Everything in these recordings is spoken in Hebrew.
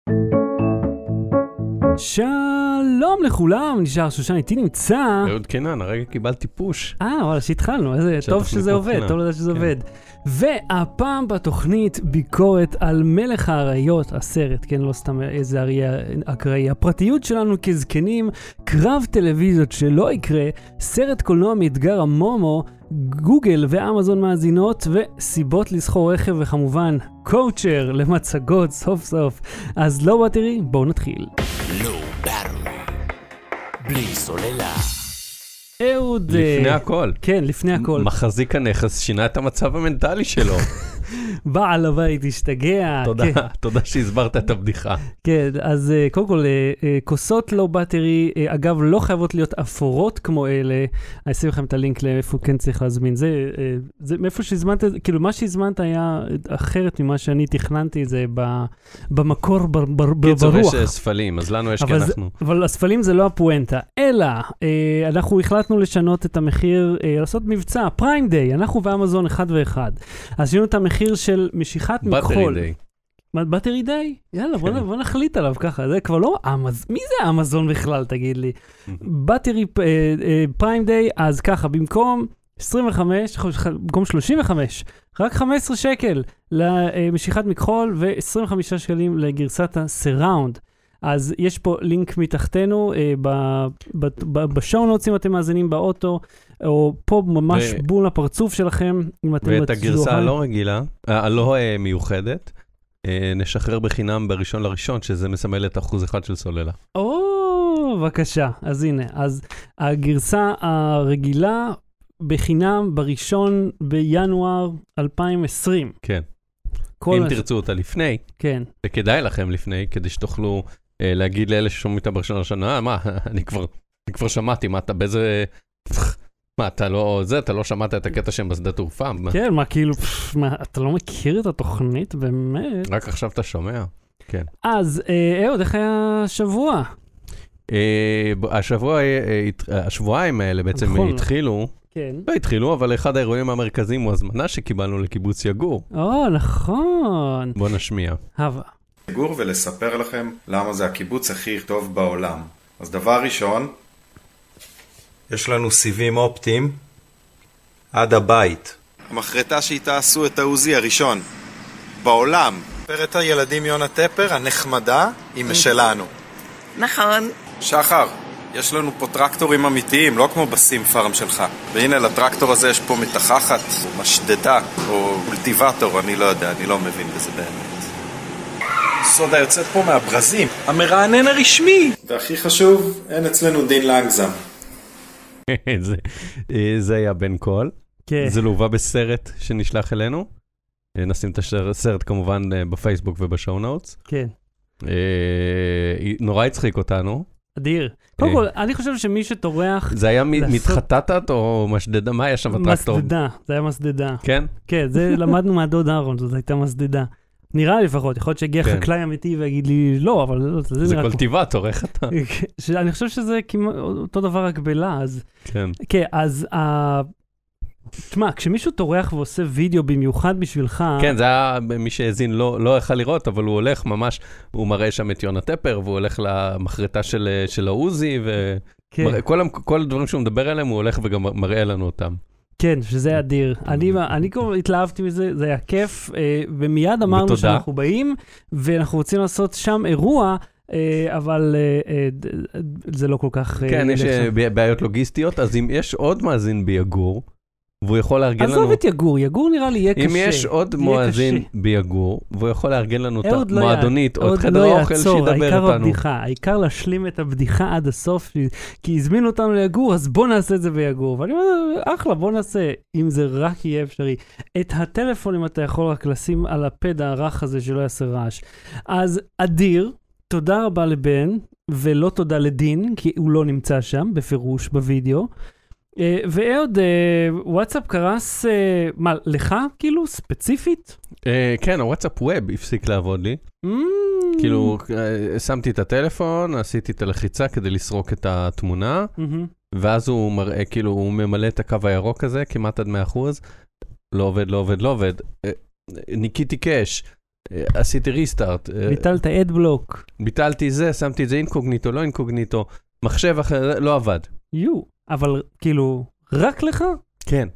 שלום לכולם, נשאר שושן, איתי נמצא. אהוד קינן, הרגע קיבלתי פוש. וואלה, שהתחלנו, טוב שזה עובד, טוב לדעת שזה עובד. והפעם בתוכנית ביקורת על מלך האריות, הסרט, כן, לא סתם איזה אקראי, הפרטיות שלנו כזקנים, קרב טלוויזיות שלא יקרה, סרט קולנוע מאתגר המומו, גוגל ואמזון מאזינות, וסיבות לסחור רכב, וכמובן קואוצ'ר למצגות סוף סוף. אז לא בטרי, בואו נתחיל. לא בטרי, בלי סוללה. אהוד... לפני הכל. כן, לפני הכל. מחזיק הנכס שינה את המצב המנטלי שלו. בעל הבית השתגע. תודה, כן. תודה שהסברת את הבדיחה. כן, אז קודם כל, כוסות לא בטרי, אגב, לא חייבות להיות אפורות כמו אלה. אני אשים לכם את הלינק לאיפה כן צריך להזמין. זה מאיפה שהזמנת, כאילו מה שהזמנת היה אחרת ממה שאני תכננתי, זה במקור, ברוח. קיצור, יש ספלים, אז לנו יש כאנחנו. אבל הספלים זה לא הפואנטה, אלא אנחנו החלטנו לשנות את המחיר, לעשות מבצע, פריים דיי, אנחנו ואמזון אחד ואחד. אז שינו את המחיר של משיכת מכחול. בטרי דיי? יאללה, בוא נחליט עליו ככה. זה כבר לא אמזון. מי זה אמזון בכלל, תגיד לי? בטרי פריים דיי, אז ככה, במקום 25, במקום 35, רק 15 שקל למשיכת מכחול ו-25 שקלים לגרסת הסיראונד. אז יש פה לינק מתחתנו, בשואו נוטס אם אתם מאזינים באוטו, או פה ממש בול הפרצוף שלכם. ואת הגרסה הלא רגילה, הלא מיוחדת, נשחרר בחינם בראשון לראשון, שזה מסמל את 1% של סוללה. בבקשה. אז הנה, אז הגרסה הרגילה בחינם בראשון בינואר 2020. כן. אם תרצו אותה לפני, כן. וכדאי לכם לפני, כדי שתוכלו להגיד לאלה ששומעים אותה בראשון לשנה, מה, אני כבר שמעתי, מה אתה באיזה... מה, אתה לא שמעת את הקטע שהם בשדה תעופה? כן, מה, כאילו, אתה לא מכיר את התוכנית, באמת? רק עכשיו אתה שומע, כן. אז, אהוד, איך היה השבוע? השבועיים האלה בעצם התחילו, כן. לא התחילו, אבל אחד האירועים המרכזיים הוא הזמנה שקיבלנו לקיבוץ יגור. נכון. בוא נשמיע. הווה. יגור ולספר לכם למה זה הקיבוץ הכי טוב בעולם. אז דבר ראשון, יש לנו סיבים אופטיים עד הבית. המחרטה שאיתה עשו את העוזי הראשון בעולם. פרט הילדים יונה טפר הנחמדה היא משלנו. נכון. שחר, יש לנו פה טרקטורים אמיתיים, לא כמו בסים פארם שלך. והנה לטרקטור הזה יש פה מתחחת, או משדדה, או אולטיבטור, אני לא יודע, אני לא מבין בזה באמת. סודה יוצאת פה מהברזים, המרענן הרשמי. והכי חשוב, אין אצלנו דין לאנגזם. זה היה בן קול. זה לובה בסרט שנשלח אלינו. נשים את הסרט כמובן בפייסבוק ובשואו נוטס. כן. נורא הצחיק אותנו. אדיר. קודם כל, אני חושב שמי שטורח... זה היה מתחתתת או משדדה? מה היה שם בטרקטור? מסדדה, זה היה מסדדה. כן? כן, זה למדנו מהדוד אהרון, זאת הייתה מסדדה. נראה לי לפחות, יכול להיות שהגיע חקלאי אמיתי ויגיד לי, לא, אבל זה נראה... זה קולטיבטור, איך אתה? אני חושב שזה אותו דבר רק בלעז. כן. כן, אז... תשמע, כשמישהו טורח ועושה וידאו במיוחד בשבילך... כן, זה היה מי שהזין לא יכל לראות, אבל הוא הולך ממש, הוא מראה שם את יונה טפר, והוא הולך למחרטה של העוזי, וכל הדברים שהוא מדבר עליהם, הוא הולך וגם מראה לנו אותם. כן, שזה אדיר. אני כבר התלהבתי מזה, זה היה כיף, ומיד אמרנו שאנחנו באים, ואנחנו רוצים לעשות שם אירוע, אבל זה לא כל כך... כן, יש בעיות לוגיסטיות, אז אם יש עוד מאזין ביגור, והוא יכול לארגן לנו... עזוב את יגור, יגור נראה לי יהיה קשה. אם יש עוד מואזין ביגור, והוא יכול לארגן לנו את המועדונית, או את חדר האוכל שידבר אותנו. העיקר להשלים את הבדיחה עד הסוף, כי הזמינו אותנו ליגור, אז בוא נעשה את זה ביגור. ואני אומר, אחלה, בוא נעשה, אם זה רק יהיה אפשרי. את הטלפון, אם אתה יכול רק לשים על הפד הרך הזה שלא יעשה רעש. אז אדיר, תודה רבה לבן, ולא תודה לדין, כי הוא לא נמצא שם, בפירוש, בווידאו. ועוד, וואטסאפ קרס, מה, לך כאילו, ספציפית? כן, הוואטסאפ ווב הפסיק לעבוד לי. כאילו, שמתי את הטלפון, עשיתי את הלחיצה כדי לסרוק את התמונה, ואז הוא מראה, כאילו, הוא ממלא את הקו הירוק הזה, כמעט עד 100%, לא עובד, ניקיתי קש, עשיתי ריסטארט. ביטלת אדבלוק. ביטלתי זה, שמתי את זה אינקוגניטו, לא אינקוגניטו, מחשב אחר, לא עבד. אבל כאילו, רק לך? כן.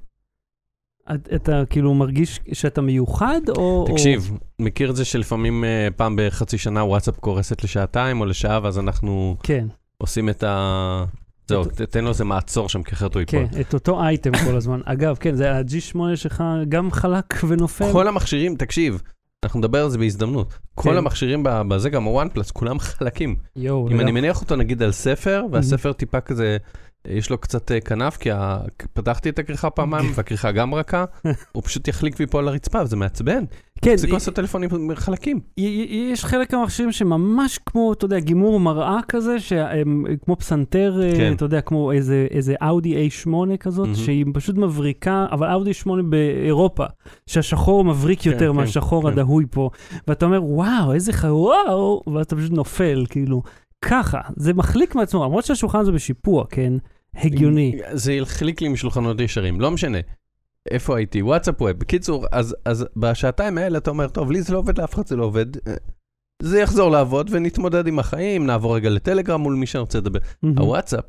אתה כאילו מרגיש שאתה מיוחד או... תקשיב, מכיר את זה שלפעמים פעם בחצי שנה וואטסאפ קורסת לשעתיים או לשעה, ואז אנחנו עושים את ה... זהו, תן לו איזה מעצור שם כחרת הוא ייפול. כן, את אותו אייטם כל הזמן. אגב, כן, זה ה-G8 שלך גם חלק ונופל. כל המכשירים, תקשיב, אנחנו נדבר על זה בהזדמנות. כל המכשירים בזה, גם ה-One Plus, כולם חלקים. אם אני מניח אותו נגיד על ספר, והספר טיפה כזה... יש לו קצת כנף, כי פתחתי את הכריכה פעמיים, והכריכה גם רכה, הוא פשוט יחליק ויפול לרצפה, וזה מעצבן. כן. זה כוס הטלפונים חלקים. יש חלק מהמכשירים שממש כמו, אתה יודע, גימור מראה כזה, שהם כמו פסנתר, אתה יודע, כמו איזה אאודי A8 כזאת, שהיא פשוט מבריקה, אבל אאודי 8 באירופה, שהשחור מבריק יותר מהשחור הדהוי פה, ואתה אומר, וואו, איזה וואו, ואתה פשוט נופל, כאילו. ככה, זה מחליק מעצמו, למרות שהשולחן זה בשיפוע, כן? הגיוני. זה יחליק לי משולחנות ישרים, לא משנה. איפה הייתי? וואטסאפ ווב. בקיצור, אז בשעתיים האלה אתה אומר, טוב, לי זה לא עובד, לאף אחד זה לא עובד. זה יחזור לעבוד ונתמודד עם החיים, נעבור רגע לטלגרם מול מי שאני רוצה לדבר. הוואטסאפ,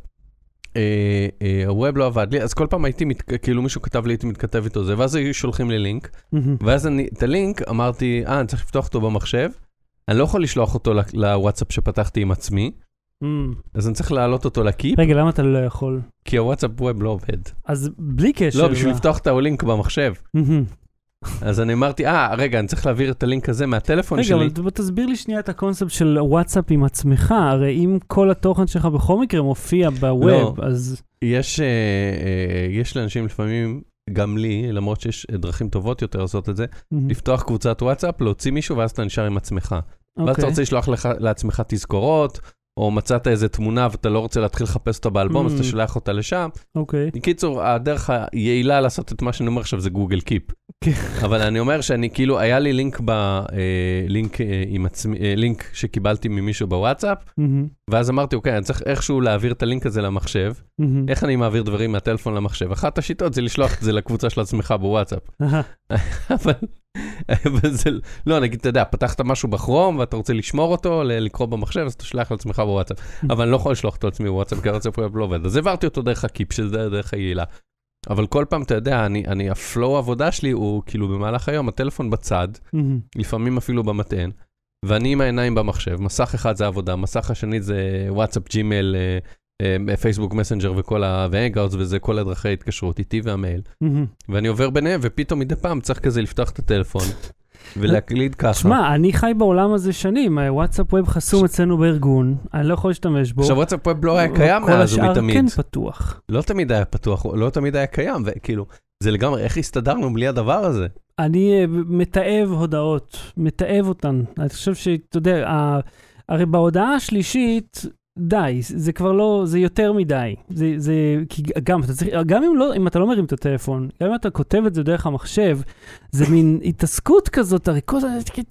הווב לא עבד לי, אז כל פעם הייתי, כאילו מישהו כתב לי, הייתי מתכתב איתו זה, ואז היו שולחים לי לינק, ואז את הלינק אמרתי, אני צריך לפתוח אותו במחשב, אני לא יכול לשלוח אותו לוואטסאפ שפתחתי עם עצמי, אז אני צריך להעלות אותו לקיפ. רגע, למה אתה לא יכול? כי הוואטסאפ ווב לא עובד. אז בלי קשר. לא, בשביל לפתוח את הלינק במחשב. אז אני אמרתי, רגע, אני צריך להעביר את הלינק הזה מהטלפון שלי. רגע, אבל תסביר לי שנייה את הקונספט של וואטסאפ עם עצמך, הרי אם כל התוכן שלך בכל מקרה מופיע בווב, אז... יש לאנשים לפעמים, גם לי, למרות שיש דרכים טובות יותר לעשות את זה, לפתוח קבוצת וואטסאפ, להוציא מישהו, ואז אתה נשאר עם עצמך. ואז אתה רוצה לשלוח לעצמך תזכורות, או מצאת איזה תמונה ואתה לא רוצה להתחיל לחפש אותה באלבום, אז אתה שולח אותה לשם. בקיצור, הדרך היעילה לעשות את מה שאני אומר עכשיו זה גוגל קיפ. אבל אני אומר שאני כאילו, היה לי לינק שקיבלתי ממישהו בוואטסאפ, ואז אמרתי, אוקיי, אני צריך איכשהו להעביר את הלינק הזה למחשב. איך אני מעביר דברים מהטלפון למחשב? אחת השיטות זה לשלוח את זה לקבוצה של עצמך בוואטסאפ. אבל זה, לא, נגיד, אתה יודע, פתחת משהו בכרום, ואתה רוצה לשמור אותו, לקרוא במחשב, אז אתה שלח לעצמך בוואטסאפ. אבל אני לא יכול לשלוח אותו לעצמי בוואטסאפ, כי הוואטסאפ לא עובד. אז העברתי אותו דרך הקיפ, שזה דרך היעילה. אבל כל פעם, אתה יודע, הפלואו העבודה שלי הוא כאילו במהלך היום, הטלפון בצד, לפעמים אפילו במטען, ואני עם העיניים במחשב, מסך אחד זה עבודה, מסך השני זה וואטסאפ, ג'ימייל, פייסבוק, מסנג'ר והנגאוטס, וזה כל הדרכי התקשרות איתי והמייל. ואני עובר ביניהם, ופתאום מדי פעם צריך כזה לפתוח את הטלפון, ולהקליד ככה. תשמע, אני חי בעולם הזה שנים, וואטסאפ ווב חסום אצלנו בארגון, אני לא יכול להשתמש בו. עכשיו, וואטסאפ ווב לא היה קיים מאז ומתמיד. כל השאר כן פתוח. לא תמיד היה פתוח, לא תמיד היה קיים, וכאילו, זה לגמרי, איך הסתדרנו בלי הדבר הזה? אני מתאב הודעות, מתאב אותן. אני חושב שאתה יודע, הרי בהודעה השלישית, די, זה כבר לא, זה יותר מדי. כי גם, גם אם אתה לא מרים את הטלפון, גם אם אתה כותב את זה דרך המחשב, זה מין התעסקות כזאת, הריקות,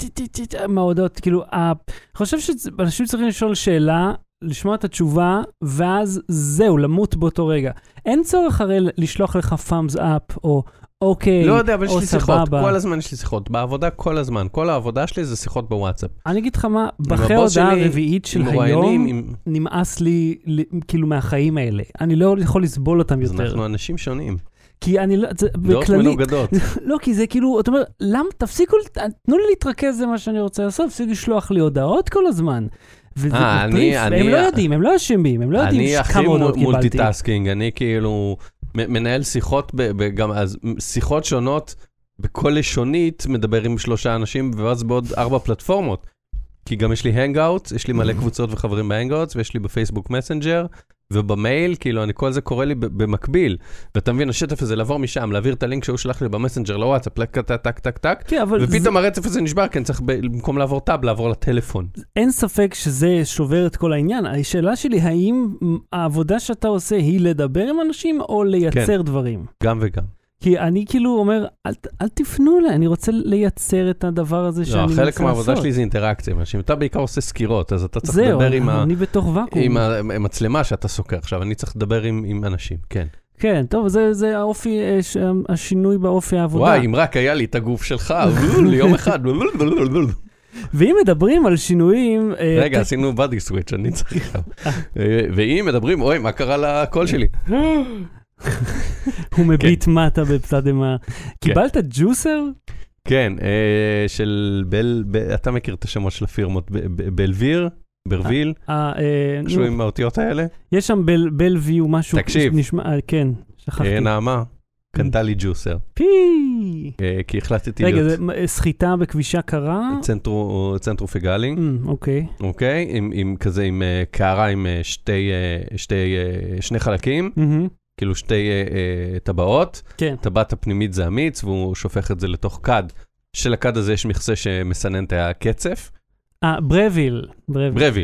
מההודעות, כאילו, אני חושב שאנשים צריכים לשאול שאלה, לשמוע את התשובה, ואז זהו, למות באותו רגע. אין צורך הרי לשלוח לך thumbs up, או אוקיי, לא יודע, אבל יש לי שיחות, כל הזמן יש לי שיחות, בעבודה כל הזמן, כל העבודה שלי זה שיחות בוואטסאפ. אני אגיד לך מה, אחרי ההודעה הרביעית של היום, נמאס לי כאילו מהחיים האלה, אני לא יכול לסבול אותם יותר. אנחנו אנשים שונים. כי אני לא, דעות מנוגדות. לא, כי זה כאילו, אתה אומר, למה, תפסיקו, תנו לי להתרכז זה מה שאני רוצה לעשות, תפסיקו לשלוח לי הודעות כל הזמן. וזה מטריף, הם לא יודעים, הם לא אשמים, הם לא יודעים כמה הודעות קיבלתי. אני הכי מולטיטאסקינג, אני כאילו מנהל שיחות, גם אז שיחות שונות, בכל לשונית מדבר עם 3 אנשים, ואז בעוד 4 פלטפורמות. כי גם יש לי הנגאוטס, יש לי מלא קבוצות וחברים בהנגאוטס, ויש לי בפייסבוק מסנג'ר, ובמייל, כאילו, כל זה קורה לי במקביל. ואתה מבין, השטף הזה לעבור משם, להעביר את הלינק שהוא שלח לי במסנג'ר לוואטסאפ, טק, ופתאום הרצף הזה נשבר, כן, צריך במקום לעבור טאב, לעבור לטלפון. אין ספק שזה שובר את כל העניין. השאלה שלי, האם העבודה שאתה עושה היא לדבר עם אנשים, או לייצר דברים? גם וגם. כי אני כאילו אומר, אל תפנו אליי, אני רוצה לייצר את הדבר הזה שאני רוצה לעשות. חלק מהעבודה שלי זה אינטראקציה, אם אתה בעיקר עושה סקירות, אז אתה צריך לדבר עם אני בתוך וקום. עם המצלמה שאתה סוקר עכשיו, אני צריך לדבר עם אנשים, כן. כן, טוב, זה האופי, השינוי באופי העבודה. וואי, אם רק היה לי את הגוף שלך, ליום אחד. ואם מדברים על שינויים... רגע, עשינו בדי סוויץ', אני צריך. ואם מדברים, אוי, מה קרה לקול שלי? הוא מביט מטה בפסדמה. קיבלת ג'וסר? כן, של אתה מכיר את השמות של הפירמות, בלביר? ברוויל? משהו עם האותיות האלה? יש שם בלוויו משהו. תקשיב. כן, שכחתי. נעמה, קנתה לי ג'וסר. כי החלטתי להיות... רגע, זה סחיטה בכבישה קרה? צנטרופגלי. אוקיי. אוקיי, עם כזה, עם קערה עם שני חלקים. כאילו שתי טבעות. כן. טבעת הפנימית זה המיץ, והוא שופך את זה לתוך קד. שלקד הזה יש מכסה שמסנן את הקצף. ברוויל. ברוויל.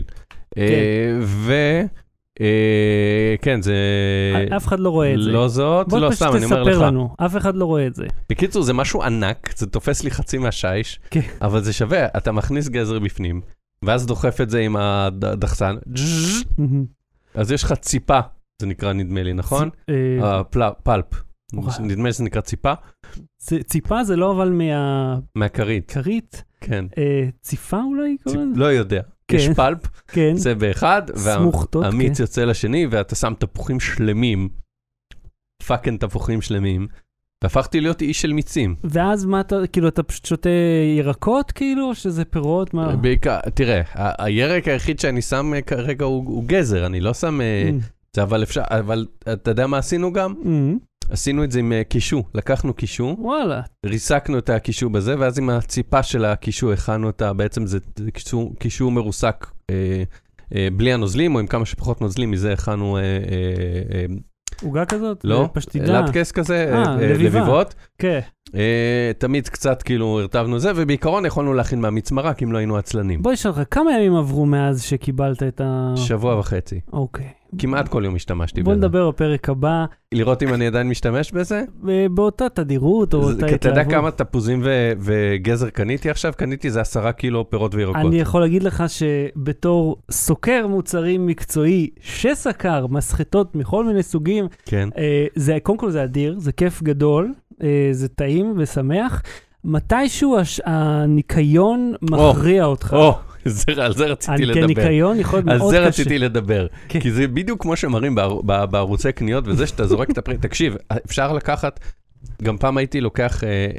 כן, זה... אף אחד לא רואה את זה. לא זאת, לא סתם, אני אומר לך. בוא תספר לנו, אף אחד לא רואה את זה. בקיצור, זה משהו ענק, זה תופס לי חצי מהשיש, אבל זה שווה, אתה מכניס גזר בפנים, ואז דוחף את זה עם הדחסן, אז יש לך ציפה, זה נקרא נדמה לי, נכון? פלפ. נדמה לי שזה נקרא ציפה. ציפה זה לא אבל מהכרית. כרית? כן. ציפה אולי? לא יודע. יש פלפ, זה באחד, והמיץ יוצא לשני, ואתה שם תפוחים שלמים, פאקן תפוחים שלמים, והפכתי להיות איש של מיצים. ואז מה אתה, כאילו אתה פשוט שותה ירקות כאילו, או שזה פירות? בעיקר, תראה, הירק היחיד שאני שם כרגע הוא גזר, אני לא שם, אבל אפשר, אבל אתה יודע מה עשינו גם? עשינו את זה עם קישו, לקחנו קישו, וואלה. ריסקנו את הקישו בזה, ואז עם הציפה של הקישו הכנו אותה, בעצם זה קישו מרוסק בלי הנוזלים, או עם כמה שפחות נוזלים, מזה הכנו... עוגה כזאת? לא, לטקס כזה, לביבות. כן. תמיד קצת כאילו הרטבנו זה, ובעיקרון יכולנו להכין מהמיץ מרק, אם לא היינו עצלנים. בואי שלך, כמה ימים עברו מאז שקיבלת את שבוע וחצי. אוקיי. כמעט כל יום השתמשתי בזה. בוא נדבר בפרק הבא. לראות אם אני עדיין משתמש בזה? באותה תדירות או אותה התלהבות. אתה יודע כמה תפוזים וגזר קניתי עכשיו? קניתי זה 10 קילו פירות וירקות. אני יכול להגיד לך שבתור סוקר מוצרים מקצועי, שסקר מסחטות מכל מיני סוגים, כן. קודם כל זה אדיר, זה כיף גדול, זה טעים ושמח. מתישהו הניקיון מכריע אותך. על זה רציתי לדבר. ניקיון יכול להיות מאוד קשה. על זה רציתי לדבר. כי זה בדיוק כמו שמראים בערוצי קניות, וזה שאתה זורק את הפרי. תקשיב, אפשר לקחת, גם פעם הייתי לוקח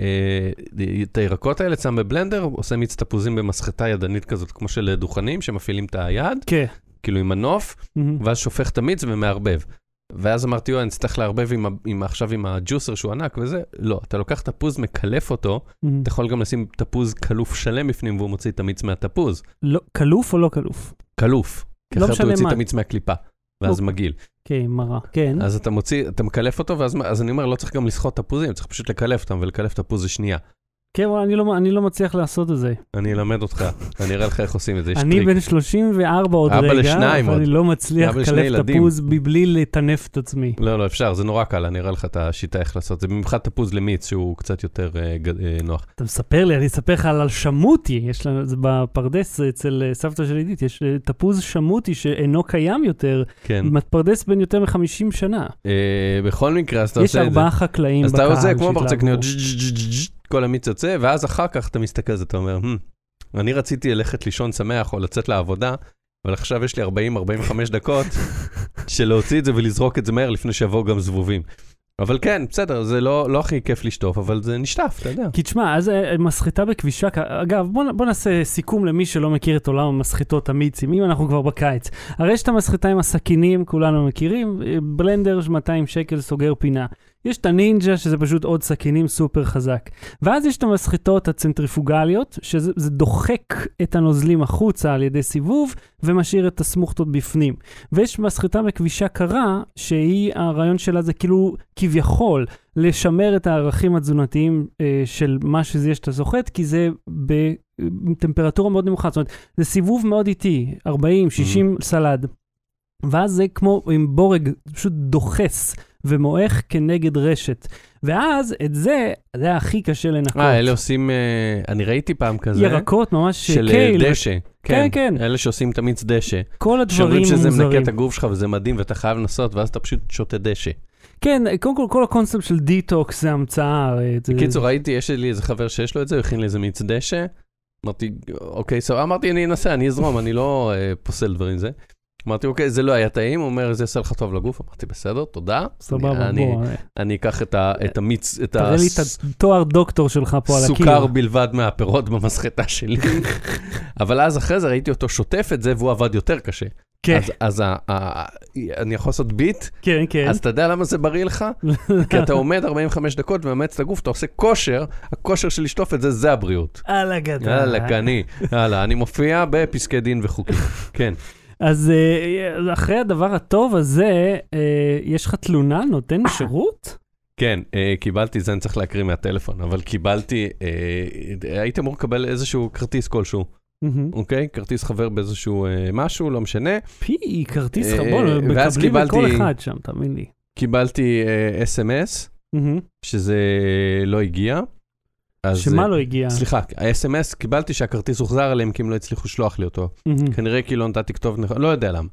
את הירקות האלה, שם בבלנדר, עושה מיץ תפוזים במסחטה ידנית כזאת, כמו של דוכנים, שמפעילים את היד, כאילו עם מנוף, ואז שופך את המיץ ומערבב. ואז אמרתי, אני צריך להרבב עכשיו עם הג'וסר שהוא ענק וזה, לא, אתה לוקח תפוז, מקלף אותו, אתה יכול גם לשים תפוז קלוף שלם בפנים, והוא מוציא את המיץ מהתפוז. קלוף או לא קלוף? קלוף. כי אחרת הוא יוציא את המיץ מהקליפה, ואז מגיל. כן, מרה, כן. אז אתה מקלף אותו, ואז אני אומר, לא צריך גם לסחוט תפוזים, צריך פשוט לקלף אותם, ולקלף תפוז זה שנייה. כן, אני לא מצליח לעשות את זה. אני אלמד אותך, אני אראה לך איך עושים את זה, יש טריק. אני בן 34 עוד רגע, אבל אני לא מצליח לקלף תפוז בלי לטנף את עצמי. לא, אפשר, זה נורא קל, אני אראה לך את השיטה איך לעשות. זה במיוחד תפוז למיץ, שהוא קצת יותר נוח. אתה מספר לי, אני אספר לך על שמוטי, יש לנו, זה בפרדס אצל סבתא של עידית, יש תפוז שמוטי שאינו קיים יותר, פרדס בין יותר מ-50 שנה. בכל מקרה, אז אתה עושה את זה. יש 4 חקלאים בקהל. אז אתה עושה כמו בארצות קניות, כל המיץ יוצא, ואז אחר כך אתה מסתכל, אתה אומר, אני רציתי ללכת לישון שמח או לצאת לעבודה, אבל עכשיו יש לי 40-45 דקות של להוציא את זה ולזרוק את זה מהר לפני שיבואו גם זבובים. אבל כן, בסדר, זה לא הכי כיף לשטוף, אבל זה נשטף, אתה יודע. כי תשמע, אז מסחיטה בכבישה, אגב, בוא נעשה סיכום למי שלא מכיר את עולם המסחיטות המיצים, אם אנחנו כבר בקיץ. הרי יש את המסחיטה עם הסכינים, כולנו מכירים, בלנדר 200 שקל סוגר פינה. יש את הנינג'ה, שזה פשוט עוד סכינים סופר חזק. ואז יש את המסחיטות הצנטריפוגליות, שזה דוחק את הנוזלים החוצה על ידי סיבוב, ומשאיר את הסמוכתות בפנים. ויש מסחיטה בכבישה קרה, שהיא, הרעיון שלה זה כאילו כביכול, לשמר את הערכים התזונתיים של מה שזה יש את הסוחט, כי זה בטמפרטורה מאוד נמוכה. זאת אומרת, זה סיבוב מאוד איטי, 40, 60 סלד. ואז זה כמו עם בורג, פשוט דוחס ומועך כנגד רשת. ואז את זה הכי קשה לנקות. אלה עושים, אני ראיתי פעם כזה. ירקות ממש של קייל. דשא. כן, כן. אלה שעושים את המיץ דשא. כל הדברים מוזרים. שאומרים שזה מנקה את הגוף שלך וזה מדהים ואתה חייב לנסות, ואז אתה פשוט שותה דשא. כן, קודם כל, כל הקונספט של דיטוקס זה המצאה. בקיצור, ראיתי, יש לי איזה חבר שיש לו את זה, הוא הכין לי איזה מיץ דשא. אמרתי, אוקיי, אמרתי, אני אנסה, אני אזרום, אני לא פוסל דברים זה. אמרתי, אוקיי, זה לא היה טעים, הוא אומר, זה עושה לך טוב לגוף. אמרתי, בסדר, תודה. סבבה, בוא. אני אקח את המיץ, תראה לי את התואר דוקטור שלך פה על הקיר. סוכר בלבד מהפירות במסחטה שלי. אבל אז אחרי זה ראיתי אותו שוטף את זה, והוא עבד יותר קשה. כן. אז אני יכול לעשות ביט? כן, כן. אז אתה יודע למה זה בריא לך? כי אתה עומד 45 דקות ומאמץ את הגוף, אתה עושה כושר, הכושר של לשטוף את זה, זה הבריאות. אללה גדול. אללה, אני מופיע בפסקי דין וחוקים. כן. אז אחרי הדבר הטוב הזה, יש לך תלונה, נותן שירות? כן, קיבלתי, זה אני צריך להקריא מהטלפון, אבל קיבלתי, הייתי אמור לקבל איזשהו כרטיס כלשהו. אוקיי? כרטיס חבר באיזשהו משהו, לא משנה. כרטיס חבר, מקבלים לכל אחד שם, תאמין לי. קיבלתי SMS, שזה לא הגיע. שמה לא הגיע? סליחה, ה-SMS קיבלתי שהכרטיס הוחזר אליהם, כי הם לא הצליחו לשלוח לי אותו. כנראה כי לא נתתי כתוב, לא יודע למה.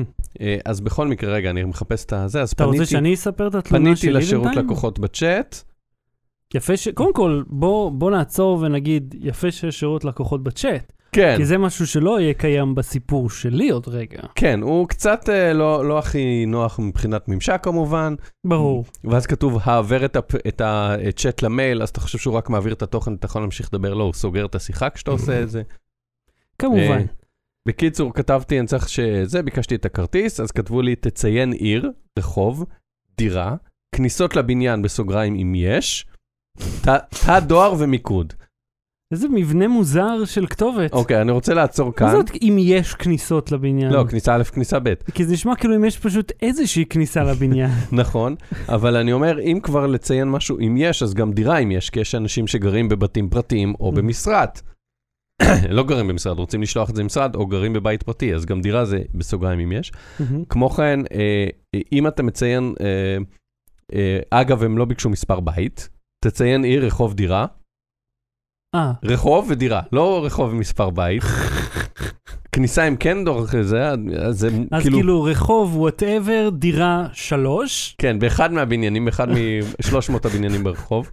אז בכל מקרה, רגע, אני מחפש את זה, אז אתה רוצה שאני אספר את התלונה שלי פניתי לשירות לקוחות בצ'אט. יפה קודם כל, בוא נעצור ונגיד, יפה שיש שירות לקוחות בצ'אט. כן. כי זה משהו שלא יהיה קיים בסיפור שלי עוד רגע. כן, הוא קצת לא הכי נוח מבחינת ממשק כמובן. ברור. ואז כתוב, העבר את הצ'אט למייל, אז אתה חושב שהוא רק מעביר את התוכן, אתה יכול להמשיך לדבר, לא, הוא סוגר את השיחה כשאתה עושה את זה. כמובן. בקיצור, כתבתי, אני צריך שזה, ביקשתי את הכרטיס, אז כתבו לי, תציין עיר, רחוב, דירה, כניסות לבניין בסוגריים אם יש, תא דואר ומיקוד. איזה מבנה מוזר של כתובת. אוקיי, אני רוצה לעצור כאן. מה זאת אם יש כניסות לבניין? לא, כניסה א', כניסה ב'. כי זה נשמע כאילו אם יש פשוט איזושהי כניסה לבניין. נכון, אבל אני אומר, אם כבר לציין משהו, אם יש, אז גם דירה אם יש, כי יש אנשים שגרים בבתים פרטיים או במשרד. לא גרים במשרד, רוצים לשלוח את זה במשרד, או גרים בבית פרטי, אז גם דירה זה בסוגריים אם יש. כמו כן, אם אתה מציין, אגב, הם לא ביקשו מספר בית, תציין עיר, רחוב, דירה. רחוב ודירה, לא רחוב ומספר בית. כניסה עם כן דורך זה, אז כאילו רחוב, whatever, דירה 3. כן, באחד מהבניינים, באחד מ-300 הבניינים ברחוב.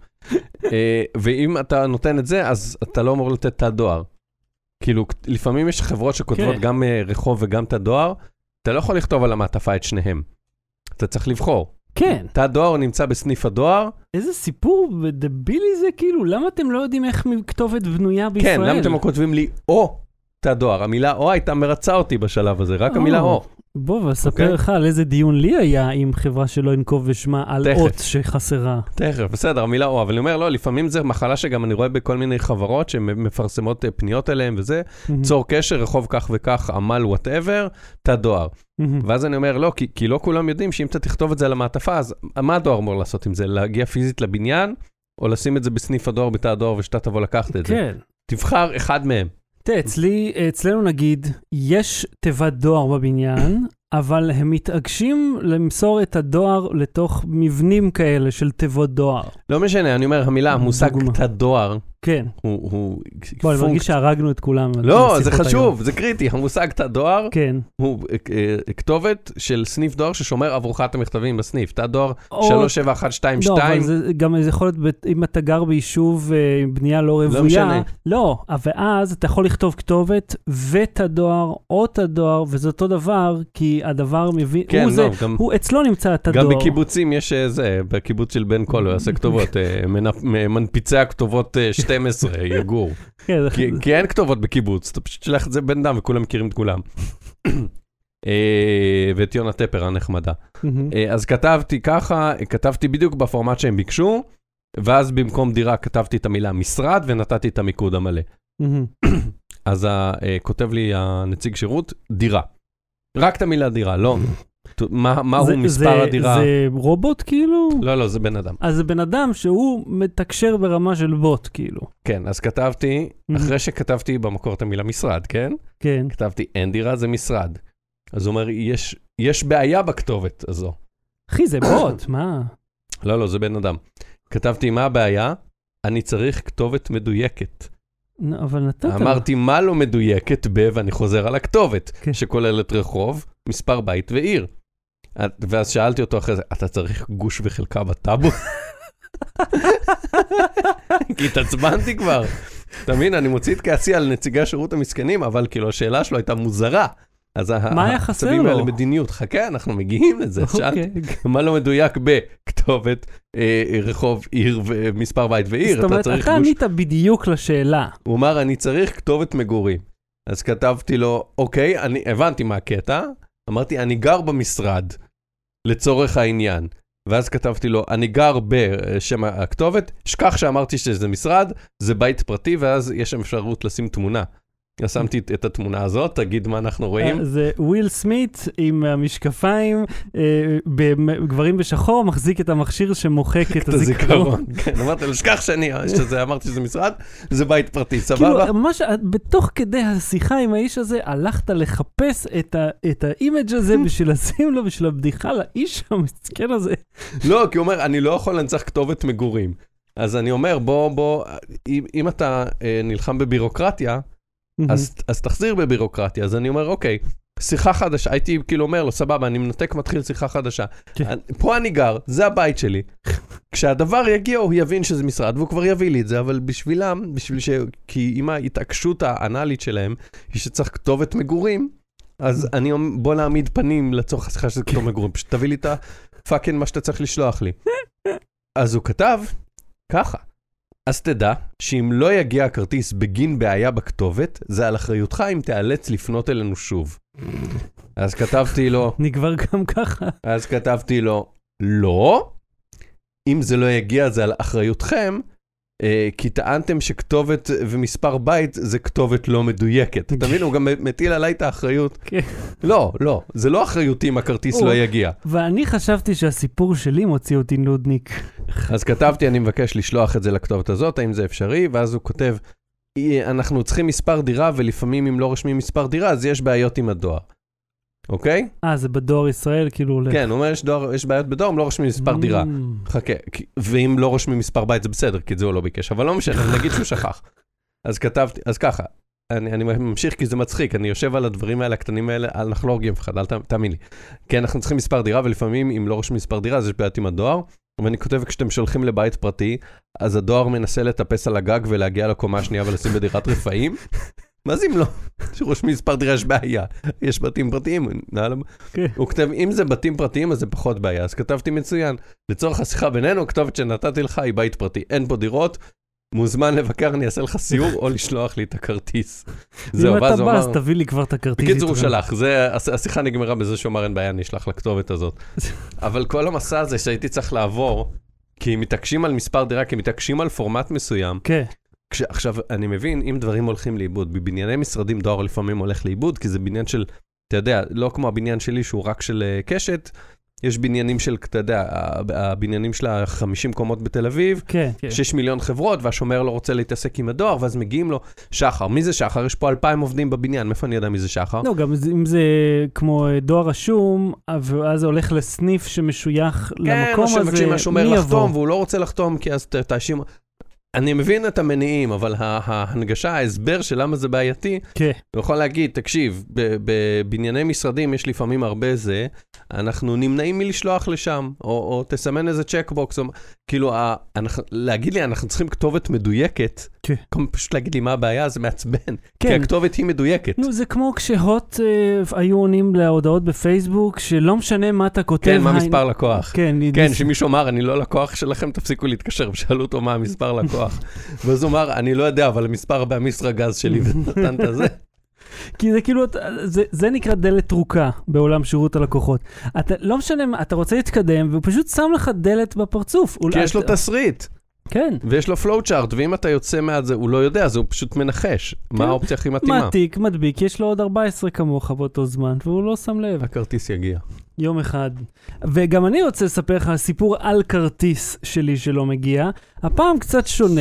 ואם אתה נותן את זה, אז אתה לא אמור לתת תא דואר. כאילו, לפעמים יש חברות שכותבות גם רחוב וגם תא דואר, אתה לא יכול לכתוב על המעטפה את שניהם. אתה צריך לבחור. כן. תא דואר נמצא בסניף הדואר. איזה סיפור דבילי זה כאילו, למה אתם לא יודעים איך כתובת בנויה בישראל? כן, למה אתם כותבים לי או תא דואר? המילה או הייתה מרצה אותי בשלב הזה, רק המילה או. בוא, ואספר לך על איזה דיון לי היה עם חברה שלא ינקוב ושמה על אות שחסרה. תכף, בסדר, המילה או, אבל אני אומר, לא, לפעמים זה מחלה שגם אני רואה בכל מיני חברות שמפרסמות פניות אליהם וזה, צור קשר, רחוב כך וכך, עמל, whatever, תא דואר. ואז אני אומר, לא, כי לא כולם יודעים שאם אתה תכתוב את זה על המעטפה, אז מה הדואר אמור לעשות עם זה? להגיע פיזית לבניין, או לשים את זה בסניף הדואר, בתא הדואר, ושאתה תבוא לקחת את זה? כן. תבחר אחד מהם. תראה, אצלנו נגיד, יש תיבת דואר בבניין, אבל הם מתעקשים למסור את הדואר לתוך מבנים כאלה של תיבות דואר. לא משנה, אני אומר, המילה, המושג תא דואר, כן. הוא בוא, אני מרגיש שהרגנו את כולם. לא, זה חשוב, זה קריטי. המושג תא דואר, כן. הוא כתובת של סניף דואר ששומר עבורך את המכתבים בסניף. תא דואר 37122. לא, אבל זה גם יכול להיות, אם אתה גר ביישוב עם בנייה לא רבויה. לא משנה. לא, ואז אתה יכול לכתוב כתובת ותא דואר, או תא דואר, וזה אותו דבר, כי הדבר מביא, כן, לא, הוא אצלו נמצא את הדואר. גם בקיבוצים יש זה, בקיבוץ של בן קולו, יעשה כתובות, מנפיצי הכתובות 12, יגור. כי אין כתובות בקיבוץ, אתה פשוט שלח את זה בן אדם וכולם מכירים את כולם. ואת יונה טפר הנחמדה. אז כתבתי ככה, כתבתי בדיוק בפורמט שהם ביקשו, ואז במקום דירה כתבתי את המילה משרד ונתתי את המיקוד המלא. אז כותב לי הנציג שירות, דירה. רק את המילה דירה, לא. מהו מספר הדירה? זה רובוט כאילו? לא, זה בן אדם. אז זה בן אדם שהוא מתקשר ברמה של בוט כאילו. כן, אז כתבתי, אחרי שכתבתי במקור את המילה משרד, כן? כן. כתבתי אין דירה, זה משרד. אז הוא אומר, יש בעיה בכתובת הזו. אחי, זה בוט, מה? לא, זה בן אדם. כתבתי, מה הבעיה? אני צריך כתובת מדויקת. אבל נתת. אמרתי, מה לא מדויקת ואני חוזר על הכתובת, שכוללת רחוב, מספר בית ועיר. ואז שאלתי אותו אחרי זה, אתה צריך גוש וחלקה בטאבו? כי התעצבנתי כבר. אתה מבין, אני מוציא את כעסי על נציגי השירות המסכנים, אבל כאילו השאלה שלו הייתה מוזרה. אז מה היה חסר לו? האלה מדיניות, חכה, אנחנו מגיעים לזה. מה לא מדויק בכתובת, רחוב, עיר ומספר בית ועיר? זאת אומרת, אתה ענית בדיוק לשאלה. הוא אמר, אני צריך כתובת מגורים. אז כתבתי לו, אוקיי, אני הבנתי מה הקטע, אמרתי, אני גר במשרד, לצורך העניין. ואז כתבתי לו, אני גר בשם הכתובת, שכח שאמרתי שזה משרד, זה בית פרטי, ואז יש שם אפשרות לשים תמונה. שמתי את התמונה הזאת, תגיד מה אנחנו רואים. זה וויל סמית עם המשקפיים, גברים בשחור, מחזיק את המכשיר שמוחק את הזיכרון. כן, אמרתי לו, שכח אמרתי שזה משרד, זה בית פרטי, סבבה? כאילו, ממש, בתוך כדי השיחה עם האיש הזה, הלכת לחפש את האימג' הזה בשביל לשים לו, בשביל הבדיחה לאיש המסכן הזה. לא, כי הוא אומר, אני לא יכול לנצח כתובת מגורים. אז אני אומר, בוא, אם אתה נלחם בבירוקרטיה, אז תחזיר בבירוקרטיה. אז אני אומר, אוקיי, שיחה חדשה, הייתי כאילו אומר לו, סבבה, אני מנתק, מתחיל שיחה חדשה. פה אני גר, זה הבית שלי. כשהדבר יגיע, הוא יבין שזה משרד, והוא כבר יביא לי את זה, אבל בשבילם, כי עם ההתעקשות האנלית שלהם, היא שצריך כתובת מגורים, אז אני אומר, בוא נעמיד פנים לצורך השיחה שזה כתובת מגורים, פשוט תביא לי את הפאקינג מה שאתה צריך לשלוח לי. אז הוא כתב, ככה. אז תדע שאם לא יגיע הכרטיס בגין בעיה בכתובת, זה על אחריותך אם תיאלץ לפנות אלינו שוב. אז כתבתי לו... נגבר גם ככה. אז כתבתי לו, לא, אם זה לא יגיע זה על אחריותכם, כי טענתם שכתובת ומספר בית זה כתובת לא מדויקת. אתה מבין? הוא גם מטיל עליי את האחריות. לא, זה לא אחריותי אם הכרטיס לא יגיע. ואני חשבתי שהסיפור שלי מוציא אותי נודניק. אז כתבתי, אני מבקש לשלוח את זה לכתובת הזאת, האם זה אפשרי? ואז הוא כותב, אנחנו צריכים מספר דירה, ולפעמים אם לא רשמים מספר דירה, אז יש בעיות עם הדואר. אוקיי? זה בדואר ישראל כאילו הולך. כן, הוא אומר, יש בעיות בדואר, אם לא רושמים מספר דירה. חכה, ואם לא רושמים מספר בית זה בסדר, כי זה הוא לא ביקש, אבל לא משנה, נגיד שהוא שכח. אז כתבתי, אז ככה, אני ממשיך כי זה מצחיק, אני יושב על הדברים האלה, הקטנים האלה, אנחנו לא הורגים אחד, אל תאמין לי. כן, אנחנו צריכים מספר דירה, ולפעמים אם לא רושמים מספר דירה, אז יש בעיות עם הדואר, ואני כותב, כשאתם שולחים לבית פרטי, אז הדואר מנסה לטפס על הגג ולהגיע לקומה השנייה ולשים בדירת רפאים. מה זה אם לא? שרושמים מספר דירה יש בעיה. יש בתים פרטיים. הוא כתב, אם זה בתים פרטיים, אז זה פחות בעיה. אז כתבתי מצוין. לצורך השיחה בינינו, הכתובת שנתתי לך היא בית פרטי. אין פה דירות, מוזמן לבקר, אני אעשה לך סיור, או לשלוח לי את הכרטיס. אם אתה בא, אז תביא לי כבר את הכרטיס. בקיצור הוא שלח. השיחה נגמרה בזה שהוא אמר, אין בעיה, אני אשלח לכתובת הזאת. אבל כל המסע הזה שהייתי צריך לעבור, כי מתעקשים על מספר דירה, כי מתעקשים על פורמט מסוים. כן. עכשיו, אני מבין, אם דברים הולכים לאיבוד, בבנייני משרדים דואר לפעמים הולך לאיבוד, כי זה בניין של, אתה יודע, לא כמו הבניין שלי שהוא רק של קשת, יש בניינים של, אתה יודע, הבניינים של 50 קומות בתל אביב, 6 מיליון חברות, והשומר לא רוצה להתעסק עם הדואר, ואז מגיעים לו, שחר, מי זה שחר? יש פה 2,000 עובדים בבניין, מאיפה אני יודע מי זה שחר? לא, גם אם זה כמו דואר רשום, ואז זה הולך לסניף שמשוייך למקום הזה, מי יבוא? השומר לחתום, והוא לא רוצה לחתום, כי אז תאשים... אני מבין את המניעים, אבל ההנגשה, ההסבר של למה זה בעייתי, הוא יכול להגיד, תקשיב, בבנייני משרדים יש לפעמים הרבה זה, אנחנו נמנעים מלשלוח לשם, או תסמן איזה צ'קבוקס, כאילו, להגיד לי, אנחנו צריכים כתובת מדויקת, פשוט להגיד לי מה הבעיה, זה מעצבן, כי הכתובת היא מדויקת. זה כמו כשהוט היו עונים להודעות בפייסבוק, שלא משנה מה אתה כותב. כן, מה מספר לקוח. כן, שמישהו אמר, אני לא לקוח שלכם, תפסיקו להתקשר, ושאלו אותו מה המספר לקוח. ואז הוא אמר, אני לא יודע, אבל המספר במסרגז שלי, ונתן את זה. כי זה כאילו, זה נקרא דלת טרוקה בעולם שירות הלקוחות. לא משנה, אתה רוצה להתקדם, והוא פשוט שם לך דלת בפרצוף. כי יש לו תסריט. כן. ויש לו פלואוצ'ארט, ואם אתה יוצא מעט זה, הוא לא יודע, אז הוא פשוט מנחש. מה האופציה הכי מתאימה? מעתיק, מדביק, יש לו עוד 14 כמוך באותו זמן, והוא לא שם לב. הכרטיס יגיע. יום אחד. וגם אני רוצה לספר לך סיפור על כרטיס שלי שלא מגיע. הפעם קצת שונה.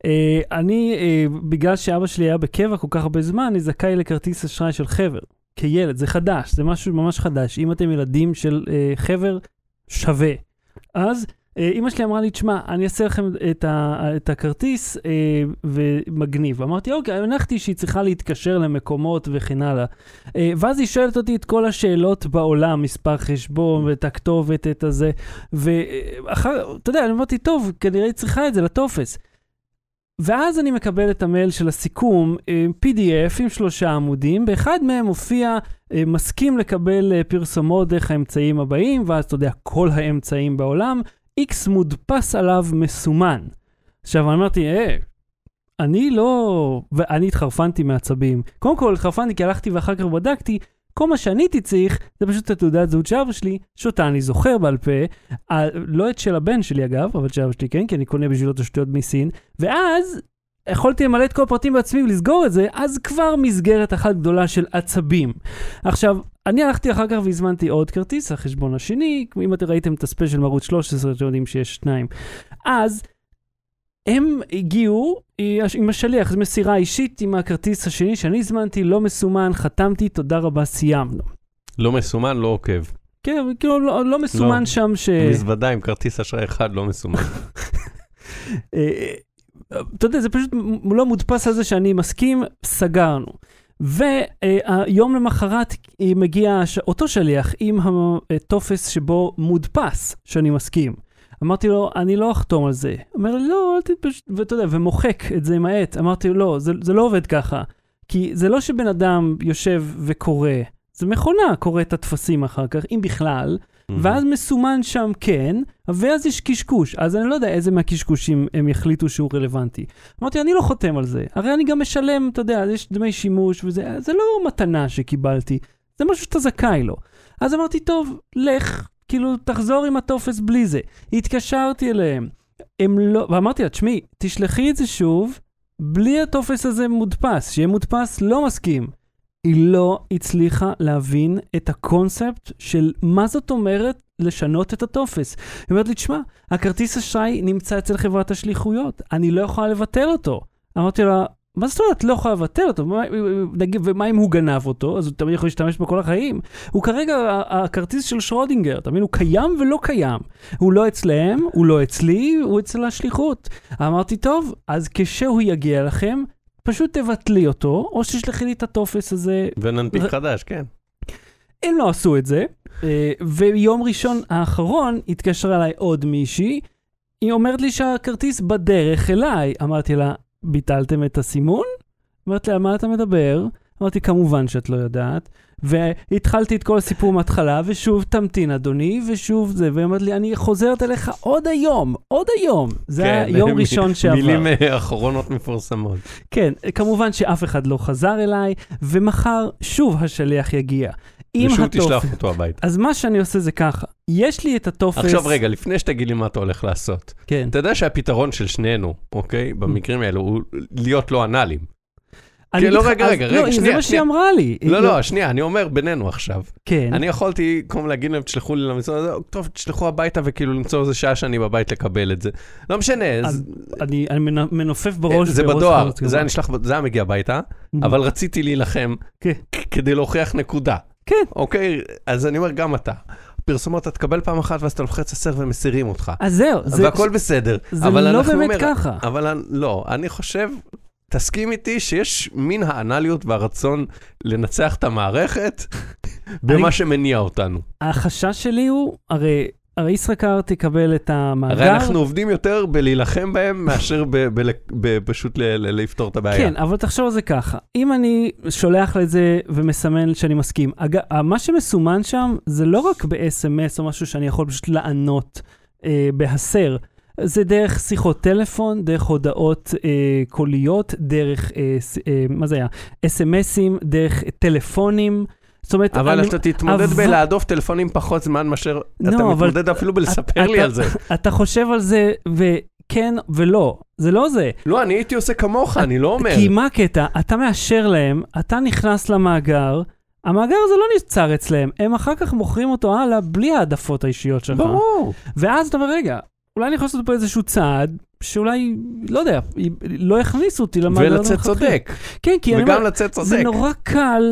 אני, בגלל שאבא שלי היה בקבע כל כך הרבה זמן, אני זכאי לכרטיס אשראי של חבר. כילד, זה חדש, זה משהו ממש חדש. אם אתם ילדים של חבר, שווה. אז אמא שלי אמרה לי, תשמע, אני אעשה לכם את הכרטיס ומגניב. אמרתי, אוקיי, הנחתי שהיא צריכה להתקשר למקומות וכן הלאה. ואז היא שואלת אותי את כל השאלות בעולם, מספר חשבון ואת הכתובת, את הזה. ואחר, אתה יודע, אני אמרתי, טוב, כנראה היא צריכה את זה לטופס. ואז אני מקבל את המייל של הסיכום, PDF עם 3 עמודים, באחד מהם מופיע, מסכים לקבל פרסומות דרך האמצעים הבאים, ואז אתה יודע, כל האמצעים בעולם, X מודפס עליו מסומן. עכשיו, אני אמרתי, אני לא... ואני התחרפנתי מעצבים. קודם כל, התחרפנתי כי הלכתי ואחר כך בדקתי, כל מה שאני צריך, זה פשוט התעודת זהות של אבא שלי, שאותה אני זוכר בעל פה, לא את של הבן שלי אגב, אבל של אבא שלי כן, כי אני קונה בשבילו את השטויות מסין, ואז יכולתי למלא את כל הפרטים בעצמי ולסגור את זה, אז כבר מסגרת אחת גדולה של עצבים. עכשיו, אני הלכתי אחר כך והזמנתי עוד כרטיס, החשבון השני, אם אתם ראיתם את הספיישל מערוץ 13, אתם יודעים שיש 2. אז הם הגיעו עם השליח, זו מסירה אישית עם הכרטיס השני שאני הזמנתי, לא מסומן, חתמתי, תודה רבה, סיימנו. לא מסומן, לא עוקב. כן, כאילו לא מסומן לא. שם ש... מזוודה עם כרטיס אשראי אחד, לא מסומן. אתה יודע, זה פשוט לא מודפס על זה שאני מסכים, סגרנו. ויום למחרת מגיע אותו שליח עם הטופס שבו מודפס שאני מסכים. אמרתי לו, אני לא אחתום על זה. אומר לי, לא, אל תתפשט, ואתה יודע, ומוחק את זה עם העט. אמרתי לו, לא, זה לא עובד ככה. כי זה לא שבן אדם יושב וקורא. זה מכונה, קורא את התפסים אחר כך, אם בכלל, ואז מסומן שם כן, ואז יש קשקוש. אז אני לא יודע איזה מהקשקושים הם יחליטו שהוא רלוונטי. אמרתי, אני לא חותם על זה. הרי אני גם משלם, אתה יודע, יש דמי שימוש, וזה זה לא מתנה שקיבלתי. זה משהו שאתה זכאי לו. אז אמרתי, טוב, לך, כאילו, תחזור עם הטופס בלי זה. התקשרתי אליהם. הם לא, ואמרתי לה, תשמעי, תשלחי את זה שוב, בלי הטופס הזה מודפס. שיהיה מודפס, לא מסכים. היא לא הצליחה להבין את הקונספט של מה זאת אומרת לשנות את הטופס. היא אומרת לי, תשמע, הכרטיס אשראי נמצא אצל חברת השליחויות. אני לא יכולה לבטל אותו. אמרתי לה, מה זאת אומרת? לא יכולה לבטל אותו. ומה אם הוא גנב אותו? אז הוא תמיד יכול להשתמש בכל החיים. הוא כרגע הכרטיס של שרודינגר. תמיד הוא קיים ולא קיים. הוא לא אצלם, הוא לא אצלי, הוא אצל השליחות. אמרתי, טוב, אז כשהוא יגיע לכם, פשוט תבטלי אותו, או ששלחי לי את הטופס הזה. וננפיק חדש, כן. הם לא עשו את זה, ויום ראשון האחרון התקשרה אליי עוד מישהי, היא אומרת לי שהכרטיס בדרך אליי. אמרתי לה, ביטלתם את הסימון? אמרתי לה, מה אתה מדבר? אמרתי, כמובן שאת לא יודעת. והתחלתי את כל הסיפור מההתחלה, ושוב תמתין אדוני, ושוב זה, ואמרת לי, אני חוזרת אליך עוד היום. זה היום ראשון שעבר. מילים אחרונות מפורסמות. כן, כמובן שאף אחד לא חזר אליי, ומחר שוב השליח יגיע. ושוב תשלח אותו הביתה. אז מה שאני עושה זה ככה, יש לי את הטופס... עכשיו רגע, לפני שתגיד לי מה אתה הולך לעשות. כן. אתה יודע שהפתרון של שנינו, אוקיי? במקרים האלו, הוא להיות לא אנאלים. לא, רגע, זה מה שהיא אמרה לי. לא, שנייה, אני אומר בינינו עכשיו. כן. אני יכולתי, כמו להגיד להם, תשלחו לי למשרד הזה, טוב, תשלחו הביתה וכאילו למצוא איזה שעה שאני בבית לקבל את זה. לא משנה. אני מנופף בראש. זה בדואר, זה היה מגיע הביתה, אבל רציתי להילחם כדי להוכיח נקודה. כן. אוקיי, אז אני אומר גם אתה. פרסומות, אתה תקבל פעם אחת ואז אתה לוחץ 10 ומסירים אותך. אז זהו. והכל בסדר. זה לא באמת ככה. אבל לא, אני חושב... תסכים איתי שיש מין האנליות והרצון לנצח את המערכת במה שמניע אותנו. החשש שלי הוא, הרי ישראכר תקבל את המאגר. הרי אנחנו עובדים יותר בלהילחם בהם מאשר פשוט לפתור את הבעיה. כן, אבל תחשוב על זה ככה. אם אני שולח לזה ומסמן שאני מסכים, מה שמסומן שם זה לא רק ב-SMS או משהו שאני יכול פשוט לענות בהסר. זה דרך שיחות טלפון, דרך הודעות קוליות, דרך, מה זה היה? SMSים, דרך טלפונים. זאת אומרת, אבל אתה תתמודד בלהדוף טלפונים פחות זמן מאשר, אתה מתמודד אפילו בלספר לי על זה. אתה חושב על זה וכן ולא, זה לא זה. לא, אני הייתי עושה כמוך, אני לא אומר. כי מה הקטע? אתה מאשר להם, אתה נכנס למאגר, המאגר הזה לא נצר אצלהם, הם אחר כך מוכרים אותו הלאה בלי העדפות האישיות שלך. ברור. ואז אתה אומר, רגע, אולי אני יכול לעשות פה איזשהו צעד, שאולי, לא יודע, לא יכניסו אותי למאגר. ולצאת צודק. כן, כי וגם לצאת צודק. זה נורא קל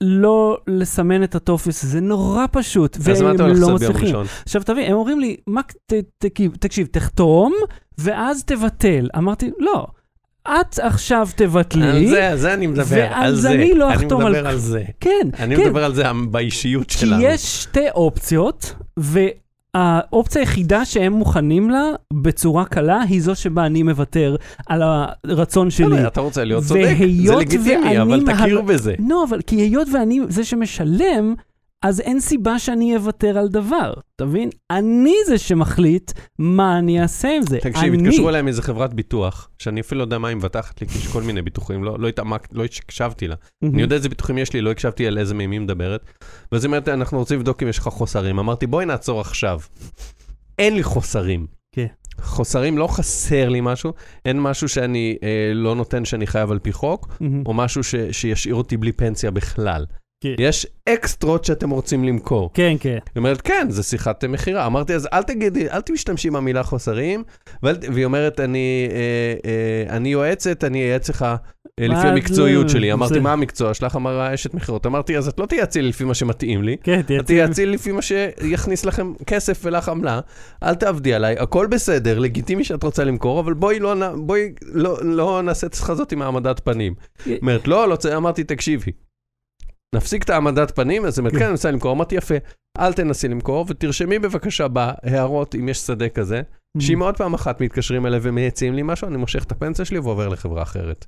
לא לסמן את הטופס, זה נורא פשוט, אז מה אתה הולך לעשות ביום ראשון? עכשיו תבין, הם אומרים לי, תקשיב, תחתום, ואז תבטל. אמרתי, לא, את עכשיו תבטלי, על זה אני מדבר, ואז אני לא אחתום על... אני מדבר על זה. כן, אני מדבר על זה באישיות שלנו. כי יש שתי אופציות, האופציה היחידה שהם מוכנים לה בצורה קלה, היא זו שבה אני מוותר על הרצון שלי. אתה רוצה להיות צודק, זה לגיטימי, אבל תכיר בזה. לא, אבל כי היות ואני זה שמשלם, אז אין סיבה שאני אוותר על דבר. אתה מבין? אני זה שמחליט מה אני אעשה עם זה. תקשיב, התקשרו אליהם איזה חברת ביטוח, שאני אפילו לא יודע מה היא מבטחת לי, כי יש כל מיני ביטוחים, לא הקשבתי לה. אני יודע איזה ביטוחים יש לי, לא הקשבתי על איזה מימים מדברת. ואז היא אומרת, אנחנו רוצים לבדוק אם יש לך חוסרים. אמרתי, בואי נעצור עכשיו. אין לי חוסרים. כן. חוסרים, לא חסר לי משהו, אין משהו שאני לא נותן שאני חייב על פי חוק, או משהו שישאיר אותי בלי פנסיה בכלל. יש אקסטרות שאתם רוצים למכור. כן, כן. היא אומרת, כן, זה שיחת מחירה. אמרתי, אז אל תגידי, אל תשתמשי במילה חוסרים, והיא אומרת, אני יועצת, אני אייעץ לך לפי המקצועיות שלי. אמרתי, מה המקצוע שלך? אמרה, אשת מחירות. אמרתי, אז את לא תייעצי לי לפי מה שמתאים לי, את תייעצי לפי מה שיכניס לכם כסף ולך עמלה, אל תעבדי עליי, הכל בסדר, לגיטימי שאת רוצה למכור, אבל בואי לא נעשה את הסחזות עם העמדת פנים. אומרת, לא, אמרתי, תקשיבי. נפסיק את העמדת פנים, אז כן, אני מנסה למכור, אמרתי יפה, אל תנסי למכור, ותרשמי בבקשה בהערות, אם יש שדה כזה, שאם עוד פעם אחת מתקשרים אליי ומייצאים לי משהו, אני מושך את הפנסיה שלי ועובר לחברה אחרת.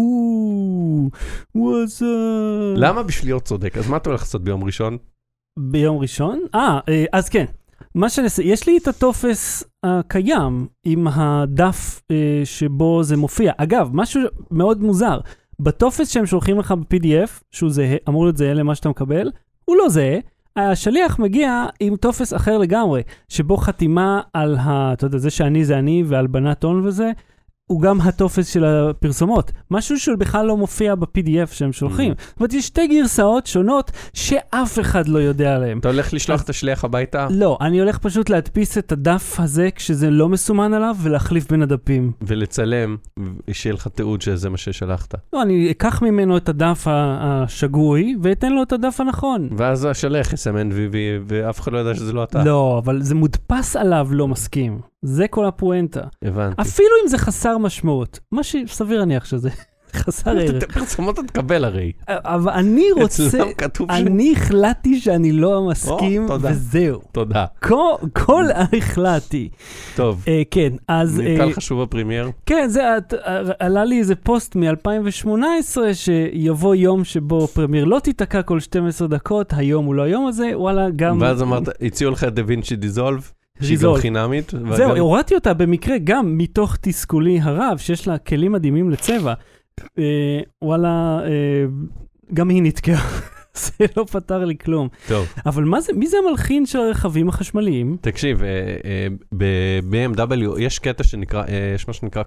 למה בשביל להיות צודק? אז מה אתה הולך לעשות ביום ראשון? ביום ראשון? אז כן. יש לי את הטופס הקיים, עם הדף שבו זה מופיע. אגב, משהו מאוד מוזר. בטופס שהם שולחים לך ב-PDF, שהוא זהה, אמור להיות זהה למה שאתה מקבל, הוא לא זהה. השליח מגיע עם טופס אחר לגמרי, שבו חתימה על אתה יודע, זה שאני זה אני והלבנת הון וזה, הוא גם הטופס של הפרסומות. משהו שבכלל לא מופיע ב-PDF שהם שולחים. זאת אומרת, יש שתי גרסאות שונות שאף אחד לא יודע עליהן. אתה הולך לשלוח את השליח הביתה? לא, אני הולך פשוט להדפיס את הדף הזה כשזה לא מסומן עליו, ולהחליף בין הדפים. ולצלם, שיהיה לך תיעוד שזה מה ששלחת. לא, אני אקח ממנו את הדף השגוי, ואתן לו את הדף הנכון. ואז השליח יסמן ואף אחד לא יודע שזה לא אתה. לא, אבל זה מודפס עליו לא מסכים. זה כל הפואנטה. הבנתי. אפילו אם זה חסר משמעות. מה שסביר להניח שזה חסר ערך. פרסומות תקבל הרי. אבל אני רוצה, אני החלטתי שאני לא מסכים, וזהו. תודה. כל החלטתי. טוב. כן, אז... נתקע לך שוב בפרימייר? כן, זה עלה לי איזה פוסט מ-2018, שיבוא יום שבו פרימייר לא תיתקע כל 12 דקות, היום הוא לא היום הזה, וואלה, גם... ואז אמרת, הציעו לך את דה וינצ'י דיזולב? שהיא גם חינמית. זהו, הורדתי אותה במקרה גם מתוך תסכולי הרב, שיש לה כלים מדהימים לצבע. וואלה, גם היא נתקעה. זה לא פתר לי כלום. טוב. אבל מי זה המלחין של הרכבים החשמליים? תקשיב, ב-BMW יש קטע שנקרא, יש מה שנקרא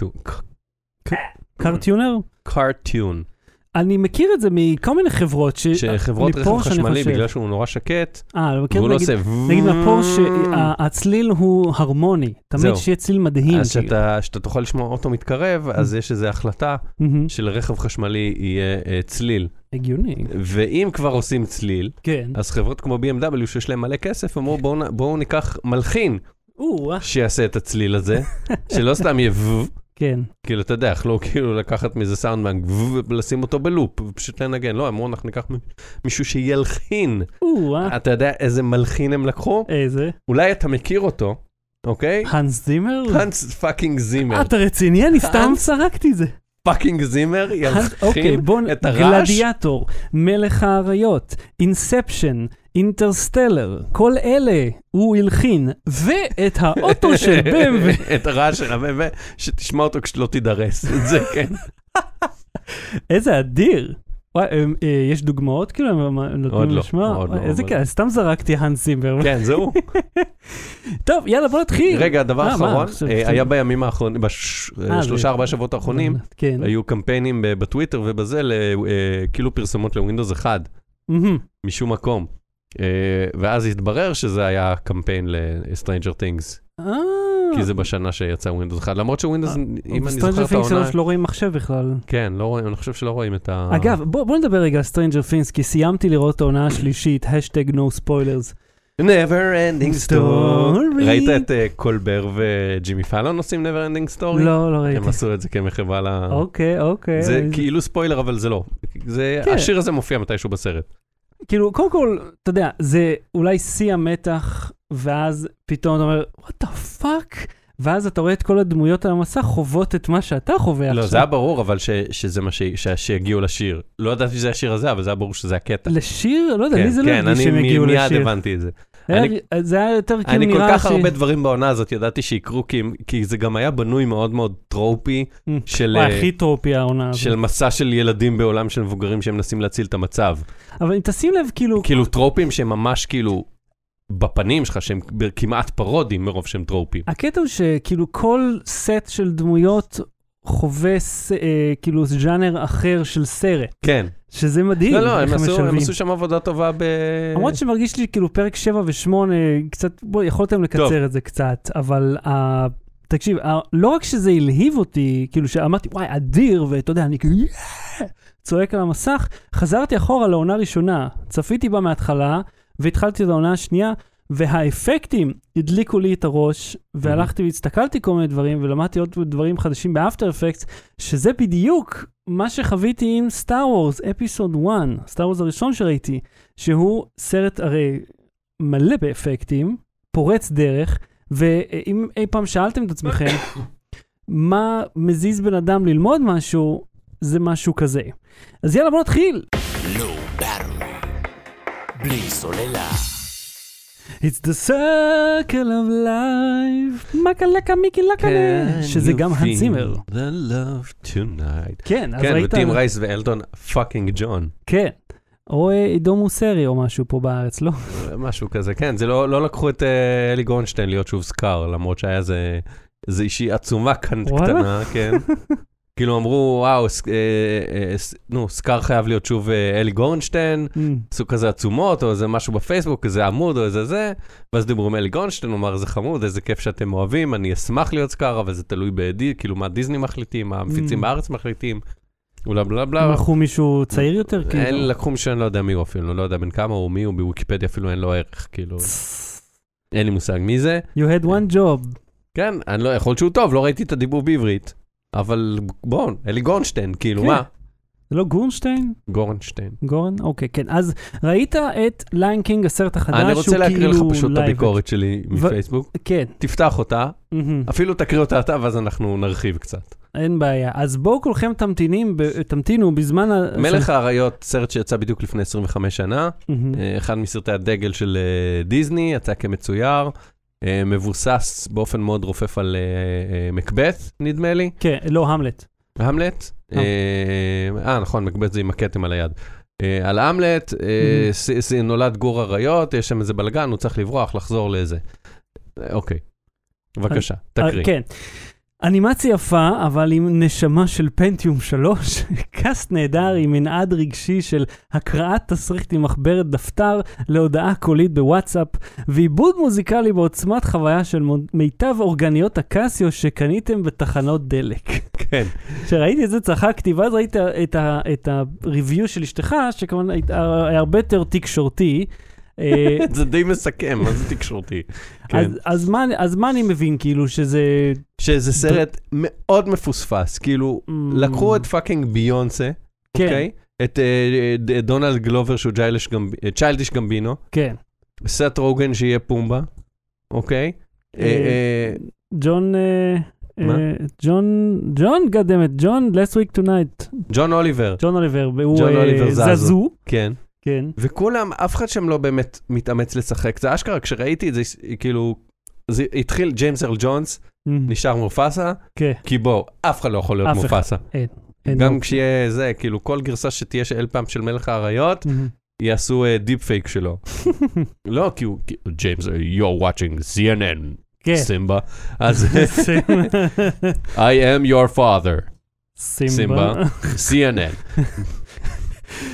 קארטיונר? קארטיון. אני מכיר את זה מכל מיני חברות שחברות רכב חשמלי, בגלל שהוא נורא שקט, והוא לא עושה... נגיד מהפורש שהצליל הוא הרמוני, תמיד שיהיה צליל מדהים. אז שאתה תוכל לשמוע אוטו מתקרב, אז יש איזו החלטה שלרכב חשמלי יהיה צליל. הגיוני. ואם כבר עושים צליל, אז חברות כמו BMW שיש להם מלא כסף, אמרו בואו ניקח מלחין שיעשה את הצליל הזה, שלא סתם יהיה כן. כאילו, אתה יודע, לא כאילו לקחת מזה סאונדבנק ולשים אותו בלופ, ופשוט לנגן. לא, אמרו, אנחנו ניקח מישהו שילחין. אתה יודע איזה מלחין הם לקחו? איזה? אולי אתה מכיר אותו, אוקיי? הנס זימר? הנס פאקינג זימר. אתה רציני? אני סתם סרקתי זה. פאקינג זימר ילחין את הרעש? גלדיאטור, מלך האריות, אינספשן, אינטרסטלר, כל אלה הוא הלחין, ואת האוטו של BMW. את הרעש של ה-BMW, שתשמע אותו כשלא תידרס. את זה, כן. איזה אדיר. יש דוגמאות כאילו? עוד לא. איזה כאלה, סתם זרקתי הנס זימר. כן, זהו. טוב, יאללה, בוא נתחיל. רגע, הדבר האחרון, היה בימים האחרונים, ב3-4 שבועות האחרונים, היו קמפיינים בטוויטר ובזה, כאילו פרסומות לווינדוס 1, משום מקום. ואז התברר שזה היה קמפיין ל-Stranger Things. כי זה בשנה שיצא ווינדוס 1, למרות שווינדוס, אם אני זוכר את Stranger העונה... Things לא רואים מחשב בכלל. כן, לא רואים, אני חושב שלא רואים את ה... אגב, בוא נדבר רגע על Stranger Things, כי סיימתי לראות את העונה השלישית, #no spoilers. Never Ending Story. ראית את קולבר וג'ימי פאלון עושים Never Ending Story? לא ראיתי. הם עשו את זה כמחווה ל... אוקיי. זה כאילו ספוילר, אבל זה לא. השיר הזה מופיע מתישהו בסרט. כאילו, קודם כל, אתה יודע, זה אולי שיא המתח, ואז פתאום אתה אומר, what the fuck? ואז אתה רואה את כל הדמויות על המסך חוות את מה שאתה חווה עכשיו. לא, זה היה ברור, אבל שזה מה שהגיעו לשיר. לא ידעתי שזה השיר הזה, אבל זה היה ברור שזה הקטע. לשיר? לא יודע, לי זה לא הרגיש שהם הגיעו לשיר. כן, אני מיד הבנתי את זה. זה היה יותר כאילו אני נראה כל כך הרבה דברים בעונה הזאת ידעתי שיקרו, כי זה גם היה בנוי מאוד מאוד טרופי, הכי טרופי העונה הזאת. של מסע של ילדים בעולם של מבוגרים שהם מנסים להציל את המצב. אבל אם תשים לב, כאילו טרופים שהם ממש כאילו בפנים שלך, שהם כמעט פרודים מרוב שהם טרופים. הקטע הוא שכאילו כל סט של דמויות חווה כאילו ז'אנר אחר של סרט. כן. שזה מדהים. לא, הם עשו שם עבודה טובה למרות שמרגיש לי כאילו פרק 7 ו8, קצת, בוא, יכולתם לקצר את זה קצת, אבל תקשיב, לא רק שזה הלהיב אותי, כאילו שאמרתי, וואי, אדיר, ואתה יודע, אני כאילו, צועק על המסך, חזרתי אחורה לעונה ראשונה, צפיתי בה מההתחלה, והתחלתי את העונה השנייה, והאפקטים הדליקו לי את הראש, והלכתי והסתכלתי כל מיני דברים, ולמדתי עוד דברים חדשים באפטר אפקטס, שזה בדיוק מה שחוויתי עם סטאר וורס, אפיסוד 1, סטאר וורס הראשון שראיתי, שהוא סרט הרי מלא באפקטים, פורץ דרך, ואם אי פעם שאלתם את עצמכם, מה מזיז בן אדם ללמוד משהו, זה משהו כזה. אז יאללה, בוא נתחיל! Low Battery, בלי סוללה. It's the circle of life, מקלקה מיקי לקלה, שזה גם הנס צימר. The love tonight. כן, אז כן, ראית... וטים רייס ואלטון פאקינג ג'ון. כן, או עידו מוסרי או משהו פה בארץ, לא? משהו כזה, כן, זה לא לקחו את אלי גורנשטיין להיות שוב סקאר, למרות שהיה איזה אישי עצומה כאן קטנה, כן. כאילו אמרו, וואו, סקאר חייב להיות שוב אלי גורנשטיין, עשו כזה עצומות, או איזה משהו בפייסבוק, איזה עמוד, או איזה זה, ואז דיברו עם אלי גורנשטיין, הוא אמר, זה חמוד, איזה כיף שאתם אוהבים, אני אשמח להיות סקאר, אבל זה תלוי בעדי, כאילו מה דיסני מחליטים, מה המפיצים בארץ מחליטים, בלה בלה בלה. לקחו מישהו צעיר יותר? לקחו מישהו, אני לא יודע מי הוא אפילו, לא יודע בין כמה הוא מי, הוא בוויקיפדיה אפילו אין לו ערך, כאילו, אין לי מושג מי זה. You had one job. כן, אני לא, יכול להיות שהוא טוב, לא ראיתי את הדיבור בעברית. אבל בואו, אלי גורנשטיין, כאילו, מה? זה לא גורנשטיין? גורנשטיין. גורן? אוקיי, כן. אז ראית את ליין קינג, הסרט החדש, אני רוצה להקריא לך פשוט את הביקורת שלי מפייסבוק. כן. תפתח אותה, אפילו תקריא אותה אתה, ואז אנחנו נרחיב קצת. אין בעיה. אז בואו כולכם תמתינו בזמן... מלך האריות, סרט שיצא בדיוק לפני 25 שנה, אחד מסרטי הדגל של דיסני, יצא כמצויר, מבוסס באופן מאוד רופף על מקבט, נדמה לי. כן, לא, המלט. המלט? נכון, מקבט זה עם הכתם על היד. על המלט, נולד גור אריות, יש שם איזה בלגן, הוא צריך לברוח, לחזור לאיזה. אוקיי, בבקשה, תקריא. כן. אנימציה יפה, אבל עם נשמה של פנטיום 3, קאסט נהדר עם מנעד רגשי של הקראת תסריט עם מחברת דפתר להודעה קולית בוואטסאפ, ועיבוד מוזיקלי בעוצמת חוויה של מיטב אורגניות הקסיו שקניתם בתחנות דלק. כן. כשראיתי את זה צחקתי, ואז ראית את הריוויו של אשתך, שכמובן היה הרבה יותר תקשורתי, זה די מסכם, מה זה תקשורתי? אז מה אני מבין, כאילו, שזה סרט מאוד מפוספס, כאילו, לקחו את פאקינג ביונסה, אוקיי? את דונלד גלובר שהוא צ'יילדיש גמבינו, כן. סט רוגן שיהיה פומבה, אוקיי? ג'ון, גדמת, ג'ון, last week tonight. ג'ון אוליבר, והוא זזו. כן. כן. וכולם, אף אחד שם לא באמת מתאמץ לשחק. זה אשכרה, כשראיתי את זה, כאילו, זה התחיל ג'יימס ארל ג'ונס, נשאר מופסה, כי בוא, אף אחד לא יכול להיות מופסה. גם כשיהיה זה, כאילו, כל גרסה שתהיה אל פעם של מלך האריות, יעשו דיפ פייק שלו. לא, כי הוא, ג'יימס, you're watching CNN, סימבה. אז, I am your father. סימבה. CNN.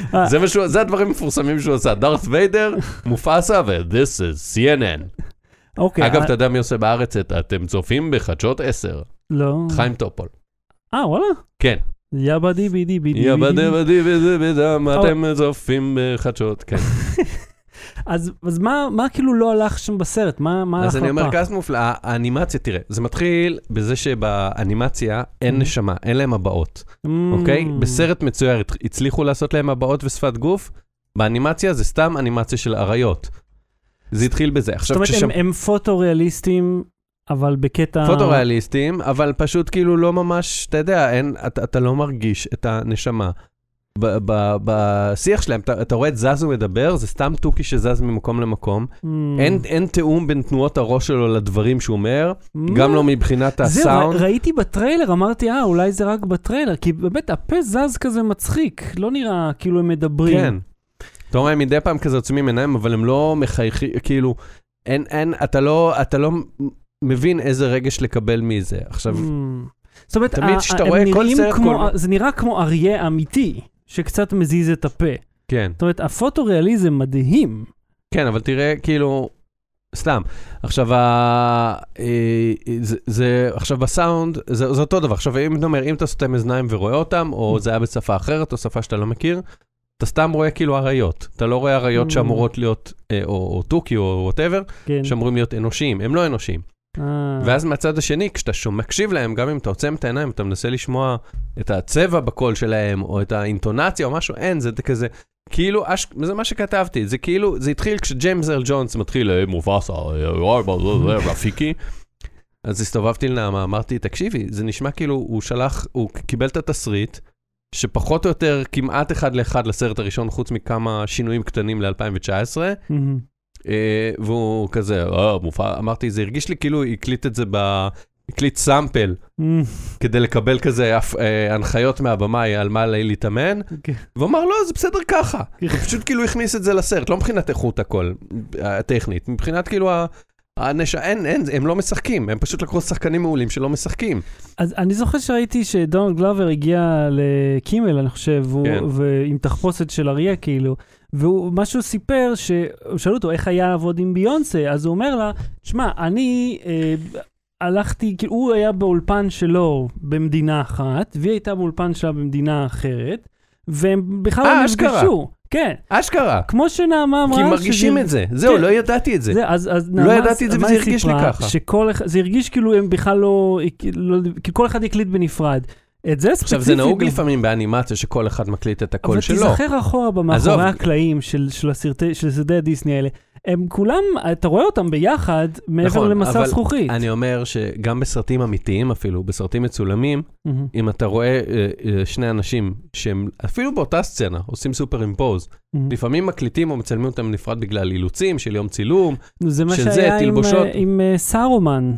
זה הדברים מפורסמים שהוא עושה, דארת ויידר, מופסה, ו-this is CNN. אוקיי. אגב, אתה יודע מי עושה בארץ את אתם צופים בחדשות 10? לא. חיים טופול. וואלה? כן. יבדי בידי בידי. יבדי בידי בידי בידי, אתם צופים בחדשות, כן. אז מה כאילו לא הלך שם בסרט? מה הלך לפח? אז אני אומר, כעס מופלא, האנימציה, תראה, זה מתחיל בזה שבאנימציה אין נשמה, אין להם הבאות, אוקיי? בסרט מצויר הצליחו לעשות להם הבאות ושפת גוף, באנימציה זה סתם אנימציה של אריות. זה התחיל בזה. זאת אומרת, הם פוטו-ריאליסטים, אבל בקטע... פוטו-ריאליסטים, אבל פשוט כאילו לא ממש, אתה יודע, אתה לא מרגיש את הנשמה. בשיח שלהם, אתה רואה את זז ומדבר, זה סתם טוקי שזז ממקום למקום. אין תאום בין תנועות הראש שלו לדברים שהוא אומר, גם לא מבחינת הסאונד. ראיתי בטריילר, אמרתי, אולי זה רק בטריילר, כי באמת הפה זז כזה מצחיק, לא נראה כאילו הם מדברים. כן. אתה רואה, מדי פעם כזה עוצמים עיניים, אבל הם לא מחייכים, כאילו, אתה לא מבין איזה רגש לקבל מזה. עכשיו, זאת אומרת, זה נראה כמו אריה אמיתי. שקצת מזיז את הפה. כן. זאת אומרת, הפוטו-ריאליזם מדהים. כן, אבל תראה, כאילו, סתם. עכשיו, עכשיו בסאונד, זה אותו דבר. עכשיו, אם אתה סותם אוזניים ורואה אותם, או זה היה בשפה אחרת, או שפה שאתה לא מכיר, אתה סתם רואה כאילו אריות. אתה לא רואה אריות שאמורות להיות, או טוקי, או whatever, שאמורים להיות אנושיים. הם לא אנושיים. ואז מהצד השני, כשאתה מקשיב להם, גם אם אתה עוצם את העיניים, אתה מנסה לשמוע את הצבע בקול שלהם, או את האינטונציה, או משהו, אין, זה כזה, כאילו, זה מה שכתבתי, זה כאילו, זה התחיל כשג'יימס ארל ג'ונס מתחיל, מופסה, רפיקי, אז הסתובבתי לנעמה, אמרתי, תקשיבי, זה נשמע כאילו, הוא קיבל את התסריט, שפחות או יותר כמעט אחד לאחד לסרט הראשון, חוץ מכמה שינויים קטנים ל-2019, והוא כזה, אמרתי, זה הרגיש לי כאילו הקליט את זה הקליט סאמפל, כדי לקבל כזה הנחיות מהבמאי על מה להתאמן, והוא אמר, לא, זה בסדר ככה. הוא פשוט כאילו הכניס את זה לסרט, לא מבחינת איכות הכל, הטכנית, מבחינת כאילו הם לא משחקים, הם פשוט לקחו שחקנים מעולים שלא משחקים. אז אני זוכר שראיתי שדונלד גלובר הגיע לקימל, אני חושב, ועם תחפושת של אריה כאילו, ומה שהוא סיפר, שאלו אותו איך היה לעבוד עם ביונסה, אז הוא אומר לה, תשמע, אני הלכתי, כאילו הוא היה באולפן שלו במדינה אחת, והיא הייתה באולפן שלה במדינה אחרת, והם בכלל לא נפגשו. כן. אשכרה. כמו שנעמה אמרה... כי מרגישים את זה. זהו, לא ידעתי את זה. לא ידעתי את זה וזה הרגיש לי ככה. זה הרגיש כאילו הם בכלל לא... כי כל אחד יקליט בנפרד. את זה ספציפית... עכשיו, זה נהוג לפעמים באנימציה שכל אחד מקליט את הקול שלו. אבל תזכר אחורה במאחורי הקלעים של סרטי הדיסני האלה. הם כולם, אתה רואה אותם ביחד מעבר למסע זכוכית. אני אומר שגם בסרטים אמיתיים אפילו, בסרטים מצולמים, אם אתה רואה שני אנשים שהם אפילו באותה סצנה עושים סופר אימפוז, לפעמים מקליטים או מצלמים אותם נפרד בגלל אילוצים של יום צילום, זה מה שהיה עם סארומן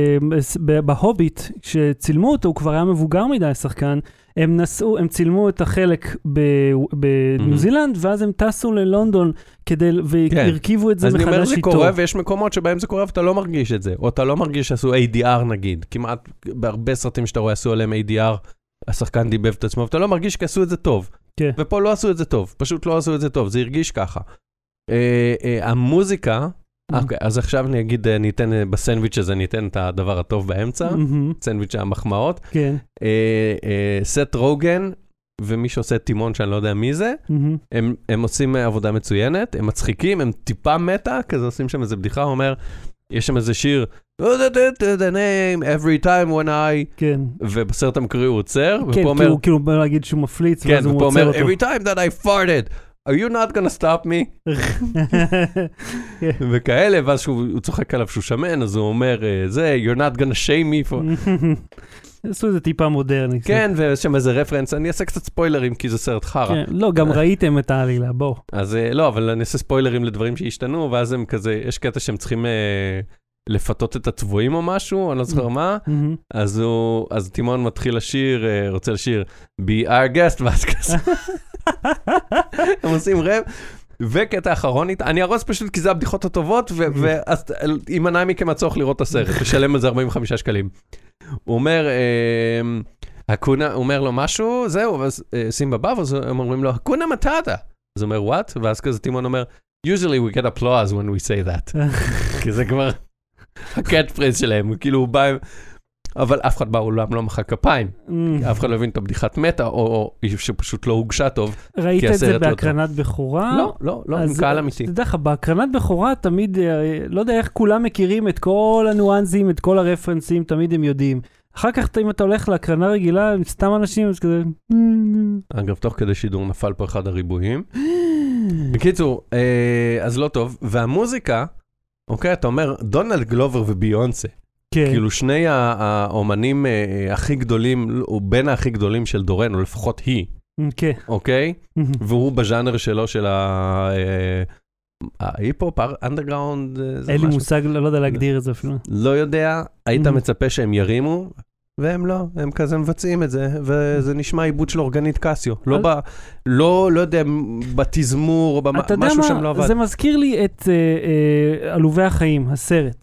בהוביט, כשצילמו אותו, הוא כבר היה מבוגר מדי השחקן, הם צילמו את החלק בניו זילנד, ואז הם טסו ללונדון והרכיבו את זה מחדש איתו. אז אני אומר, זה קורה, ויש מקומות שבהם זה קורה, ואתה לא מרגיש את זה. או אתה לא מרגיש שעשו ADR נגיד. כמעט בהרבה סרטים שאתה רואה עשו עליהם ADR, השחקן דיבב את עצמו, ואתה לא מרגיש שעשו את זה טוב. ופה לא עשו את זה טוב. פשוט לא עשו את זה טוב. זה הרגיש ככה. המוזיקה, אז עכשיו אני אגיד, ניתן בסנדוויץ' הזה, ניתן את הדבר הטוב באמצע, סנדוויץ' המחמאות. סט רוגן, ומי שעושה טימון שאני לא יודע מי זה, הם עושים עבודה מצוינת, הם מצחיקים, הם טיפה מטה, כזה עושים שם איזה בדיחה, הוא אומר, יש שם איזה שיר, the name, every time when I, ובסרט המקורי הוא עוצר, כן, כאילו הוא בא להגיד שהוא מפליץ, ואז הוא עוצר אותו. every time that I farted, are you not gonna stop me? וכאלה, ואז הוא צוחק עליו שהוא שמן, אז הוא אומר, you're not gonna shame me for... עשו איזה טיפה מודרני. כן, ויש שם איזה רפרנס, אני אעשה קצת ספוילרים, כי זה סרט חרה. לא, גם ראיתם את העלילה, בוא. אז לא, אבל אני אעשה ספוילרים לדברים שהשתנו, ואז הם כזה, יש קטע שהם צריכים לפתות את הצבועים או משהו, אני לא זוכר מה, אז טימון מתחיל לשיר, רוצה לשיר, be our guest, ואז כזה. הם עושים רב, וקטע האחרון, אני ארוס פשוט כי זה הבדיחות הטובות, ואז ימנע מכם הצורך לראות את הסרט, לשלם על זה 45 שקלים. הוא אומר, הוא אומר לו משהו, זהו, ואז שים בבא, ואז הם אומרים לו, הקונה מטאטה. אז הוא אומר, what? ואז כזה טימון אומר, usually we get applause when we say that. כי זה כבר... הקאט פרייז שלהם, כאילו הוא בא, אבל אף אחד בעולם לא מחא כפיים, אף אחד לא הבין את הבדיחת מטה, או שפשוט לא הוגשה טוב. ראית את זה בהקרנת בכורה? לא, עם קהל אמיתי. אתה יודע לך, בהקרנת בכורה תמיד, לא יודע איך כולם מכירים את כל הניואנסים, את כל הרפרנסים, תמיד הם יודעים. אחר כך, אם אתה הולך להקרנה רגילה, עם סתם אנשים, אז כזה... אגב, תוך כדי שידור נפל פה אחד הריבועים. בקיצור, אז לא טוב. והמוזיקה, אוקיי, אתה אומר, דונלד גלובר וביונסה. כאילו שני האומנים הכי גדולים, או בין הכי גדולים של דורנו, לפחות היא. אוקיי? והוא בז'אנר שלו, של ההיפ-הופ, אנדרגראונד. אין לי מושג, לא יודע להגדיר את זה אפילו. לא יודע, היית מצפה שהם ירימו, והם לא, הם כזה מבצעים את זה, וזה נשמע עיבוד של אורגנית קסיו. לא יודע, בתזמור, או משהו שם לא עבד. זה מזכיר לי את עלובי החיים, הסרט.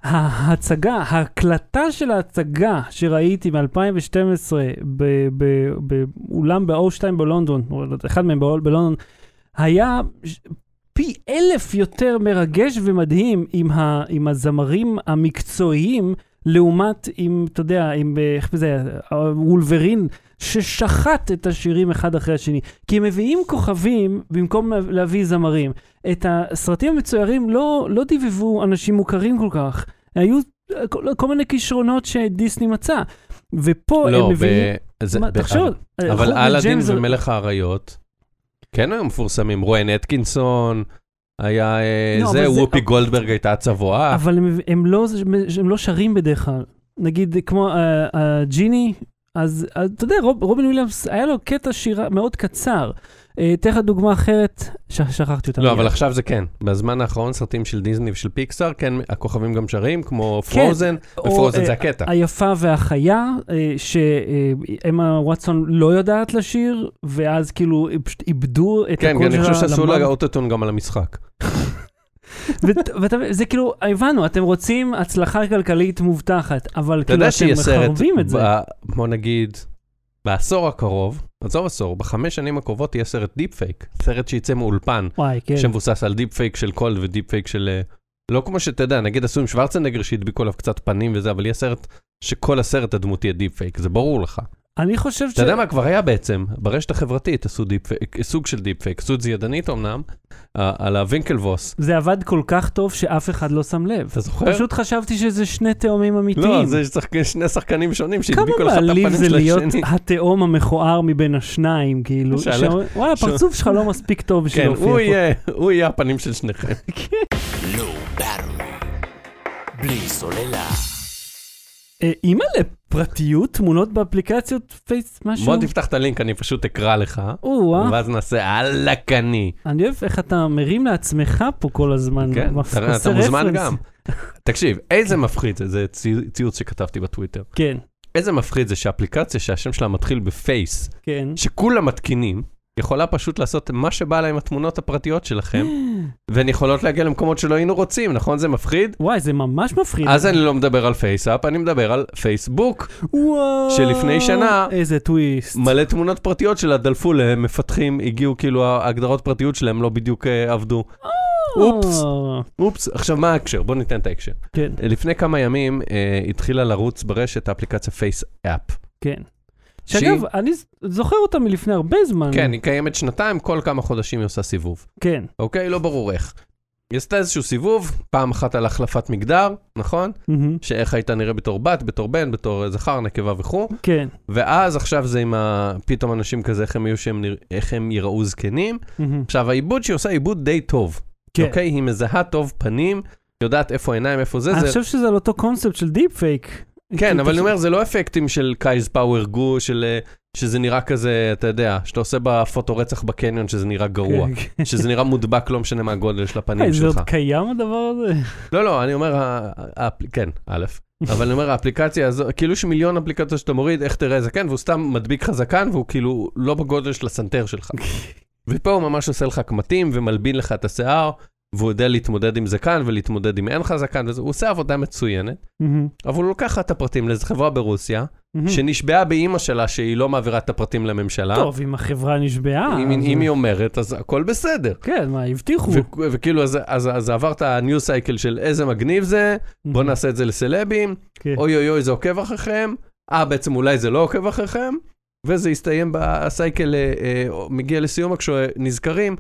ההקלטה של ההצגה שראיתי ב-2012 באולם ב-O2 בלונדון, או אחד מהם בלונדון, היה פי 1000 יותר מרגש ומדהים עם הזמרים המקצועיים, לעומת עם, אתה יודע, עם, איך זה, וולברין, ששחט את השירים אחד אחרי השני. כי הם מביאים כוכבים במקום להביא זמרים. את הסרטים המצוירים לא דיבבו אנשים מוכרים כל כך. היו כל מיני כישרונות שדיסני מצא. ופה הם מביאים... תחשוב. אבל אלאדין ומלך האריות, כן היו מפורסמים. רויין אטקינסון, היה זה, וופי גולדברג הייתה צבועה. אבל הם לא שרים בדרך כלל. נגיד, כמו ג'יני, אז אתה יודע, רובין וויליאמס, היה לו קטע שירה מאוד קצר. תכף דוגמה אחרת, שכחתי אותה. לא, אבל עכשיו זה כן. בזמן האחרון, סרטים של דיזני ושל פיקסאר, כן, הכוכבים גם שרים, כמו פרוזן, ופרוזן זה הקטע. היפה והחיה, שאמה וואטסון לא יודעת לשיר, ואז כאילו איבדו את הקול שלה. כן, אני חושב שעשו לה אוטוטון גם על המשחק. וזה כאילו, הבנו, אתם רוצים הצלחה כלכלית מובטחת, אבל כאילו אתם מחרבים את זה. בוא נגיד, בעשור הקרוב, ב5 שנים הקרובות יהיה סרט דיפ פייק, סרט שיצא מאולפן, שמבוסס על דיפ פייק של קולד ודיפ פייק של, לא כמו שאתה יודע, נגיד עשו עם שוורצנגר שהדביקו עליו קצת פנים וזה, אבל יהיה סרט שכל הסרט הדמות יהיה דיפ פייק, זה ברור לך. אני חושב אתה יודע מה כבר היה בעצם, ברשת החברתית עשו סוג של דיפ פייק, עשו את זה ידנית אמנם, על הווינקלבוס. זה עבד כל כך טוב שאף אחד לא שם לב. אתה זוכר? פשוט חשבתי שזה שני תאומים אמיתיים. לא, זה שני שחקנים שונים שהדביקו לך את הפנים של השני. כמה מעליב זה להיות התאום המכוער מבין השניים, כאילו. וואלה, הפרצוף שלך לא מספיק טוב בשביל להופיע פה. כן, הוא יהיה הפנים של שניכם. לא ברור. בלי סוללה. אימא לפרטיות, תמונות באפליקציות פייס, משהו? בוא תפתח את הלינק, אני פשוט אקרא לך, ואז נעשה אלקני. אני אוהב איך אתה מרים לעצמך פה כל הזמן. כן, אתה מוזמן גם. תקשיב, איזה מפחיד זה, זה ציוץ שכתבתי בטוויטר. כן. איזה מפחיד זה שאפליקציה שהשם שלה מתחיל בפייס, שכולם מתקינים, יכולה פשוט לעשות מה שבא לה עם התמונות הפרטיות שלכם, והן יכולות להגיע למקומות שלא היינו רוצים, נכון? זה מפחיד? וואי, זה ממש מפחיד. אז אני לא מדבר על פייסאפ, אני מדבר על פייסבוק. וואו. שלפני שנה, איזה טוויסט. מלא תמונות פרטיות שלה דלפו להם, מפתחים, הגיעו כאילו, ההגדרות פרטיות שלהם לא בדיוק עבדו. אופס. עכשיו, מה ההקשר? בוא ניתן את ההקשר. כן. לפני כמה ימים התחילה לרוץ ברשת האפליקציה פייסאפ. כן. שאגב, אני זוכר אותה מלפני הרבה זמן. כן, היא קיימת שנתיים, כל כמה חודשים היא עושה סיבוב. כן. אוקיי? לא ברור איך. היא עשתה איזשהו סיבוב, פעם אחת על החלפת מגדר, נכון? שאיך היית נראה בתור בת, בתור בן, בתור זכר, נקבה וכו'. כן. ואז עכשיו זה עם פתאום אנשים כזה, איך הם יראו זקנים. עכשיו, העיבוד שהיא עושה, עיבוד די טוב. אוקיי? היא מזהה טוב פנים, יודעת איפה עיניים, איפה זה. אני חושב שזה על אותו קונספט של דיפ פייק. כן, אבל אני אומר, זה לא אפקטים של קייז פאוור גו, שזה נראה כזה, אתה יודע, שאתה עושה בפוטו רצח בקניון, שזה נראה גרוע, שזה נראה מודבק, לא משנה מה הגודל של הפנים שלך. זה עוד קיים הדבר הזה? לא, אני אומר, כן, א', אבל אני אומר, האפליקציה הזו, כאילו שמיליון אפליקציות שאתה מוריד, איך תראה זקן, והוא סתם מדביק לך זקן, והוא כאילו לא בגודל של הסנטר שלך. ופה הוא ממש עושה לך קמטים, ומלבין לך את השיער, והוא יודע להתמודד עם זקן, ולהתמודד עם אין לך זקן, הוא עושה עבודה מצוינת, אבל הוא לוקח את הפרטים לאיזו חברה ברוסיה, שנשבעה באמא שלה שהיא לא מעבירה את הפרטים לממשלה. טוב, אם החברה נשבעה... אם היא אומרת, אז הכל בסדר. כן, מה, הבטיחו. וכאילו, אז עבר את הניו סייקל של איזה מגניב זה, בוא נעשה את זה לסלבים, אוי אוי אוי, זה עוקב אחריכם, בעצם אולי זה לא עוקב אחריכם, וזה יסתיים בסייקל, מגיע לסיום כשנזכרים,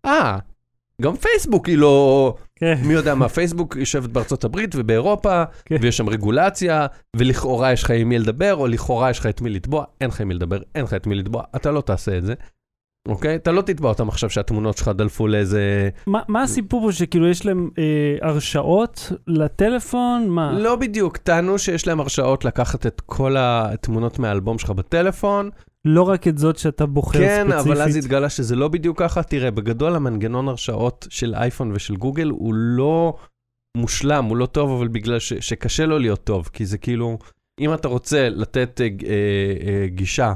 גם פייסבוק היא לא... מי יודע מה, פייסבוק יושבת בארצות הברית ובאירופה, ויש שם רגולציה, ולכאורה יש לך עם מי לדבר, או לכאורה יש לך את מי לתבוע, אין לך עם מי לדבר, אין לך את מי לתבוע, אתה לא תעשה את זה. אוקיי? אתה לא תתבע אותם עכשיו שהתמונות שלך דלפו לאיזה... מה הסיפור פה שכאילו יש להם הרשאות לטלפון? מה? לא בדיוק, טענו שיש להם הרשאות לקחת את כל התמונות מהאלבום שלך בטלפון. לא רק את זאת שאתה בוחר ספציפית. כן, אבל אז התגלה שזה לא בדיוק ככה. תראה, בגדול המנגנון הרשאות של אייפון ושל גוגל הוא לא מושלם, הוא לא טוב, אבל בגלל שקשה לו להיות טוב, כי זה כאילו, אם אתה רוצה לתת גישה,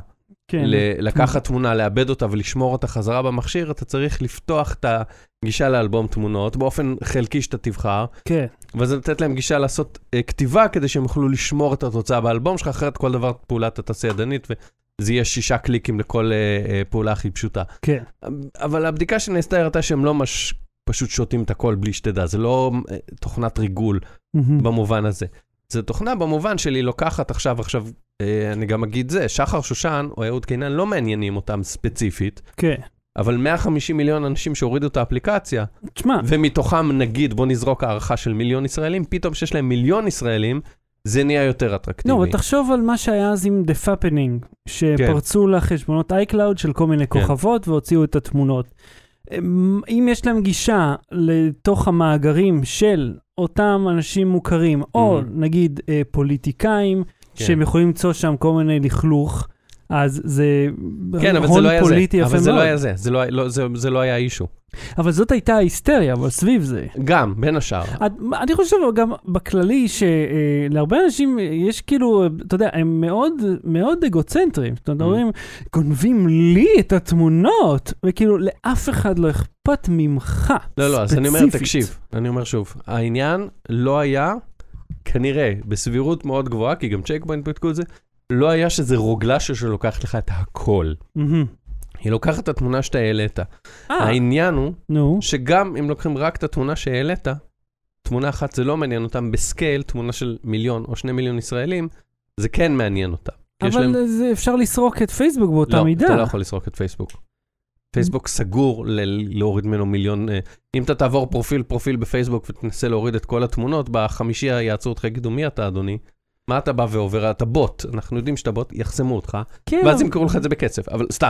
לקחת תמונה, לאבד אותה ולשמור אותה חזרה במכשיר, אתה צריך לפתוח את הגישה לאלבום תמונות, באופן חלקי שאתה תבחר, ואז לתת להם גישה לעשות כתיבה, כדי שהם יוכלו לשמור את התוצאה באלבום שלך, אחרת כל דבר פעולה אתה תעשה ידנית, וזה יהיה 6 קליקים לכל פעולה הכי פשוטה. כן. אבל הבדיקה שנעשתה הראתה שהם לא פשוט שותים את הכל בלי שתדע, זה לא תוכנת ריגול במובן הזה. זה תוכנה במובן שלי לוקחת עכשיו, אני גם אגיד זה, שחר שושן או אהוד קינן לא מעניינים אותם ספציפית, כן. אבל 150 מיליון אנשים שהורידו את האפליקציה, ומתוכם נגיד, בוא נזרוק הערכה של 1,000,000 ישראלים, פתאום שיש להם 1,000,000 ישראלים, זה נהיה יותר אטרקטיבי. לא, ותחשוב על מה שהיה אז עם The Fappening, שפרצו לחשבונות iCloud של כל מיני כוכבות והוציאו את התמונות. אם יש להם גישה לתוך המאגרים של אותם אנשים מוכרים, או נגיד פוליטיקאים, שהם יכולים למצוא שם כל מיני לכלוך, אז זה הון פוליטי יפה מאוד. אבל זה לא היה זה, זה לא היה אישו. אבל זאת הייתה ההיסטריה, אבל סביב זה. גם, בין השאר. אני חושב גם בכללי שלהרבה אנשים יש כאילו, אתה יודע, הם מאוד מאוד אגוצנטרים. זאת אומרת, גונבים לי את התמונות, וכאילו לאף אחד לא אכפת ממך. לא, אז אני אומר, תקשיב, אני אומר שוב, העניין לא היה, כנראה, בסבירות מאוד גבוהה, כי גם צ'קפוינט בדקו את זה, לא היה שזה רוגלה שלוקח לך את הכל. היא לוקחת את התמונה שאתה העלית. העניין הוא שגם אם לוקחים רק את התמונה שהעלית, תמונה אחת זה לא מעניין אותם בסקייל, תמונה של 1,000,000 או 2 מיליון ישראלים, זה כן מעניין אותם. אבל אפשר לסרוק את פייסבוק באותה מידה. לא, אתה לא יכול לסרוק את פייסבוק. פייסבוק סגור להוריד ממנו 1,000,000. אם אתה תעבור פרופיל בפייסבוק ותנסה להוריד את כל התמונות, בחמישי יעצרו אותך, יגידו מי אתה אדוני? מה אתה בא ועובר? אתה בוט. אנחנו יודעים שאתה בוט, יחסמו אותך, ואז ימכרו לך את זה בקצב, אבל סתם.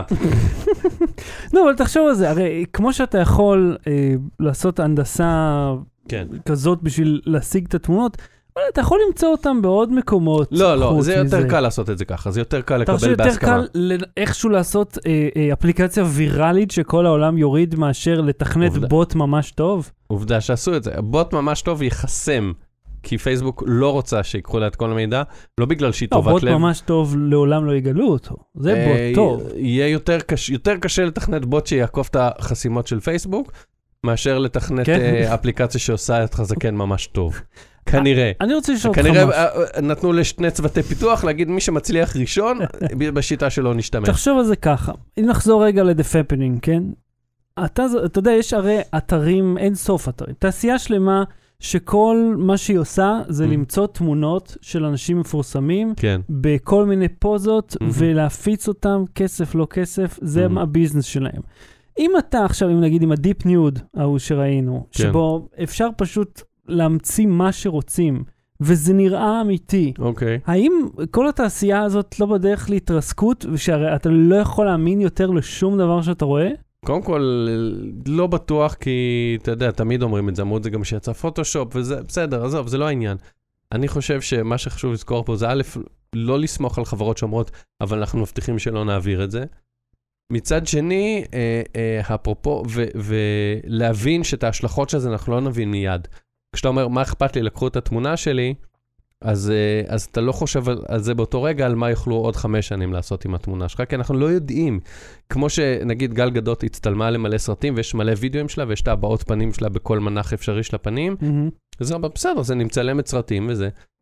לא, אבל תחשוב על זה, הרי כמו שאתה יכול לעשות הנדסה כזאת בשביל להשיג את התמונות, אתה יכול למצוא אותם בעוד מקומות. לא, זה יותר קל לעשות את זה ככה, זה יותר קל לקבל בהסכמה. אתה חושב יותר קל איכשהו לעשות אפליקציה ויראלית שכל העולם יוריד מאשר לתכנת בוט ממש טוב? עובדה שעשו את זה, הבוט ממש טוב יחסם. כי פייסבוק לא רוצה שיקחו לה את כל המידע, לא בגלל שהיא טובת לב. בוט ממש טוב, לעולם לא יגלו אותו. זה בוט טוב. יהיה יותר קשה לתכנת בוט שיעקוף את החסימות של פייסבוק, מאשר לתכנת אפליקציה שעושה את חזקן ממש טוב. כנראה. אני רוצה לשאול אותך משהו. כנראה נתנו לשני צוותי פיתוח להגיד מי שמצליח ראשון, בשיטה שלו נשתמש. תחשוב על זה ככה. אם נחזור רגע ל-The Fappening, כן? אתה יודע, יש הרי אתרים, אין סוף אתרים. תעשייה שלמה שכל מה שהיא עושה זה למצוא תמונות של אנשים מפורסמים בכל מיני פוזות ולהפיץ אותם, כסף לא כסף, זה הביזנס שלהם. אם אתה עכשיו, אם נגיד עם הדיפ ניוד, ההוא שראינו, שבו אפשר פשוט להמציא מה שרוצים, וזה נראה אמיתי. האם כל התעשייה הזאת לא בדרך להתרסקות, ושהרי אתה לא יכול להאמין יותר לשום דבר שאתה רואה? קודם כל, לא בטוח, כי אתה יודע, תמיד אומרים את זה, אמרו את זה גם שיצא פוטושופ, וזה בסדר, עזוב, זה לא העניין. אני חושב שמה שחשוב לזכור פה זה א', לא לסמוך על חברות שאומרות, אבל אנחנו מבטיחים שלא נעביר את זה. מצד שני, אפרופו, ולהבין שאת ההשלכות של זה אנחנו לא נבין מיד. כשאתה אומר, מה אכפת לי, לקחו את התמונה שלי, אז אתה לא חושב על זה באותו רגע, על מה יוכלו עוד 5 שנים לעשות עם התמונה שלך, כי אנחנו לא יודעים. כמו שנגיד גל גדות הצטלמה למלא סרטים, ויש מלא וידאוים שלה, ויש את הבעות פנים שלה בכל מנח אפשרי של הפנים, זה בסדר, זה נמצא להם את סרטים וזה.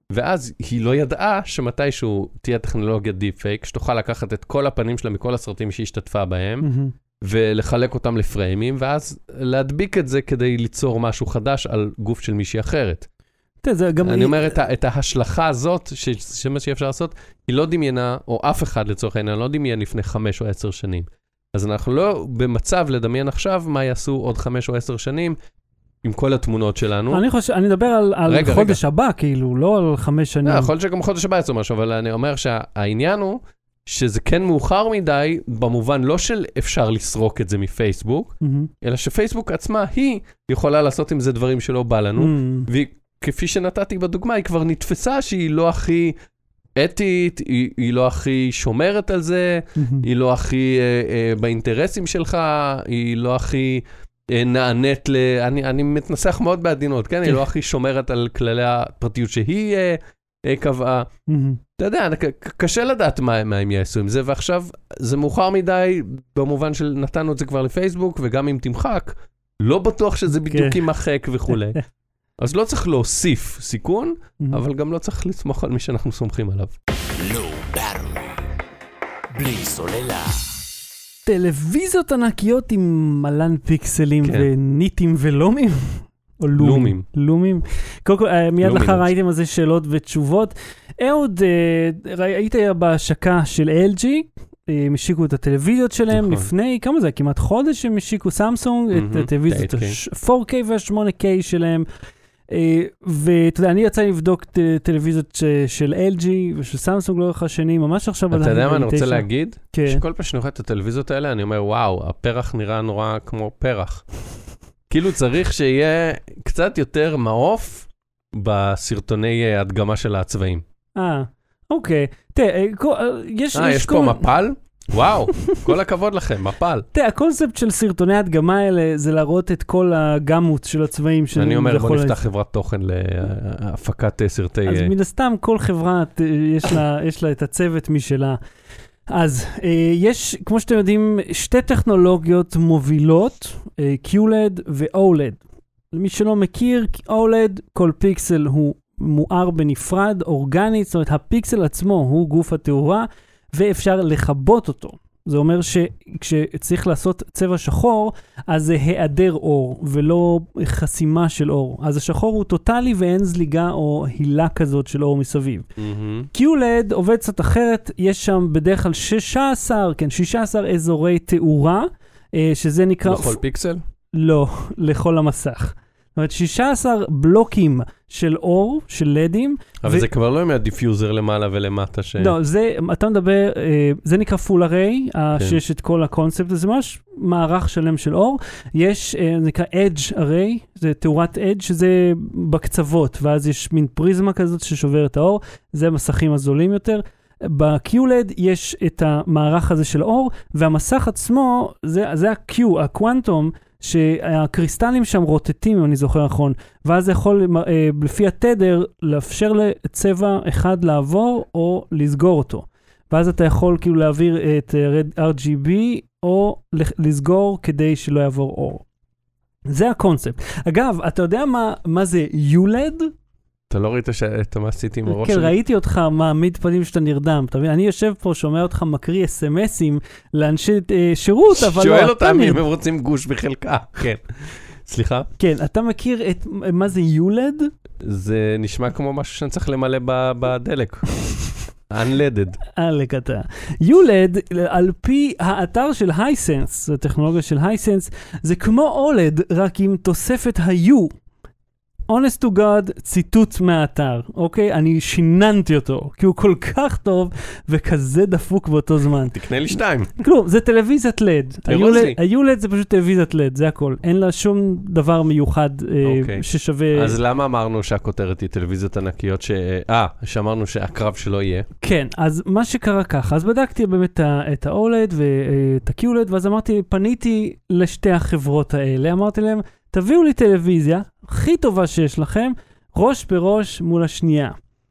ואז היא לא ידעה שמתישהו תהיה טכנולוגיה דיפ פייק, שתוכל לקחת את כל הפנים שלה מכל הסרטים שהיא השתתפה בהם, ולחלק אותם לפריימים, ואז להדביק את זה כדי ליצור משהו חדש על גוף של מישהי אחרת. אני אומר, את ההשלכה הזאת, שמה שאפשר לעשות, היא לא דמיינה, או אף אחד לצורך העניין, לא דמיין לפני 5 או 10 שנים. אז אנחנו לא במצב לדמיין עכשיו מה יעשו עוד 5 או 10 שנים, עם כל התמונות שלנו. אני מדבר על חודש הבא, כאילו, לא על 5 שנים. יכול להיות שגם חודש הבא יצא משהו, אבל אני אומר שהעניין הוא, שזה כן מאוחר מדי, במובן לא של אפשר לסרוק את זה מפייסבוק, אלא שפייסבוק עצמה, היא יכולה לעשות עם זה דברים שלא בא לנו, וכפי שנתתי בדוגמה, היא כבר נתפסה שהיא לא הכי אתית, היא לא הכי שומרת על זה, היא לא הכי באינטרסים שלך, היא לא הכי נענית אני מתנסח מאוד בעדינות, כן? היא לא הכי שומרת על כללי הפרטיות שהיא קבעה. אתה יודע, קשה לדעת מה הם יעשו עם זה, ועכשיו זה מאוחר מדי, במובן של נתנו את זה כבר לפייסבוק, וגם אם תמחק, לא בטוח שזה בדיוק יימחק וכו'. אז לא צריך להוסיף סיכון, אבל גם לא צריך לסמוך על מי שאנחנו סומכים עליו. Low battery. בלי סוללה. טלוויזיות ענקיות עם מלן פיקסלים וניטים ולומים? או לומים. לומים. קודם כל, מיד לאחר ראיתם על זה שאלות ותשובות. אהוד, היית בהשקה של LG, הם השיקו את הטלוויזיות שלהם לפני, כמה זה? כמעט חודש הם השיקו סמסונג, את הטלוויזיות ה-4K וה-8K שלהם. ואתה יודע, אני יצא לבדוק טלוויזיות של LG ושל סמסונג לאורך השנים, ממש עכשיו... אתה יודע מה אני רוצה להגיד? שכל פעם שאני רואה את הטלוויזיות האלה, אני אומר, וואו, הפרח נראה נורא כמו פרח. כאילו צריך שיהיה קצת יותר מעוף בסרטוני הדגמה של הצבעים. אוקיי. תראה, יש פה מפל? וואו, כל הכבוד לכם, מפל. תראה, הקונספט של סרטוני הדגמה האלה זה להראות את כל הגמות של הצבעים. אני אומר, בוא נפתח חברת תוכן להפקת סרטי... אז מן הסתם כל חברה יש לה את הצוות משלה. אז יש, כמו שאתם יודעים, 2 טכנולוגיות מובילות, QLED ו-OLED. למי שלא מכיר, OLED, כל פיקסל הוא מואר בנפרד, אורגני, זאת אומרת, הפיקסל עצמו הוא גוף התאורה, ואפשר לחבות אותו. זה אומר שכשצריך לעשות צבע שחור, אז זה היעדר אור, ולא חסימה של אור. אז השחור הוא טוטלי ואין זליגה או הילה כזאת של אור מסביב. QLED עובד קצת אחרת, יש שם בדרך כלל 16 אזורי תאורה, שזה נקרא... לכל פיקסל? לא, לכל המסך. זאת אומרת, 16 בלוקים של אור, של לדים. אבל זה כבר לא עם הדיפיוזר למעלה ולמטה ש... לא, אתה מדבר, זה נקרא פול אריי, שיש את כל הקונספט, זה ממש מערך שלם של אור. יש, זה נקרא אדג' אריי, זה תאורת אדג' שזה בקצוות, ואז יש מין פריזמה כזאת ששובר את האור, זה מסכים הזולים יותר. ב-QLED יש את המערך הזה של אור, והמסך עצמו, זה ה-Q, הקוונטום, שהקריסטלים שם רוטטים, אם אני זוכר נכון, ואז זה יכול, לפי התדר, לאפשר לצבע אחד לעבור או לסגור אותו. ואז אתה יכול כאילו להעביר את RGB או לסגור כדי שלא יעבור אור. זה הקונספט. אגב, אתה יודע מה זה ULED? אתה לא ראית מה עשיתי עם הראש שלי? כן, ראיתי אותך מעמיד פנים שאתה נרדם. אני יושב פה, שומע אותך מקריא SMSים לאנשי שירות, אבל לא... שואל אותם אם הם רוצים גוש בחלקה. כן. סליחה? כן, אתה מכיר מה זה ULED? זה נשמע כמו משהו שאני צריך למלא בדלק. Unleaded. לקטע. ULED, על פי האתר של הייסנס, הטכנולוגיה של הייסנס, זה כמו OLED, רק עם תוספת ה-U. honest to God, ציטוט מהאתר, אוקיי? אני שיננתי אותו, כי הוא כל כך טוב וכזה דפוק באותו זמן. תקנה לי 2. כלום, זה טלוויזיית LED. ה-ULED זה פשוט טלוויזיית LED, זה הכל. אין לה שום דבר מיוחד ששווה... אז למה אמרנו שהכותרת היא טלוויזיות ענקיות שאמרנו שהקרב שלו יהיה? כן, אז מה שקרה ככה, אז בדקתי באמת את ה-OLED ואת ה-QLED, ואז פניתי לשתי החברות האלה, אמרתי להם, תביאו לי טלוויזיה, הכי טובה שיש לכם, ראש בראש מול השנייה.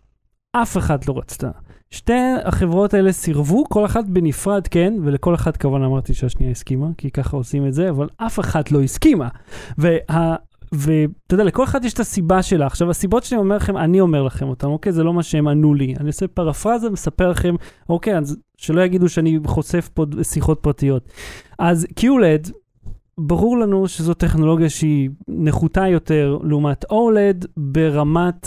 אף אחד לא רצתה. שתי החברות האלה סירבו, כל אחת בנפרד, כן, ולכל אחת כמובן אמרתי שהשנייה הסכימה, כי ככה עושים את זה, אבל אף אחת לא הסכימה. ואתה יודע, לכל אחד יש את הסיבה שלה. עכשיו, הסיבות שאני אומר לכם, אני אומר לכם אותם, אוקיי? זה לא מה שהם ענו לי. אני עושה פרפרזה, מספר לכם, אוקיי, אז שלא יגידו שאני חושף פה שיחות פרטיות. אז QLED, ברור לנו שזו טכנולוגיה שהיא נחותה יותר לעומת OLED ברמת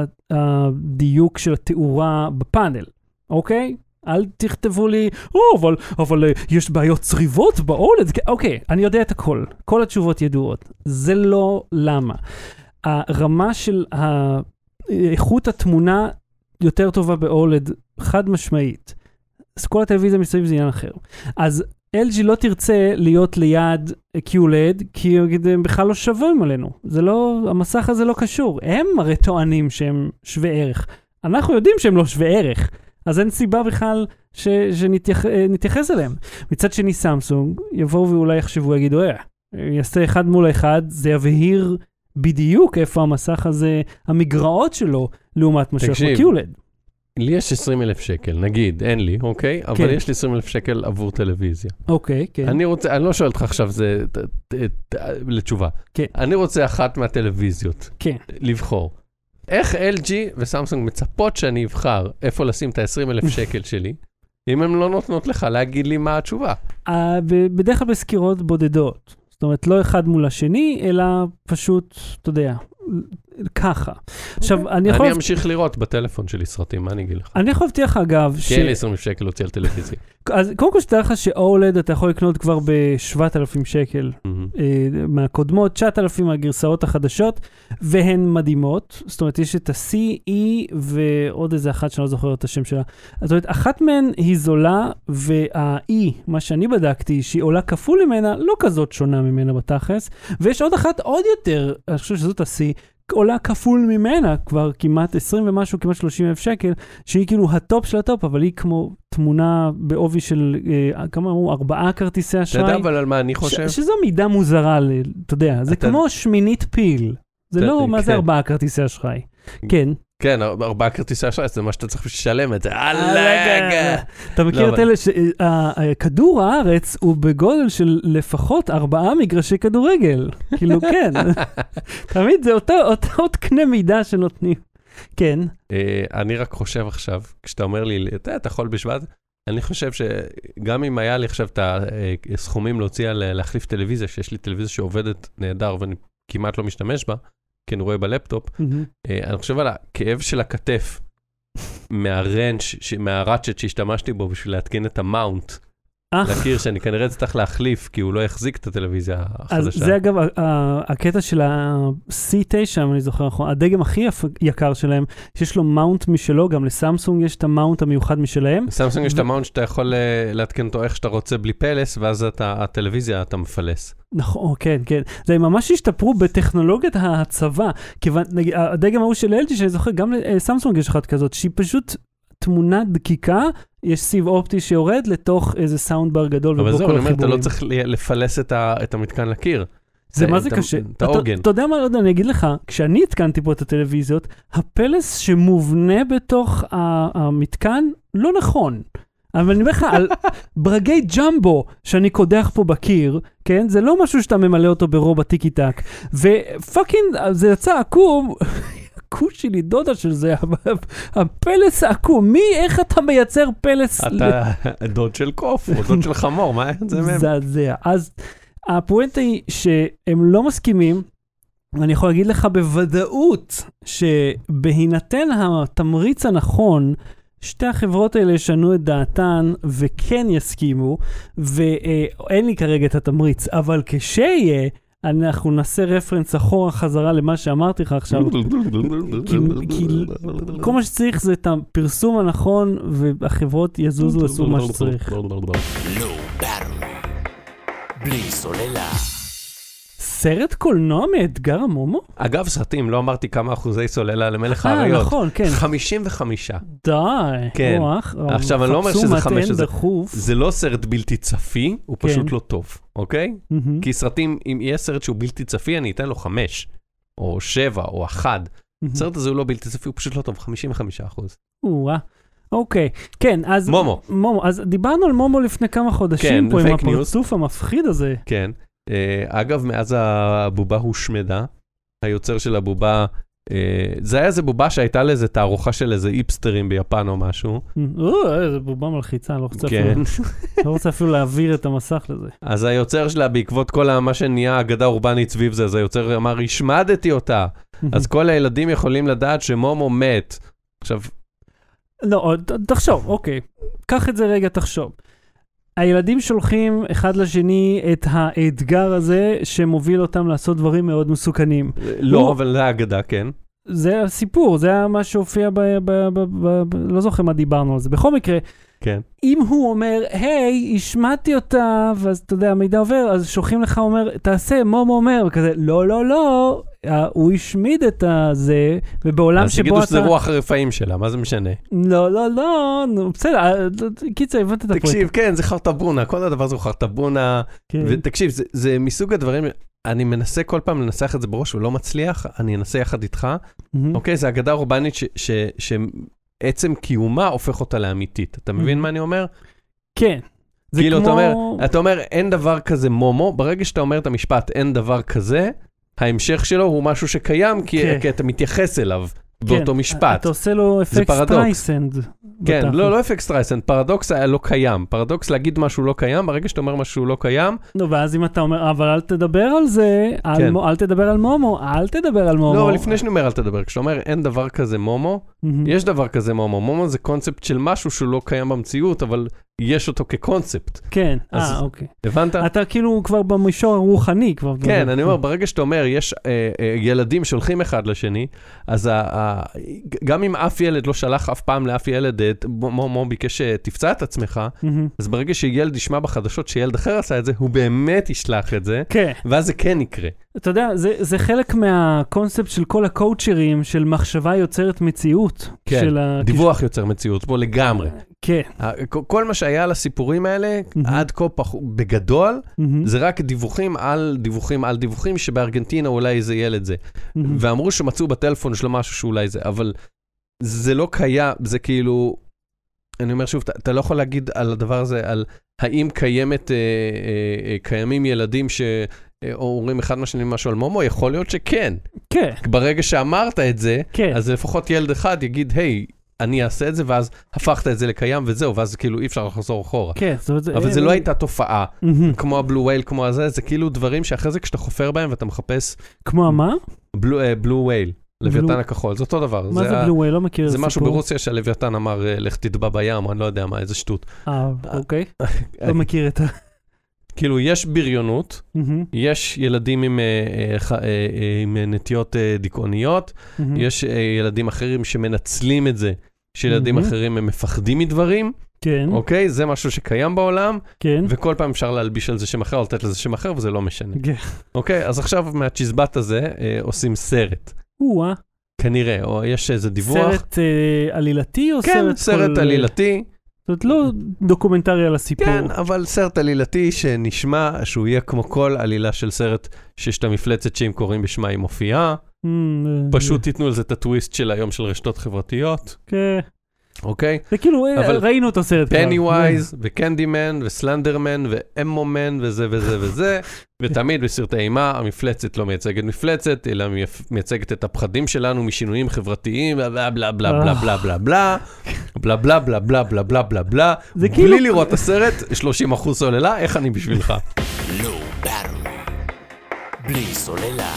הדיוק של התאורה בפאנל, אוקיי? אל תכתבו לי, אבל יש בעיות צריבות ב-OLED. אוקיי, אני יודע את הכל. כל התשובות ידועות. זה לא למה. הרמה של איכות התמונה יותר טובה ב-OLED, חד משמעית. אז כל הטלוויזיה מסביב זה עניין אחר. אז LG לא תרצה להיות ליד QLED, כי הם בכלל לא שווים עלינו. זה לא, המסך הזה לא קשור. הם הרי טוענים שהם שווה ערך. אנחנו יודעים שהם לא שווה ערך. אז אין סיבה בכלל שנתייחס אליהם. מצד שני סמסונג, יבואו ואולי יחשבו, יגידו, יעשה אחד מול אחד, זה יבהיר בדיוק איפה המסך הזה, המגרעות שלו, לעומת משך ב-QLED. לי יש 20,000 שקל, נגיד, אין לי, אוקיי? אבל יש לי 20,000 שקל עבור טלוויזיה. אוקיי, כן. אני לא שואל אותך עכשיו, זה לתשובה. כן. אני רוצה אחת מהטלוויזיות. כן. לבחור. איך LG וסמסונג מצפות שאני אבחר איפה לשים את ה-20,000 שקל שלי, אם הם לא נותנות לך להגיד לי מה התשובה? בדרך כלל בסקירות בודדות. זאת אומרת, לא אחד מול השני, אלא פשוט, אתה יודע, ככה. עכשיו, אני אמשיך לראות בטלפון שלי סרטים, מה אני אגיד לך? אני יכול להבטיח, אגב, כי אין לי 20,000 שקל להוציא על טלוויזיה. אז קודם כל שתדע לך ש-OLED אתה יכול לקנות כבר ב-7,000 שקל מהקודמות, 9,000 מהגרסאות החדשות, והן מדהימות. זאת אומרת, יש את ה-CE ועוד איזה אחת שאני לא זוכר את השם שלה. זאת אומרת, אחת מהן היא זולה, וה-E, מה שאני בדקתי, שהיא עולה כפול ממנה, לא כזאת שונה ממנה בתכלס, ויש עוד אחת עוד יותר, אני חושב שזאת ה-C, עולה כפול ממנה, כבר כמעט 20 ומשהו, כמעט 30,000 שקל, שהיא כאילו הטופ של הטופ, אבל היא כמו תמונה בעובי של, כמה אמרו, 4 כרטיסי אשראי. אתה יודע אבל על מה אני חושב? שזו מידה מוזרה, אתה יודע, זה כמו שמינית פיל. זה לא, מה זה 4 כרטיסי אשראי? כן. כן, 4 כרטיסי אשראי, זה מה שאתה צריך לשלם את זה. אתה מכיר את אלה שכדור הארץ הוא בגודל של לפחות 4 מגרשי כדורגל. כאילו, כן. תמיד זה אותו קנה מידה שנותנים. כן. אני רק חושב עכשיו, כשאתה אומר לי, אתה יכול בשבט, אני חושב שגם אם היה לי עכשיו את הסכומים להוציא על להחליף טלוויזיה, שיש לי טלוויזיה שעובדת נהדר ואני כמעט לא משתמש בה, כי אני רואה בלפטופ, אני חושב על הכאב של הכתף מהרצ'ט שהשתמשתי בו בשביל להתקין את המאונט לקיר, שאני כנראה צריך להחליף, כי הוא לא יחזיק את הטלוויזיה החדשה. אז זה אגב, הקטע של ה-C9, אני זוכר נכון, הדגם הכי יקר שלהם, שיש לו מאונט משלו, גם לסמסונג יש את המאונט המיוחד משלהם. לסמסונג יש את המאונט שאתה יכול להתקין אותו איך שאתה רוצה בלי פלס, ואז הטלוויזיה אתה מפלס. נכון, כן, כן. זה ממש השתפרו בטכנולוגיית הצבא, כיוון, נגיד, הדגם ההוא של LG, שאני זוכר, גם לסמסונג יש אחת כזאת, שהיא פשוט תמונה דקיקה, יש סיב אופטי שיורד לתוך איזה סאונד בר גדול. אבל זהו, אני אומר, אתה לא צריך לפלס את המתקן לקיר. זה מה זה קשה. את העוגן. אתה יודע מה, אני אגיד לך, כשאני התקנתי פה את הטלוויזיות, הפלס שמובנה בתוך המתקן לא נכון. אבל אני אומר לך, על ברגי ג'מבו שאני קודח פה בקיר, כן? זה לא משהו שאתה ממלא אותו ברוב הטיקי-טק. ופאקינג, זה יצא עקום, הכוש שלי, דודה של זה, הפלס העקום. איך אתה מייצר פלס? אתה דוד של קוף, או דוד של חמור, מה זה מהם? זה. אז הפואנטה היא שהם לא מסכימים, ואני יכול להגיד לך בוודאות, שבהינתן התמריץ הנכון, שתי החברות האלה ישנו את דעתן וכן יסכימו, ואין לי כרגע את התמריץ, אבל כשיהיה, אנחנו נעשה רפרנס אחורה חזרה למה שאמרתי לך עכשיו, כי כל מה שצריך זה את הפרסום הנכון, והחברות יזוזו עשו מה שצריך. בלי סוללה. סרט קולנוע מאתגר המומו? אגב, סרטים, לא אמרתי כמה אחוזי סוללה למלך האריות. נכון, כן. 55. די. כן. עכשיו, אני לא אומר שזה 5. זה לא סרט בלתי צפי, הוא פשוט לא טוב, אוקיי? כי סרטים, אם יהיה סרט שהוא בלתי צפי, אני אתן לו 5, או 7, או 1. הסרט הזה הוא לא בלתי צפי, הוא פשוט לא טוב, 55%. אוקיי, כן, אז... מומו. אז דיברנו על מומו לפני כמה חודשים פה, עם הפרצוף המפחיד הזה. כן. אגב, מאז הבובה הושמדה, היוצר של הבובה, זה היה איזה בובה שהייתה לאיזה תערוכה של איזה איפסטרים ביפן או משהו. איזה בובה מלחיצה, לא רוצה אפילו להעביר את המסך לזה. אז היוצר שלה, בעקבות כל מה שנהיה אגדה אורבנית סביב זה, אז היוצר אמר, השמדתי אותה. אז כל הילדים יכולים לדעת שמומו מת. עכשיו... לא, תחשוב, אוקיי. קח את זה רגע, תחשוב. הילדים שולחים אחד לשני את האתגר הזה שמוביל אותם לעשות דברים מאוד מסוכנים. לא, אבל זה האגדה, כן. זה הסיפור, זה מה שהופיע לא זוכר מה דיברנו על זה. בכל מקרה, כן. אם הוא אומר, היי, השמעתי אותה, ואז אתה יודע, המידע עובר, אז שולחים לך אומר, תעשה, מומו אומר, וכזה, לא, לא, לא, הוא השמיד את זה, ובעולם שבו אתה... אז תגידו שזה רוח הרפאים שלה, מה זה משנה? לא, לא, לא, בסדר, קיצר, הבנת את הפרויקט. תקשיב, כן, זה חרטבונה, כל הדבר זה חרטבונה, ותקשיב, זה מסוג הדברים, אני מנסה כל פעם לנסח את זה בראש, ולא מצליח, אני אנסה יחד איתך, אוקיי, זה אגדה אורבנית שעצם קיומה הופך אותה לאמיתית, אתה מבין מה אני אומר? כן. כאילו, אתה אומר, אין דבר כזה מומו, ברגע שאתה אומר את המשפט, אין דבר כזה, ההמשך שלו הוא משהו שקיים, כי אתה מתייחס אליו באותו משפט. אתה עושה לו אפקט סטרייסנד. כן, לא אפקט סטרייסנד, פרדוקס היה לא קיים. פרדוקס להגיד משהו לא קיים, ברגע שאתה אומר משהו לא קיים... נו, ואז אם אתה אומר, אבל אל תדבר על זה, אל תדבר על מומו, אל תדבר על מומו. לא, אבל לפני שאני אומר אל תדבר, כשאתה אומר אין דבר כזה מומו, יש דבר כזה מומו. מומו זה קונספט של משהו שהוא לא קיים במציאות, אבל יש אותו כקונספט. כן, אוקיי. הבנת? אתה כאילו כבר במישור הרוחני כבר. כן, אני אומר, ברגע שאתה אומר, יש ילדים שהולכים אחד לשני, אז גם אם אף ילד לא שלח אף פעם לאף ילד, מומו ביקש שתפצע את עצמך, אז ברגע שילד ישמע בחדשות שילד אחר עשה את זה, הוא באמת ישלח את זה, ואז זה כן יקרה. אתה יודע, זה חלק מהקונספט של כל הקואוצ'רים, של מחשבה יוצרת מציאות. כן, דיווח יוצר מציאות, פה לגמרי. כן. כל מה שהיה על הסיפורים האלה, עד כה בגדול, זה רק דיווחים על דיווחים על דיווחים, שבארגנטינה אולי איזה ילד זה. ואמרו שמצאו בטלפון שלו משהו שאולי זה, אבל זה לא קיים, זה כאילו, אני אומר שוב, אתה לא יכול להגיד על הדבר הזה, על האם קיימים ילדים שאומרים אחד משני משהו על מומו, יכול להיות שכן. כן. ברגע שאמרת את זה, אז לפחות ילד אחד יגיד, היי, אני אעשה את זה, ואז הפכת את זה לקיים וזהו, ואז כאילו אי אפשר לחזור אחורה. כן, אבל זה לא הייתה תופעה, כמו הבלו וייל, כמו הזה, זה כאילו דברים שאחרי זה כשאתה חופר בהם ואתה מחפש... כמו מה? בלו וייל, לוויתן הכחול, זה אותו דבר. מה זה בלו וייל? לא מכיר את זה הסיפור. משהו ברוסיה שהלוויתן אמר, לך תטבע בים, או אני לא יודע מה, איזה שטות. אוקיי. לא מכיר את ה... כאילו, יש בריונות, יש ילדים עם נטיות דיכאוניות, יש ילדים אחרים שמנצלים את זה, שילדים אחרים הם מפחדים מדברים, אוקיי? זה משהו שקיים בעולם, וכל פעם אפשר להלביש על זה שם אחר, או לתת לזה שם אחר, וזה לא משנה. אוקיי? אז עכשיו מהצ'יזבט הזה עושים סרט. כנראה, או יש איזה דיווח. סרט עלילתי או סרט... כן, סרט עלילתי. זאת לא דוקומנטרי על הסיפור. כן, אבל סרט עלילתי שנשמע שהוא יהיה כמו כל עלילה של סרט שיש את המפלצת שאם קוראים בשמה היא מופיעה. פשוט תיתנו לזה את הטוויסט של היום של רשתות חברתיות. כן. אוקיי? זה כאילו, ראינו אותו סרט כבר. פניווייז וקנדימן וסלנדרמן ואמומן וזה וזה וזה, ותמיד בסרטי אימה המפלצת לא מייצגת מפלצת, אלא מייצגת את הפחדים שלנו משינויים חברתיים, בלה בלה בלה בלה בלה בלה בלה, בלה בלה בלה בלה בלה בלה בלה בלה, בלי לראות את הסרט, 30% סוללה, איך אני בשבילך? לא ברור. בלי סוללה.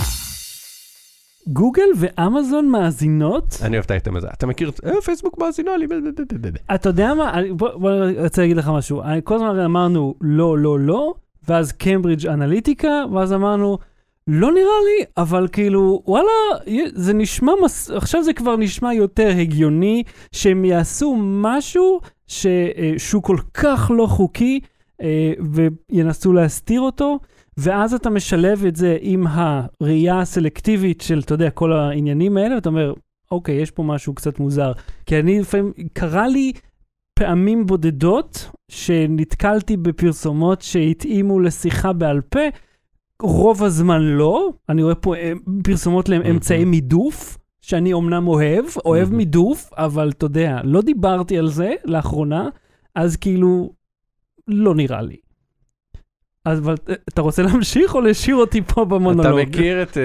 גוגל ואמזון מאזינות? אני אוהב את האייטם הזה. אתה מכיר, פייסבוק מאזינה לי. אתה יודע מה? בוא רוצה להגיד לך משהו. כל הזמן אמרנו לא, לא, לא, ואז קיימברידג' אנליטיקה, ואז אמרנו, לא נראה לי, אבל כאילו, וואלה, זה נשמע, עכשיו זה כבר נשמע יותר הגיוני, שהם יעשו משהו שהוא כל כך לא חוקי, וינסו להסתיר אותו, ואז אתה משלב את זה עם הראייה הסלקטיבית של, אתה יודע, כל העניינים האלה, ואתה אומר, אוקיי, יש פה משהו קצת מוזר. כי אני לפעמים, קרה לי פעמים בודדות, שנתקלתי בפרסומות שהתאימו לשיחה בעל פה, רוב הזמן לא. אני רואה פה פרסומות לאמצעי מידוף, שאני אומנם אוהב מידוף, אבל אתה יודע, לא דיברתי על זה לאחרונה, אז כאילו, לא נראה לי. אבל אתה רוצה להמשיך או להשאיר אותי פה במונולוג? אתה מכיר את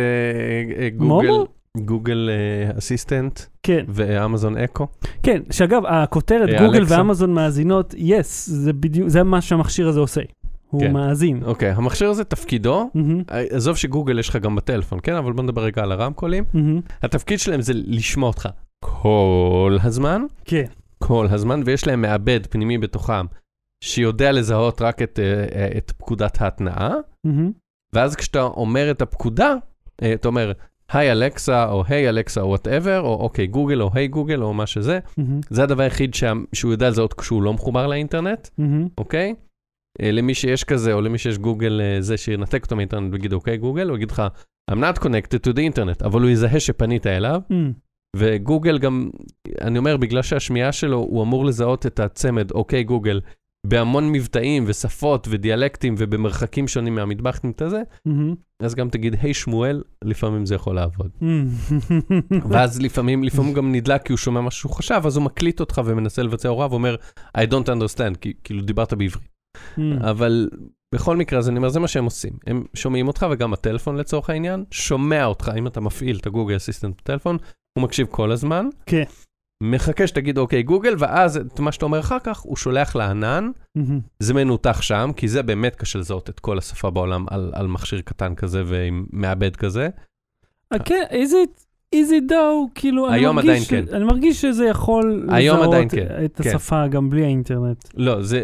גוגל אסיסטנט? כן. ואמזון אקו? כן, שאגב, הכותרת גוגל ואמזון מאזינות, זה בדיוק, זה מה שהמכשיר הזה עושה. הוא מאזין. אוקיי, המכשיר הזה תפקידו, עזוב שגוגל יש לך גם בטלפון, כן? אבל בוא נדבר רגע על הרמקולים. התפקיד שלהם זה לשמוע אותך כל הזמן. כן. כל הזמן, ויש להם מעבד פנימי בתוכם, שיודע לזהות רק את פקודת ההתנאה, ואז כשאתה אומר את הפקודה, אתה אומר, היי אלקסה, או היי אלקסה, או whatever, או אוקיי גוגל, או היי גוגל, או מה שזה, זה הדבר היחיד שהוא יודע לזהות כשהוא לא מחובר לאינטרנט, אוקיי? למי שיש כזה, או למי שיש גוגל זה שינתק אותו מאינטרנט ויגיד, אוקיי גוגל, הוא יגיד לך, I'm not connected to the internet, אבל הוא יזהה שפנית אליו, וגוגל גם, אני אומר, בגלל שהשמיעה שלו, הוא אמור לזהות את הצמד, אוקיי גוגל, בהמון מבטאים ושפות ודיאלקטים ובמרחקים שונים מהמטבח הזה, אז גם תגיד, היי שמואל, לפעמים זה יכול לעבוד. ואז לפעמים גם נדלק כי הוא שומע משהו שהוא חשב, אז הוא מקליט אותך ומנסה לבצע הוראה ואומר, I don't understand, כאילו דיברת בעברית. אבל בכל מקרה, אז אני אומר, זה מה שהם עושים. הם שומעים אותך וגם הטלפון לצורך העניין, שומע אותך, אם אתה מפעיל את הגוגל אסיסטנט בטלפון, הוא מקשיב כל הזמן. כן. מחכה שתגיד אוקיי גוגל, ואז את מה שאתה אומר אחר כך, הוא שולח לענן, זה מנותח שם, כי זה באמת קשה לזהות את כל השפה בעולם על מכשיר קטן כזה ועם מעבד כזה. כן, is it though, כאילו, היום עדיין כן. אני מרגיש שזה יכול לזהות את השפה גם בלי האינטרנט. לא, זה,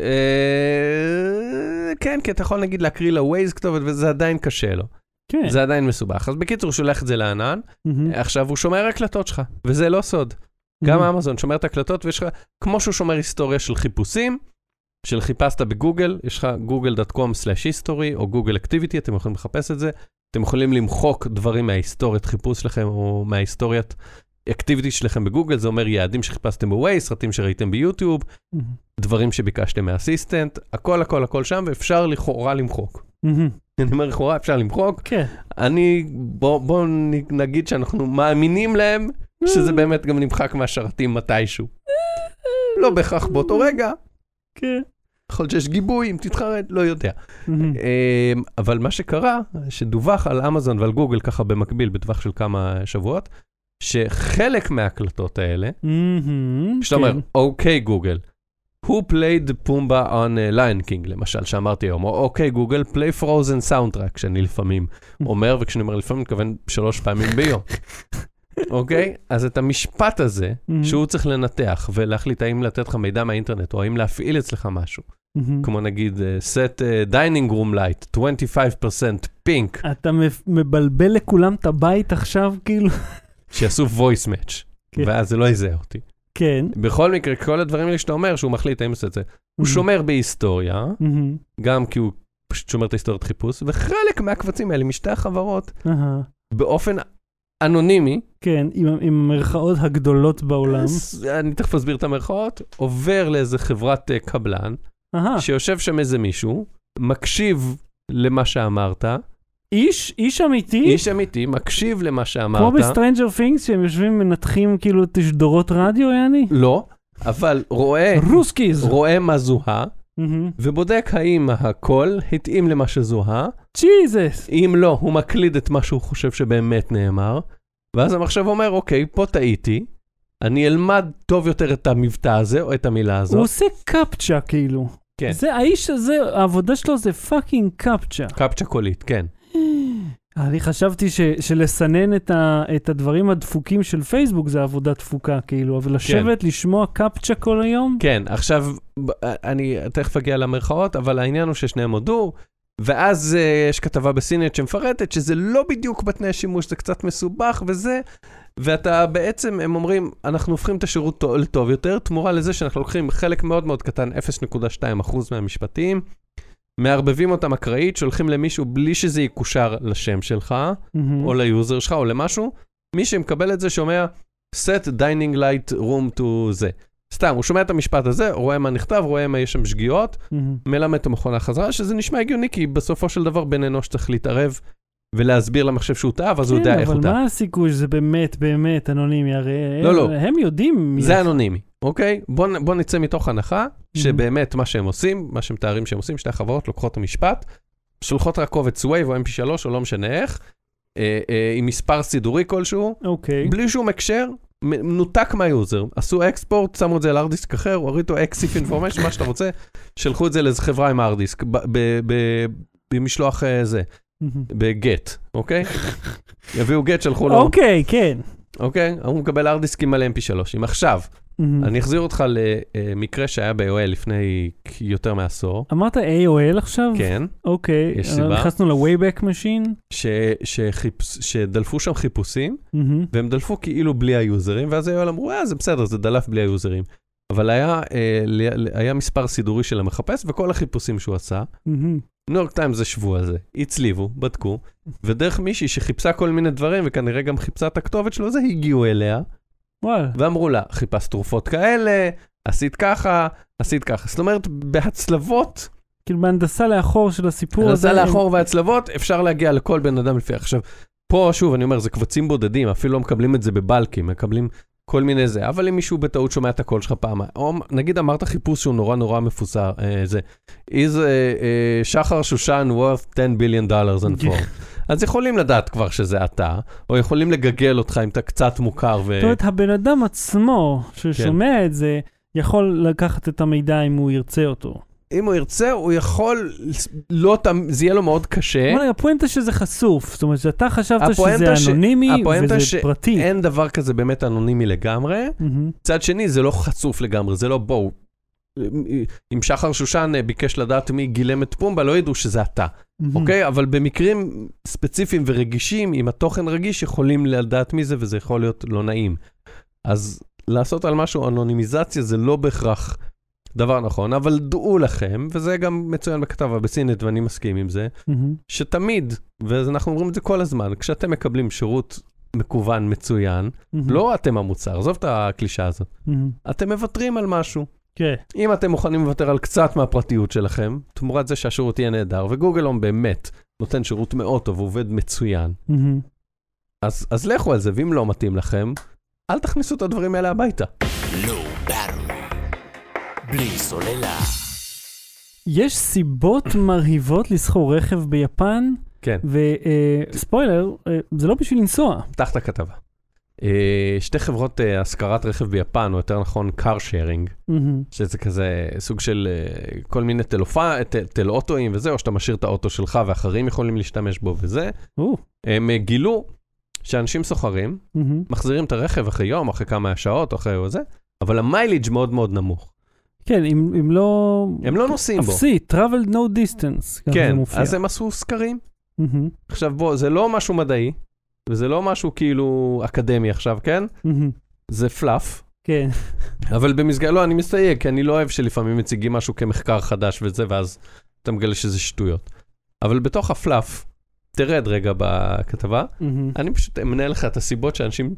כן, כי אתה יכול נגיד להקריא לווייז כתובת, וזה עדיין קשה לו. כן. זה עדיין מסובך. אז בקיצור, הוא שולח את זה לענן, עכשיו הוא שומר הקלטות שלך, וזה לא סוד. גם אמזון שומר את הקלטות, ויש לך, כמו שהוא שומר היסטוריה של חיפושים, של חיפשת בגוגל, יש לך google.com/history, או Google Activity, אתם יכולים לחפש את זה, אתם יכולים למחוק דברים מההיסטוריית חיפוש שלכם, או מההיסטוריית Activity שלכם בגוגל, זה אומר יעדים שחיפשתם בווייז, סרטים שראיתם ביוטיוב, דברים שביקשתם מהאסיסטנט, הכל שם, ואפשר לכאורה למחוק. אני אומר לכאורה, אפשר למחוק. בואו נגיד שאנחנו מאמינים להם, שזה באמת גם נמחק מהשרתים מתישהו. לא בהכרח באותו רגע. כן. יכול להיות שיש גיבוי, אם תתחרט, לא יודע. אבל מה שקרה, שדווח על אמזון ועל גוגל ככה במקביל, בטווח של כמה שבועות, שחלק מההקלטות האלה, שאתה אומר, אוקיי גוגל, who played Pumbaa on Lion King, למשל, שאמרתי היום, או אוקיי גוגל, play Frozen soundtrack, שאני לפעמים אומר, וכשאני אומר לפעמים, מתכוון 3 פעמים ביום. אוקיי? אז את המשפט הזה, שהוא צריך לנתח ולהחליט האם לתת לך מידע מהאינטרנט, או האם להפעיל אצלך משהו, כמו נגיד, set dining room light, 25% pink. אתה מבלבל לכולם את הבית עכשיו, כאילו? שיעשו voice match, ואז זה לא יזהה אותי. כן. בכל מקרה, כל הדברים האלה שאתה אומר, שהוא מחליט האם עושה את זה, הוא שומר בהיסטוריה, גם כי הוא פשוט שומר את ההיסטוריית חיפוש, וחלק מהקבצים האלה משתי החברות, באופן אנונימי. כן, עם המרכאות הגדולות בעולם. אני תכף אסביר את המרכאות. עובר לאיזה חברת קבלן, שיושב שם איזה מישהו, מקשיב למה שאמרת. איש אמיתי? איש אמיתי, מקשיב למה שאמרת. כמו בסטרנג'ר פינגס, שהם יושבים ומנתחים כאילו תשדורות רדיו, יעני? לא, אבל רואה מה זוהה, ובודק האם הכל התאים למה שזוהה. ג'יזוס. אם לא, הוא מקליד את מה שהוא חושב שבאמת נאמר, ואז המחשב אומר, אוקיי, פה טעיתי, אני אלמד טוב יותר את המבטא הזה, או את המילה הזאת. הוא עושה קפצ'ה, כאילו. כן. זה, האיש הזה, העבודה שלו זה פאקינג קפצ'ה. קפצ'ה קולית, כן. אני חשבתי שלסנן את הדברים הדפוקים של פייסבוק זה עבודה דפוקה, כאילו, אבל לשבת, לשמוע קפצ'ה כל היום? כן, עכשיו, אני תכף אגיע למרכאות, אבל העניין הוא ששניהם הודו, ואז יש כתבה בסינט שמפרטת שזה לא בדיוק בתנאי שימוש, זה קצת מסובך וזה, ואתה בעצם, הם אומרים, אנחנו הופכים את השירות לטוב יותר, תמורה לזה שאנחנו לוקחים חלק מאוד מאוד קטן, 0.2% מהמשפטים, מערבבים אותם אקראית, שולחים למישהו בלי שזה יקושר לשם שלך, או ליוזר שלך, או למשהו, מי שמקבל את זה שומע, set dining light room to זה. סתם, הוא שומע את המשפט הזה, רואה מה נכתב, רואה מה יש שם שגיאות, מלמד את המכונה חזרה, שזה נשמע הגיוני, כי בסופו של דבר בן אנוש צריך להתערב ולהסביר למחשב שהוא טעה, אז הוא יודע איך הוא טעה. אבל מה הסיכוי שזה באמת אנונימי? הרי הם יודעים. זה אנונימי, אוקיי? בוא נצא מתוך הנחה, שבאמת מה שהם עושים, מה שהם מתארים שהם עושים, שתי החברות לוקחות את המשפט, שולחות רק קובץ וייב או mp3 או לא משנה איך, עם מספר סידורי כלשהו, בלי שום הקשר, מנותק מהיוזר. עשו אקספורט, שמו את זה על ארדיסק אחר, הורידו אקסיף אינפורמיישן, מה שאתה רוצה, שלחו את זה לאיזו חברה עם ארדיסק, במשלוח זה, בגט, אוקיי? יביאו גט, שלחו לו. אוקיי, כן. אוקיי? הוא מקבל ארדיסקים על mp3. אם עכשיו, אני אחזיר אותך למקרה שהיה ב-AOL לפני יותר מעשור. אמרת AOL עכשיו? כן. אוקיי. יש סיבה. נכנסנו ל-Wayback Machine? שדלפו שם חיפושים, והם דלפו כאילו בלי היוזרים, ואז AOL אמרו, זה בסדר, זה דלף בלי היוזרים. אבל היה מספר סידורי של המחפש, וכל החיפושים שהוא עשה, ניו יורק טיימס זה שבוע הזה, הצליבו, בדקו, ודרך מישהי שחיפשה כל מיני דברים, וכנראה גם חיפשה את הכתובת שלו, זה הגיעו אליה, ואמרו לה, חיפש תרופות כאלה, עשית ככה. זאת אומרת, בהצלבות, כאילו בהנדסה לאחור של הסיפור הזה. הנדסה לאחור והצלבות, אפשר להגיע לכל בן אדם לפי. עכשיו, פה שוב, אני אומר, זה קבצים בודדים, אפילו לא מקבלים את זה בבלקים, מקבלים כל מיני זה, אבל אם מישהו בטעות שומע את הקול שלך פעם, או נגיד אמרת חיפוש שהוא נורא נורא מפוסר, זה, is שחר שושן worth $10 billion and for. אז יכולים לדעת כבר שזה אתה, או יכולים לגגל אותך אם אתה קצת מוכר. זאת אומרת, הבן אדם עצמו ששומע את זה, יכול לקחת את המידע אם הוא ירצה אותו. אם הוא ירצה, הוא יכול, זה יהיה לו מאוד קשה. הפואנטה שזה חשוף, זאת אומרת, שאתה חשבת שזה אנונימי וזה פרטי. אין דבר כזה באמת אנונימי לגמרי. צד שני, זה לא חשוף לגמרי, זה לא בואו. אם שחר שושן ביקש לדעת מי גילם את פומבה, לא ידעו שזה אתה. אוקיי? אבל במקרים ספציפיים ורגישים, אם התוכן רגיש, יכולים לדעת מי זה, וזה יכול להיות לא נעים. אז לעשות על משהו אנונימיזציה, זה לא בהכרח דבר נכון, אבל דעו לכם, וזה גם מצוין בכתבה בסינט, ואני מסכים עם זה, שתמיד, ואנחנו אומרים את זה כל הזמן, כשאתם מקבלים שירות מקוון מצוין, לא אתם המוצר, עזוב את הקלישה הזאת, אתם מוותרים על משהו. אם אתם מוכנים לוותר על קצת מהפרטיות שלכם, תמורת זה שהשירות יהיה נהדר, וגוגל הום באמת נותן שירות מאוד טוב, ועובד מצוין. אז לכו על זה, ואם לא מתאים לכם, אל תכניסו את הדברים האלה הביתה. בלי סוללה. יש סיבות מרהיבות לסחור רכב ביפן, כן. וספוילר, זה לא בשביל לנסוע. פתח את הכתבה. שתי חברות השכרת רכב ביפן, או יותר נכון car sharing, שזה כזה סוג של כל מיני טלאוטואים וזה, או שאתה משאיר את האוטו שלך ואחרים יכולים להשתמש בו וזה. הם גילו שאנשים סוחרים, מחזירים את הרכב אחרי יום, אחרי כמה שעות, אחרי וזה, אבל המייליג' מאוד מאוד נמוך. כן, אם לא... הם לא נוסעים בו. אפסי, travel no distance. כן, אז הם עשו סקרים. עכשיו בוא, זה לא משהו מדעי, וזה לא משהו כאילו אקדמי עכשיו, כן? זה פלאף. כן. אבל במסגרת, לא, אני מסתייג, כי אני לא אוהב שלפעמים מציגים משהו כמחקר חדש וזה, ואז אתה מגלה שזה שטויות. אבל בתוך הפלאף, תרד רגע בכתבה, אני פשוט אמנה לך את הסיבות שאנשים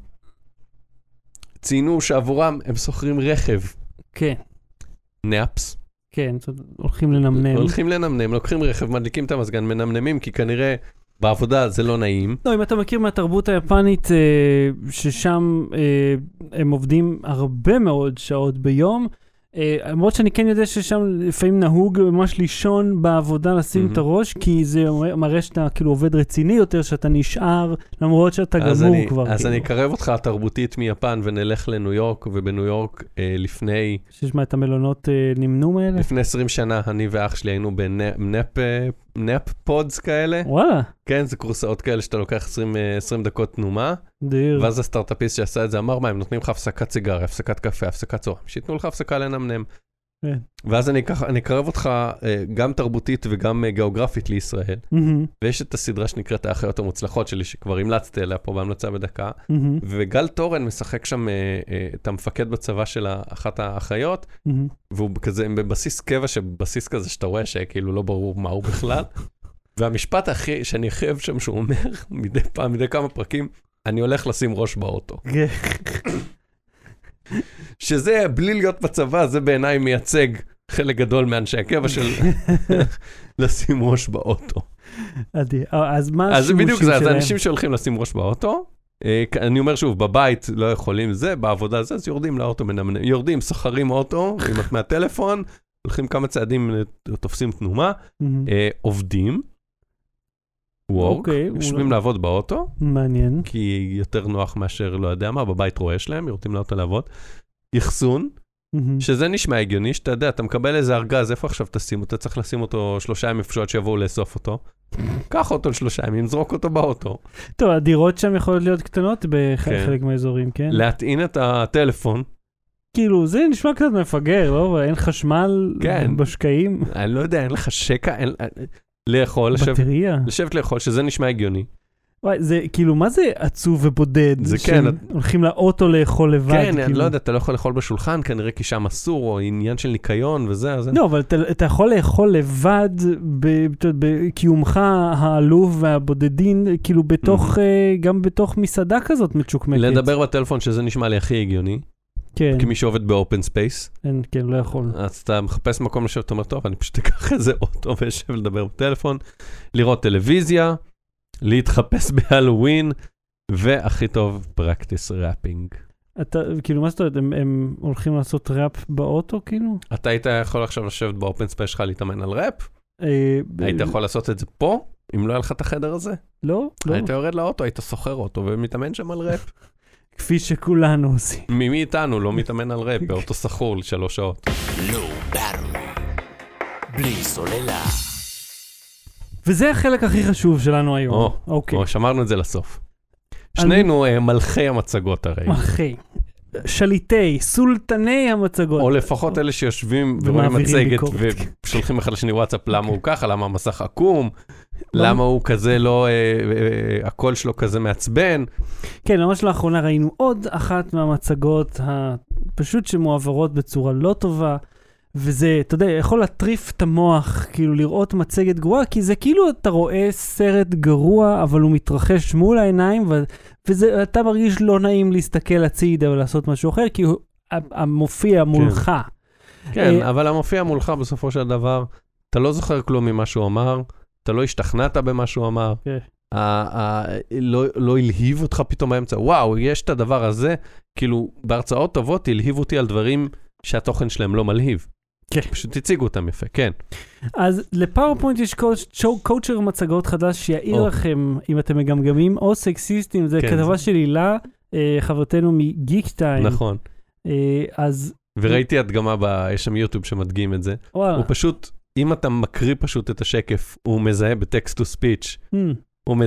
ציינו שעבורם הם סוחרים רכב. כן. נאפס. כן, הולכים לנמנם. הולכים לנמנם, לוקחים רכב, מדליקים את המזגן, מנמנמים, כי כנראה בעבודה זה לא נעים. לא, אם אתה מכיר מהתרבות היפנית, ששם הם עובדים הרבה מאוד שעות ביום, למרות שאני כן יודע ששם לפעמים נהוג ממש לישון בעבודה לשים את הראש, כי זה מראה שאתה כאילו עובד רציני יותר, שאתה נשאר, למרות שאתה גמור כבר. אז אני אקרב אותך תרבותית מיפן, ונלך לניו יורק, ובניו יורק לפני... ששמע את המלונות נמנו האלה? לפני 20 שנה, אני ואח שלי היינו בנאפ פודס כאלה. וואלה. כן, זה קורסאות כאלה שאתה לוקח 20 דקות תנומה. דיר. ואז הסטארט-אפיסט שעשה את זה אמר, מה, הם נותנים לך הפסקת סיגריה, הפסקת קפה, הפסקת צהריים, שיתנו לך הפסקה לנמנם. ואז אני אקרב אותך גם תרבותית וגם גיאוגרפית לישראל, ויש את הסדרה שנקראת האחיות המוצלחות שלי, שכבר המלצתי אליה פה בהמלצה בדקה, וגל תורן משחק שם את המפקד בצבא של אחת האחיות, והוא כזה בבסיס קבע, שבסיס כזה שאתה רואה שכאילו לא ברור מה הוא בכלל, והמשפט שאני הכי אוהב שם שהוא אומר, מדי כמה פרקים, אני הולך לשים ראש באוטו. שזה, בלי להיות בצבא, זה בעיניי מייצג חלק גדול מאנשי הקבע של לשים ראש באוטו. אז מה אז בדיוק זה, אז אנשים שהולכים לשים ראש באוטו, אני אומר שוב, בבית לא יכולים זה, בעבודה זה, אז יורדים לאוטו, יורדים, סוחרים אוטו, עם מהטלפון, הולכים כמה צעדים, תופסים תנומה, עובדים, וורק, יושבים לעבוד באוטו. מעניין. כי יותר נוח מאשר, לא יודע מה, בבית רואה שלהם, יורדים לאוטו לעבוד. יחסון, שזה נשמע הגיוני, שאתה יודע, אתה מקבל איזה ארגז, איפה עכשיו תשים אותו? אתה צריך לשים אותו 3 ימים אפשרות שיבואו לאסוף אותו. קח אותו 3 ימים, זרוק אותו באוטו. טוב, הדירות שם יכולות להיות קטנות בחלק מהאזורים, כן? להטעין את הטלפון. כאילו, זה נשמע קצת מפגר, לא? אין חשמל בשקעים. אני לא יודע, אין לך שקע, לאכול, לשבת לאכול, שזה נשמע הגיוני. וואי, זה כאילו, מה זה עצוב ובודד? זה כן. הולכים לאוטו לאכול לבד. כן, אני לא יודע, אתה לא יכול לאכול בשולחן, כנראה כי שם אסור, או עניין של ניקיון וזה. לא, אבל אתה יכול לאכול לבד, בקיומך העלוב והבודדין, כאילו גם בתוך מסעדה כזאת מצ'וקמקת. לדבר בטלפון, שזה נשמע לי הכי הגיוני. כן. כמי שעובד באופן ספייס. כן, לא יכול. אז אתה מחפש מקום לשבת, אתה אומר, טוב, אני פשוט אקח איזה אוטו וישב לדבר בטלפון, לראות טלוויזיה, להתחפש בהלווין, והכי טוב, practice rapping. אתה, כאילו, מה זאת אומרת, הם הולכים לעשות ראפ באוטו, כאילו? אתה היית יכול עכשיו לשבת באופן ספייס שלך להתאמן על ראפ? היית יכול לעשות את זה פה, אם לא היה לך את החדר הזה? לא. היית יורד לאוטו, היית סוחר אוטו ומתאמן שם על ראפ. כפי שכולנו עושים. מי איתנו לא מתאמן על ראפ, באוטו סחור ל3 שעות. בלי סוללה. וזה החלק הכי חשוב שלנו היום. אוקיי. שמרנו את זה לסוף. שנינו מלכי המצגות הרי. מלכי. שליטי, סולטני המצגות. או לפחות אלה שיושבים ורואים מצגת ושולחים אחד לשני וואטסאפ, למה הוא ככה, למה המסך עקום, למה הוא כזה לא, הקול שלו כזה מעצבן. כן, ממש לאחרונה ראינו עוד אחת מהמצגות הפשוט שמועברות בצורה לא טובה, וזה, אתה יודע, יכול להטריף את המוח, כאילו לראות מצגת גרועה, כי זה כאילו אתה רואה סרט גרוע, אבל הוא מתרחש מול העיניים, ואתה מרגיש לא נעים להסתכל הצידה ולעשות משהו אחר, כי המופיע מולך. כן, אבל המופיע מולך בסופו של דבר, אתה לא זוכר כלום ממה שהוא אמר, אתה לא השתכנעת במה שהוא אמר, לא הלהיב אותך פתאום באמצע, וואו, יש את הדבר הזה, כאילו בהרצאות טובות הלהיב אותי על דברים שהתוכן שלהם לא מלהיב. כן. פשוט תציגו אותם יפה, כן. אז לפאורפוינט יש קואוצ'ר מצגות חדש שיעיר לכם, אם אתם מגמגמים, או סקסיסטים, זה כתבה של הילה, חברתנו מגיק טיים. נכון. אז... וראיתי הדגמה, יש שם יוטיוב שמדגים את זה. הוא פשוט, אם אתה מקריא פשוט את השקף, הוא מזהה בטקסט טו ספיץ', הוא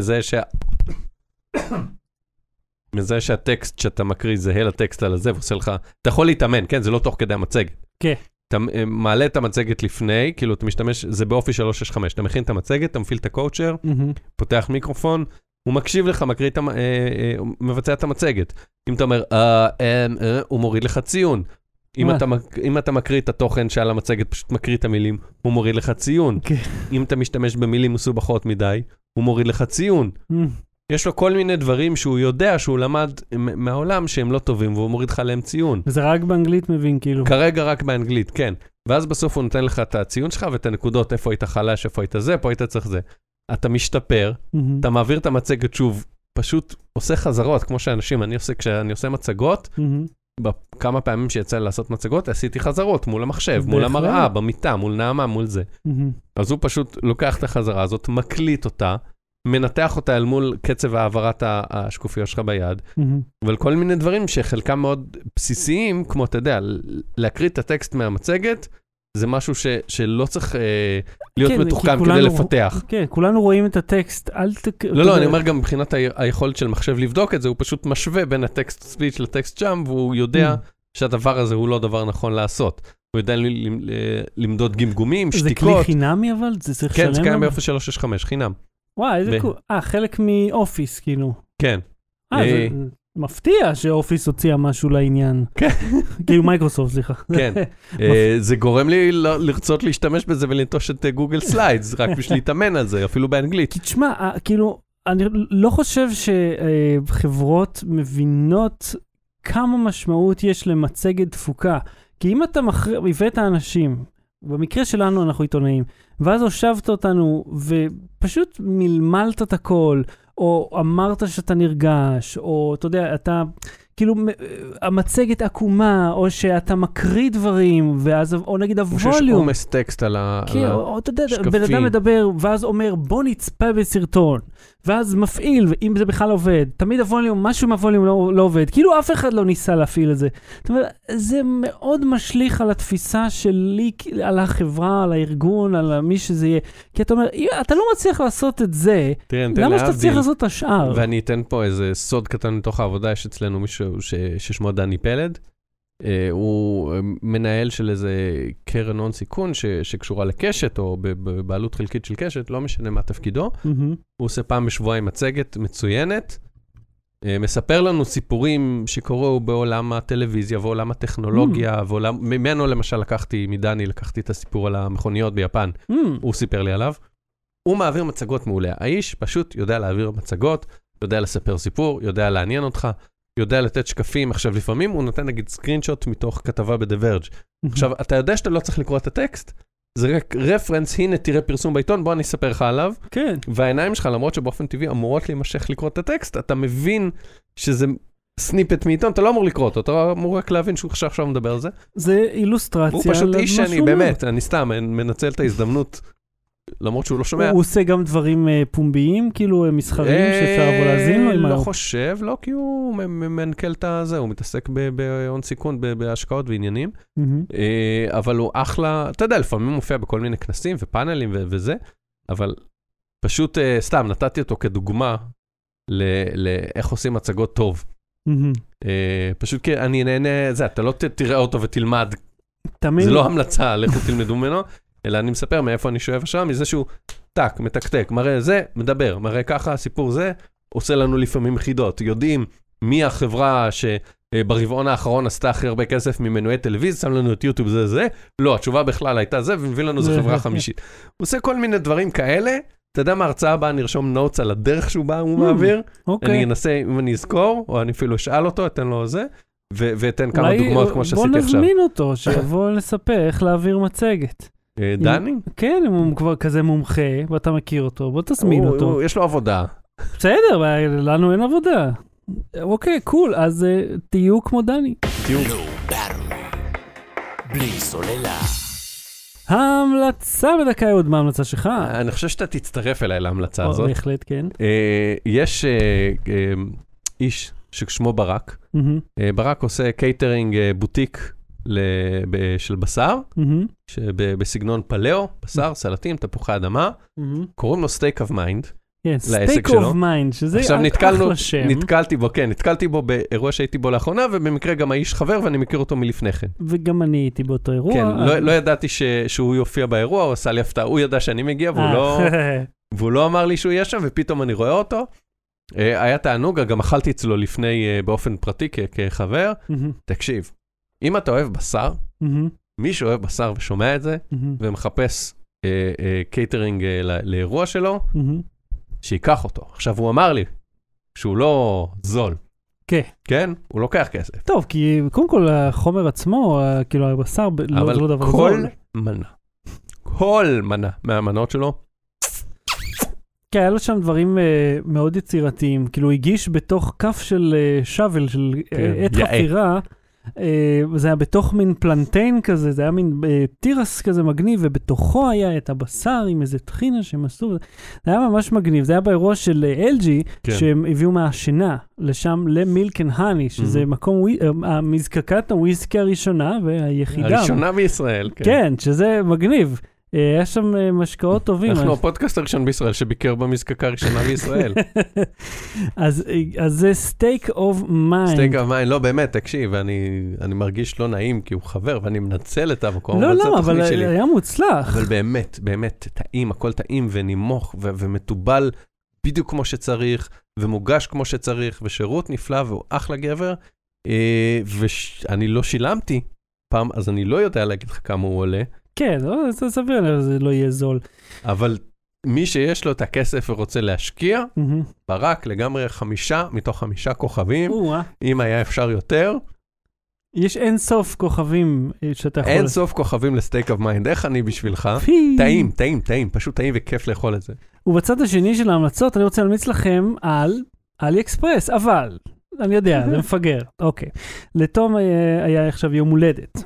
מזהה שהטקסט שאתה מקריא זהה לטקסט על הזה, ועושה לך, אתה יכול להתאמן, כן? זה לא תוך כדי המצגת. כן. אתה מעלה את המצגת לפני, כאילו אתה משתמש, זה באופי 365, אתה מכין את המצגת, אתה מפעיל את הקואוצ'ר, פותח מיקרופון, הוא מקשיב לך, מקריא הוא מבצע את המצגת. אם אתה אומר, הוא מוריד לך ציון. אם אתה מקריא את התוכן שעל המצגת, פשוט מקריא את המילים, הוא מוריד לך ציון. אם אתה משתמש במילים מסובכות מדי, הוא מוריד לך ציון. יש לו כל מיני דברים שהוא יודע שהוא למד מהעולם שהם לא טובים, והוא מוריד לך להם ציון. וזה רק באנגלית מבין, כאילו. כרגע רק באנגלית, כן. ואז בסוף הוא נותן לך את הציון שלך ואת הנקודות, איפה היית חלש, איפה היית זה, איפה היית צריך זה. אתה משתפר, אתה מעביר את המצגת שוב, פשוט עושה חזרות, כמו שאנשים, כשאני עושה מצגות, בכמה פעמים שיצא לעשות מצגות, עשיתי חזרות מול המחשב, מול המראה, במיטה, מול נעמה, מול זה. אז הוא פשוט לוקח את החזרה הזאת, מקליט אותה, מנתח אותה אל מול קצב העברת השקופיות שלך ביד, אבל כל מיני דברים שחלקם מאוד בסיסיים, כמו אתה יודע, להקריא את הטקסט מהמצגת, זה משהו שלא צריך להיות מתוחכם כדי לפתח. כן, כולנו רואים את הטקסט. לא, אני אומר גם מבחינת היכולת של מחשב לבדוק את זה, הוא פשוט משווה בין הטקסט ספיץ' לטקסט שם, והוא יודע שהדבר הזה הוא לא דבר נכון לעשות. הוא יודע למדוד גמגומים, שתיקות. זה כלי חינמי אבל? זה צריך לשלם? כן, זה קיים באופי 365, חינם. וואי, איזה קול. חלק מאופיס, כאילו. כן. זה מפתיע שאופיס הוציאה משהו לעניין. כן. כאילו מייקרוסופט, סליחה. כן. זה גורם לי לרצות להשתמש בזה ולנטוש את גוגל סליידס, רק בשביל להתאמן על זה, אפילו באנגלית. כי תשמע, כאילו, אני לא חושב שחברות מבינות כמה משמעות יש למצגת תפוקה. כי אם אתה הבאת האנשים, במקרה שלנו אנחנו עיתונאים, ואז הושבת אותנו ופשוט מלמלת את הכל, או אמרת שאתה נרגש, או אתה יודע, אתה כאילו המצגת עקומה, או שאתה מקריא דברים, ואז, או נגיד הווליום. או שיש עומס טקסט על השקפים. כן, או אתה יודע, בן אדם מדבר, ואז אומר, בוא נצפה בסרטון, ואז מפעיל, אם זה בכלל עובד. תמיד הווליום, משהו מהווליום לא עובד. כאילו אף אחד לא ניסה להפעיל את זה. זאת אומרת, זה מאוד משליך על התפיסה שלי, על החברה, על הארגון, על מי שזה יהיה. כי אתה אומר, אתה לא מצליח לעשות את זה, למה שאתה צריך לעשות את השאר? ואני אתן פה איזה סוד קטן מתוך העבודה, יש אצלנו מישהו ששמו דני פלד, הוא מנהל של איזה קרן הון סיכון שקשורה לקשת, או בבעלות חלקית של קשת, לא משנה מה תפקידו. הוא עושה פעם בשבועיים מצגת מצוינת, מספר לנו סיפורים שקוראו בעולם הטלוויזיה, ועולם הטכנולוגיה, ממנו למשל מדני לקחתי את הסיפור על המכוניות ביפן, הוא סיפר לי עליו. הוא מעביר מצגות מעולה. האיש פשוט יודע להעביר מצגות, יודע לספר סיפור, יודע לעניין אותך, יודע לתת שקפים. עכשיו, לפעמים הוא נותן, נגיד, סקרינשוט מתוך כתבה בדברג'. עכשיו, אתה יודע שאתה לא צריך לקרוא את הטקסט, זה רק רפרנס, הנה, תראה פרסום בעיתון, בוא אני אספר לך עליו. כן. והעיניים שלך, למרות שבאופן טבעי אמורות להימשך לקרוא את הטקסט, אתה מבין שזה סניפט מעיתון, אתה לא אמור לקרוא אותו, אתה אמור רק להבין שהוא עכשיו מדבר על זה. זה אילוסטרציה. הוא פשוט איש שאני, באמת, אני סתם מנצל את ההזדמנות, למרות שהוא לא שומע. הוא עושה גם דברים פומביים, כאילו מסחריים, שאפשר לבוא להזין לו? לא חושב, לא, כי הוא מנקל את זה, הוא מתעסק בהון סיכון, בהשקעות ועניינים, אבל הוא אחלה, אתה יודע, לפעמים הוא מופיע בכל מיני כנסים ופאנלים וזה, אבל פשוט סתם, נתתי אותו כדוגמה לאיך עושים מצגות טוב. פשוט כי אני נהנה, אתה לא תראה אותו ותלמד, זה לא המלצה, לכו תלמדו ממנו, אלא אני מספר מאיפה אני שואב השעה, מזה שהוא טק, מתקתק, מראה זה, מדבר, מראה ככה, הסיפור זה, עושה לנו לפעמים חידות, יודעים מי החברה שברבעון האחרון עשתה הכי הרבה כסף ממנועי טלוויזיה, שם לנו את יוטיוב זה, לא, התשובה בכלל הייתה זה, ומביא לנו זה חברה חמישית. הוא עושה כל מיני דברים כאלה, אתה יודע מה, ההרצאה הבאה, נרשום נוטס על הדרך שהוא בא, הוא מעביר, אני אנסה, אם אני אזכור, או אני אפילו אשאל אותו, אתן לו זה, ואתן כמה דוגמאות כמו שעשיתי עכשיו. בוא נזמין אותו, שיבוא לספר איך להעביר מצגת. דני? כן, אם הוא כבר כזה מומחה, ואתה מכיר אותו, בוא תזמין אותו. יש לו עבודה. בסדר, לנו אין עבודה. אוקיי, קול, אז תהיו כמו דני. תהיו. בלי סוללה. ההמלצה בדקה עוד, מה ההמלצה שלך? אני חושב שאתה תצטרף אליי להמלצה הזאת. בהחלט, כן. יש איש ששמו ברק. ברק עושה קייטרינג בוטיק של בשר, בסגנון פלאו, בשר, סלטים, תפוחי אדמה, קוראים לו סטייק אוף מיינד, לעסק שלו. סטייק אוף מיינד, שזה עכשיו אחלה שם. נתקלתי בו באירוע שהייתי בו לאחרונה, ובמקרה גם האיש חבר, ואני מכיר אותו מלפני כן. וגם אני הייתי באותו אירוע. כן, לא ידעתי שהוא יופיע באירוע, הוא עשה לי הפתעה, הוא ידע שאני מגיע, והוא לא אמר לי שהוא יהיה שם, ופתאום אני רואה אותו. היה תענוג, גם אכלתי אצלו לפני באופן פרטי כחבר. תקשיב, אם אתה אוהב בשר, מי שאוהב בשר ושומע את זה, ומחפש קייטרינג לאירוע שלו, שיקח אותו. עכשיו, הוא אמר לי שהוא לא זול. כן. כן? הוא לוקח כסף. טוב, כי קודם כל החומר עצמו, כאילו הבשר, לא דבר זול. אבל כל מנה מהמנות שלו, כן, היה לו שם דברים מאוד יצירתיים, כאילו הוא הגיש בתוך כף של שבל, של עת חפירה, זה היה בתוך מין פלנטיין כזה, זה היה מין טירס כזה מגניב, ובתוכו היה את הבשר עם איזה טחינה שהם עשו, זה היה ממש מגניב, זה היה באירוע של LG, שהם הביאו מהשינה לשם למילק אנד הני, שזה מקום, המזקקת הוויסקי הראשונה והיחידה. הראשונה בישראל, כן. כן, שזה מגניב. יש שם משקעות טובים. אנחנו הפודקאסט הראשון בישראל שביקר במזקקה הראשונה בישראל. אז זה סטייק אוף מיינד. סטייק אוף מיינד, לא באמת, תקשיב, אני מרגיש לא נעים כי הוא חבר ואני מנצל את המקום. לא, אבל היה מוצלח. אבל באמת, באמת, טעים, הכל טעים ונימוך ומטובל בדיוק כמו שצריך, ומוגש כמו שצריך, ושירות נפלא והוא אחלה גבר, ואני לא שילמתי פעם, אז אני לא יודע להגיד לך כמה הוא עולה. כן, זה סביר, זה לא יהיה זול. אבל מי שיש לו את הכסף ורוצה להשקיע, ברק לגמרי 5 מתוך 5 כוכבים, אם היה אפשר יותר. יש אין סוף כוכבים שאתה יכול... אין סוף כוכבים לסטייק אוף מיינד, איך אני בשבילך? טעים, פשוט טעים וכיף לאכול את זה. ובצד השני של ההמלצות, אני רוצה להמליץ לכם על אלי אקספרס, אבל אני יודע, זה מפגר. אוקיי. לתום היה עכשיו יום הולדת,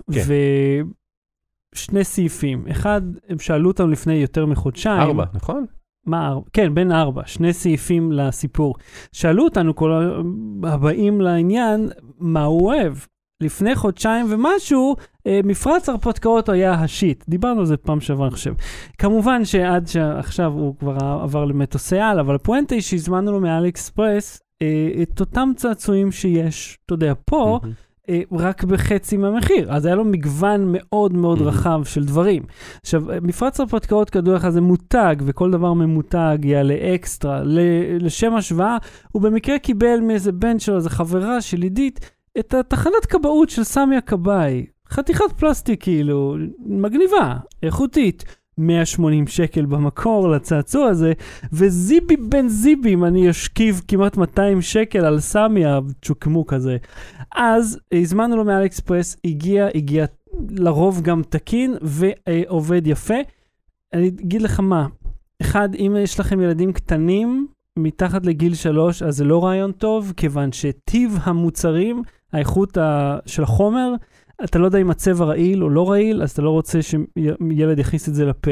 ושני סעיפים. אחד, הם שאלו אותם לפני יותר מחודשיים. 4, נכון? מה 4? כן, בין 4, שני סעיפים לסיפור. שאלו אותנו כל הבאים לעניין, מה הוא אוהב. לפני חודשיים ומשהו, מפרץ הרפתקאות היה השיט. דיברנו על זה פעם שעבר, אני חושב. כמובן שעד שעכשיו הוא כבר עבר למטוסי על, אבל הפואנטה היא שהזמנו לו מאלי אקספרס את אותם צעצועים שיש, אתה יודע, פה, רק בחצי מהמחיר. אז היה לו מגוון מאוד מאוד רחב של דברים. עכשיו, מפרץ הרפתקאות כדוע לך זה מותג, וכל דבר ממותג יעלה אקסטרה. לשם השוואה, הוא במקרה קיבל מאיזה בן שלו, איזה חברה של עידית, את התחנת כבאות של סמי הכבאי. חתיכת פלסטיק כאילו, מגניבה, איכותית. 180 שקל במקור לצעצוע הזה, וזיבי בן זיבים, אני אשכיב כמעט 200 שקל על סמי הצ'וקמוק הזה. אז הזמנו לו מאלי אקספרס, הגיע לרוב גם תקין, ועובד יפה. אני אגיד לך מה, אחד, אם יש לכם ילדים קטנים, מתחת לגיל 3, אז זה לא רעיון טוב, כיוון שטיב המוצרים, האיכות של החומר, אתה לא יודע אם הצבע רעיל או לא רעיל, אז אתה לא רוצה שילד יכניס את זה לפה.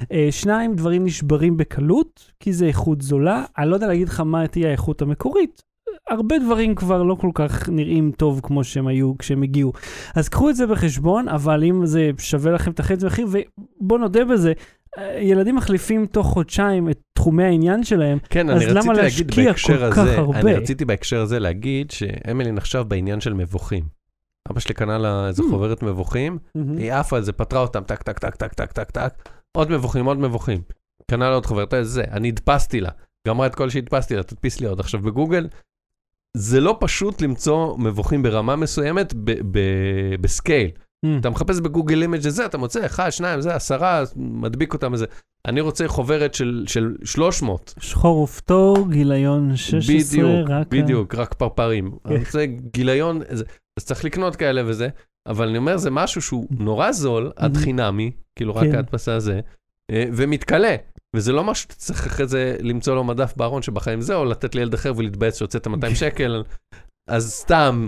2, דברים נשברים בקלות, כי זה איכות זולה. אני לא יודע להגיד לך מה תהיה האיכות המקורית. הרבה דברים כבר לא כל כך נראים טוב כמו שהם היו כשהם הגיעו. אז קחו את זה בחשבון, אבל אם זה שווה לכם את החצי מחיר, ובוא נודה בזה, ילדים מחליפים תוך חודשיים את תחומי העניין שלהם, כן, אז למה להשקיע כל כך הרבה? אני רציתי בהקשר הזה להגיד שאמילי נחשב בעניין של מבוכים. אבא שלי קנה לה איזו חוברת מבוכים, היא עפה על זה, פתרה אותם, טק, טק, טק, טק, טק, טק, טק, עוד מבוכים. קנה לה עוד חוברת, זה, אני הדפסתי לה, גמרה את כל שהדפסתי לה, תדפיס לי עוד. עכשיו בגוגל, זה לא פשוט למצוא מבוכים ברמה מסוימת בסקייל. אתה מחפש בגוגל אימג' זה, אתה מוצא 1, 2, זה 10, מדביק אותם איזה. אני רוצה חוברת של 300. שחור ופטור, גיליון 16, בדיוק, רק פרפרים. אני רוצה גיליון, אז צריך לקנות כאלה וזה, אבל אני אומר, זה משהו שהוא נורא זול, עד חינמי, כאילו רק ההדפסה הזה, ומתקלה. וזה לא משהו שצריך אחרי זה למצוא לו מדף בארון שבחיים זה, או לתת לילד אחר ולהתבאס שהוצאת 200 שקל. אז סתם,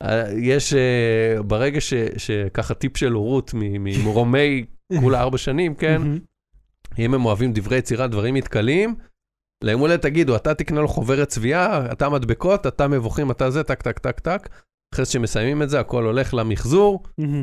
יש ברגע שככה טיפ של הורות ממורומי כולה 4 שנים, כן? אם הם אוהבים דברי יצירה, דברים מתקלים, להם אולי תגידו, אתה תקנה לו חוברת צביעה, אתה מדבקות, אתה מבוכים, אתה זה, טק, טק, טק, טק. אחרי שמסיימים את זה, הכל הולך למחזור.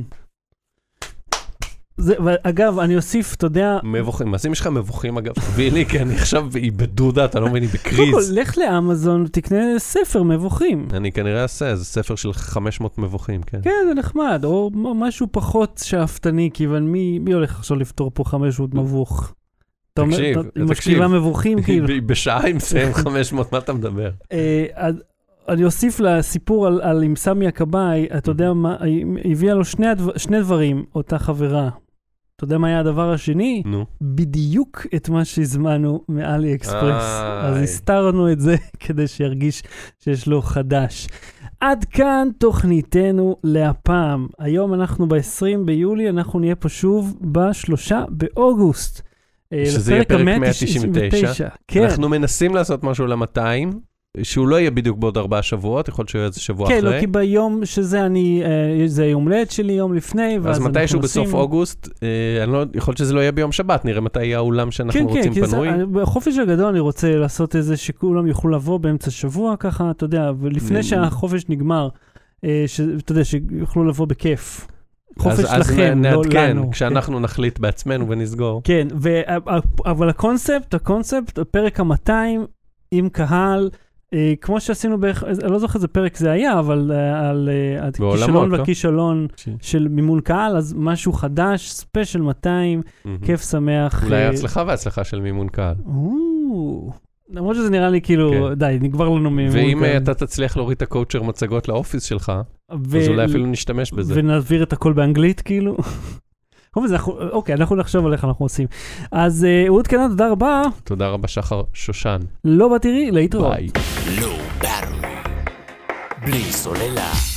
אגב, אני אוסיף, אתה יודע... מבוכים, אז אם יש לך מבוכים, אגב, תביא לי, כי אני עכשיו בדודה, אתה לא מבין, היא בקריז. לך לאמזון, תקנה ספר מבוכים. אני כנראה אעשה, זה ספר של 500 מבוכים, כן. כן, זה נחמד, או משהו פחות שאפתני, כיוון מי הולך עכשיו לפתור פה 500 מבוך? תקשיב. משכיבה מבוכים, כאילו. בשעה עם סיים 500, מה אתה מדבר? אני אוסיף לסיפור על עם סמי הכבאי, אתה יודע מה, הביאה לו שני דברים, אותה חברה. אתה יודע מה היה הדבר השני? נו. בדיוק את מה שהזמנו מאלי אקספרס. אז הסתרנו את זה כדי שירגיש שיש לו חדש. עד כאן תוכניתנו להפעם. היום אנחנו ב-20 ביולי, אנחנו נהיה פה שוב ב-3 באוגוסט. שזה יהיה פרק 199. כן. אנחנו מנסים לעשות משהו ל-200. שהוא לא יהיה בדיוק בעוד 4 שבועות, יכול להיות שהוא יהיה איזה שבוע אחרי. כן, לא, כי ביום שזה זה יום הולדת שלי, יום לפני, אז מתישהו בסוף אוגוסט, יכול להיות שזה לא יהיה ביום שבת, נראה מתי יהיה האולם שאנחנו רוצים פנוי. כן, בחופש הגדול אני רוצה לעשות איזה שכולם יוכלו לבוא באמצע שבוע, ככה, אתה יודע, ולפני שהחופש נגמר, אתה יודע, שיוכלו לבוא בכיף. חופש לכם, לא לנו. כשאנחנו נחליט בעצמנו ונסגור. כן, אבל הקונספט, פרק 200 עם קהל, כמו שעשינו אני לא זוכר איזה פרק זה היה, אבל על הכישלון והכישלון של מימון קהל, אז משהו חדש, ספיישל 200, כיף שמח. אולי הצלחה והצלחה של מימון קהל. למרות שזה נראה לי כאילו, די, נגבר לנו מימון קהל. ואם אתה תצליח להוריד את הקואוצ'ר מצגות לאופיס שלך, אז אולי אפילו נשתמש בזה. ונעביר את הכל באנגלית כאילו. אוקיי, אנחנו נחשוב על איך אנחנו עושים. אז אהוד קנן, תודה רבה. תודה רבה שחר שושן. לא בתראי, להתראות. ביי. לא ברור. בלי סוללה.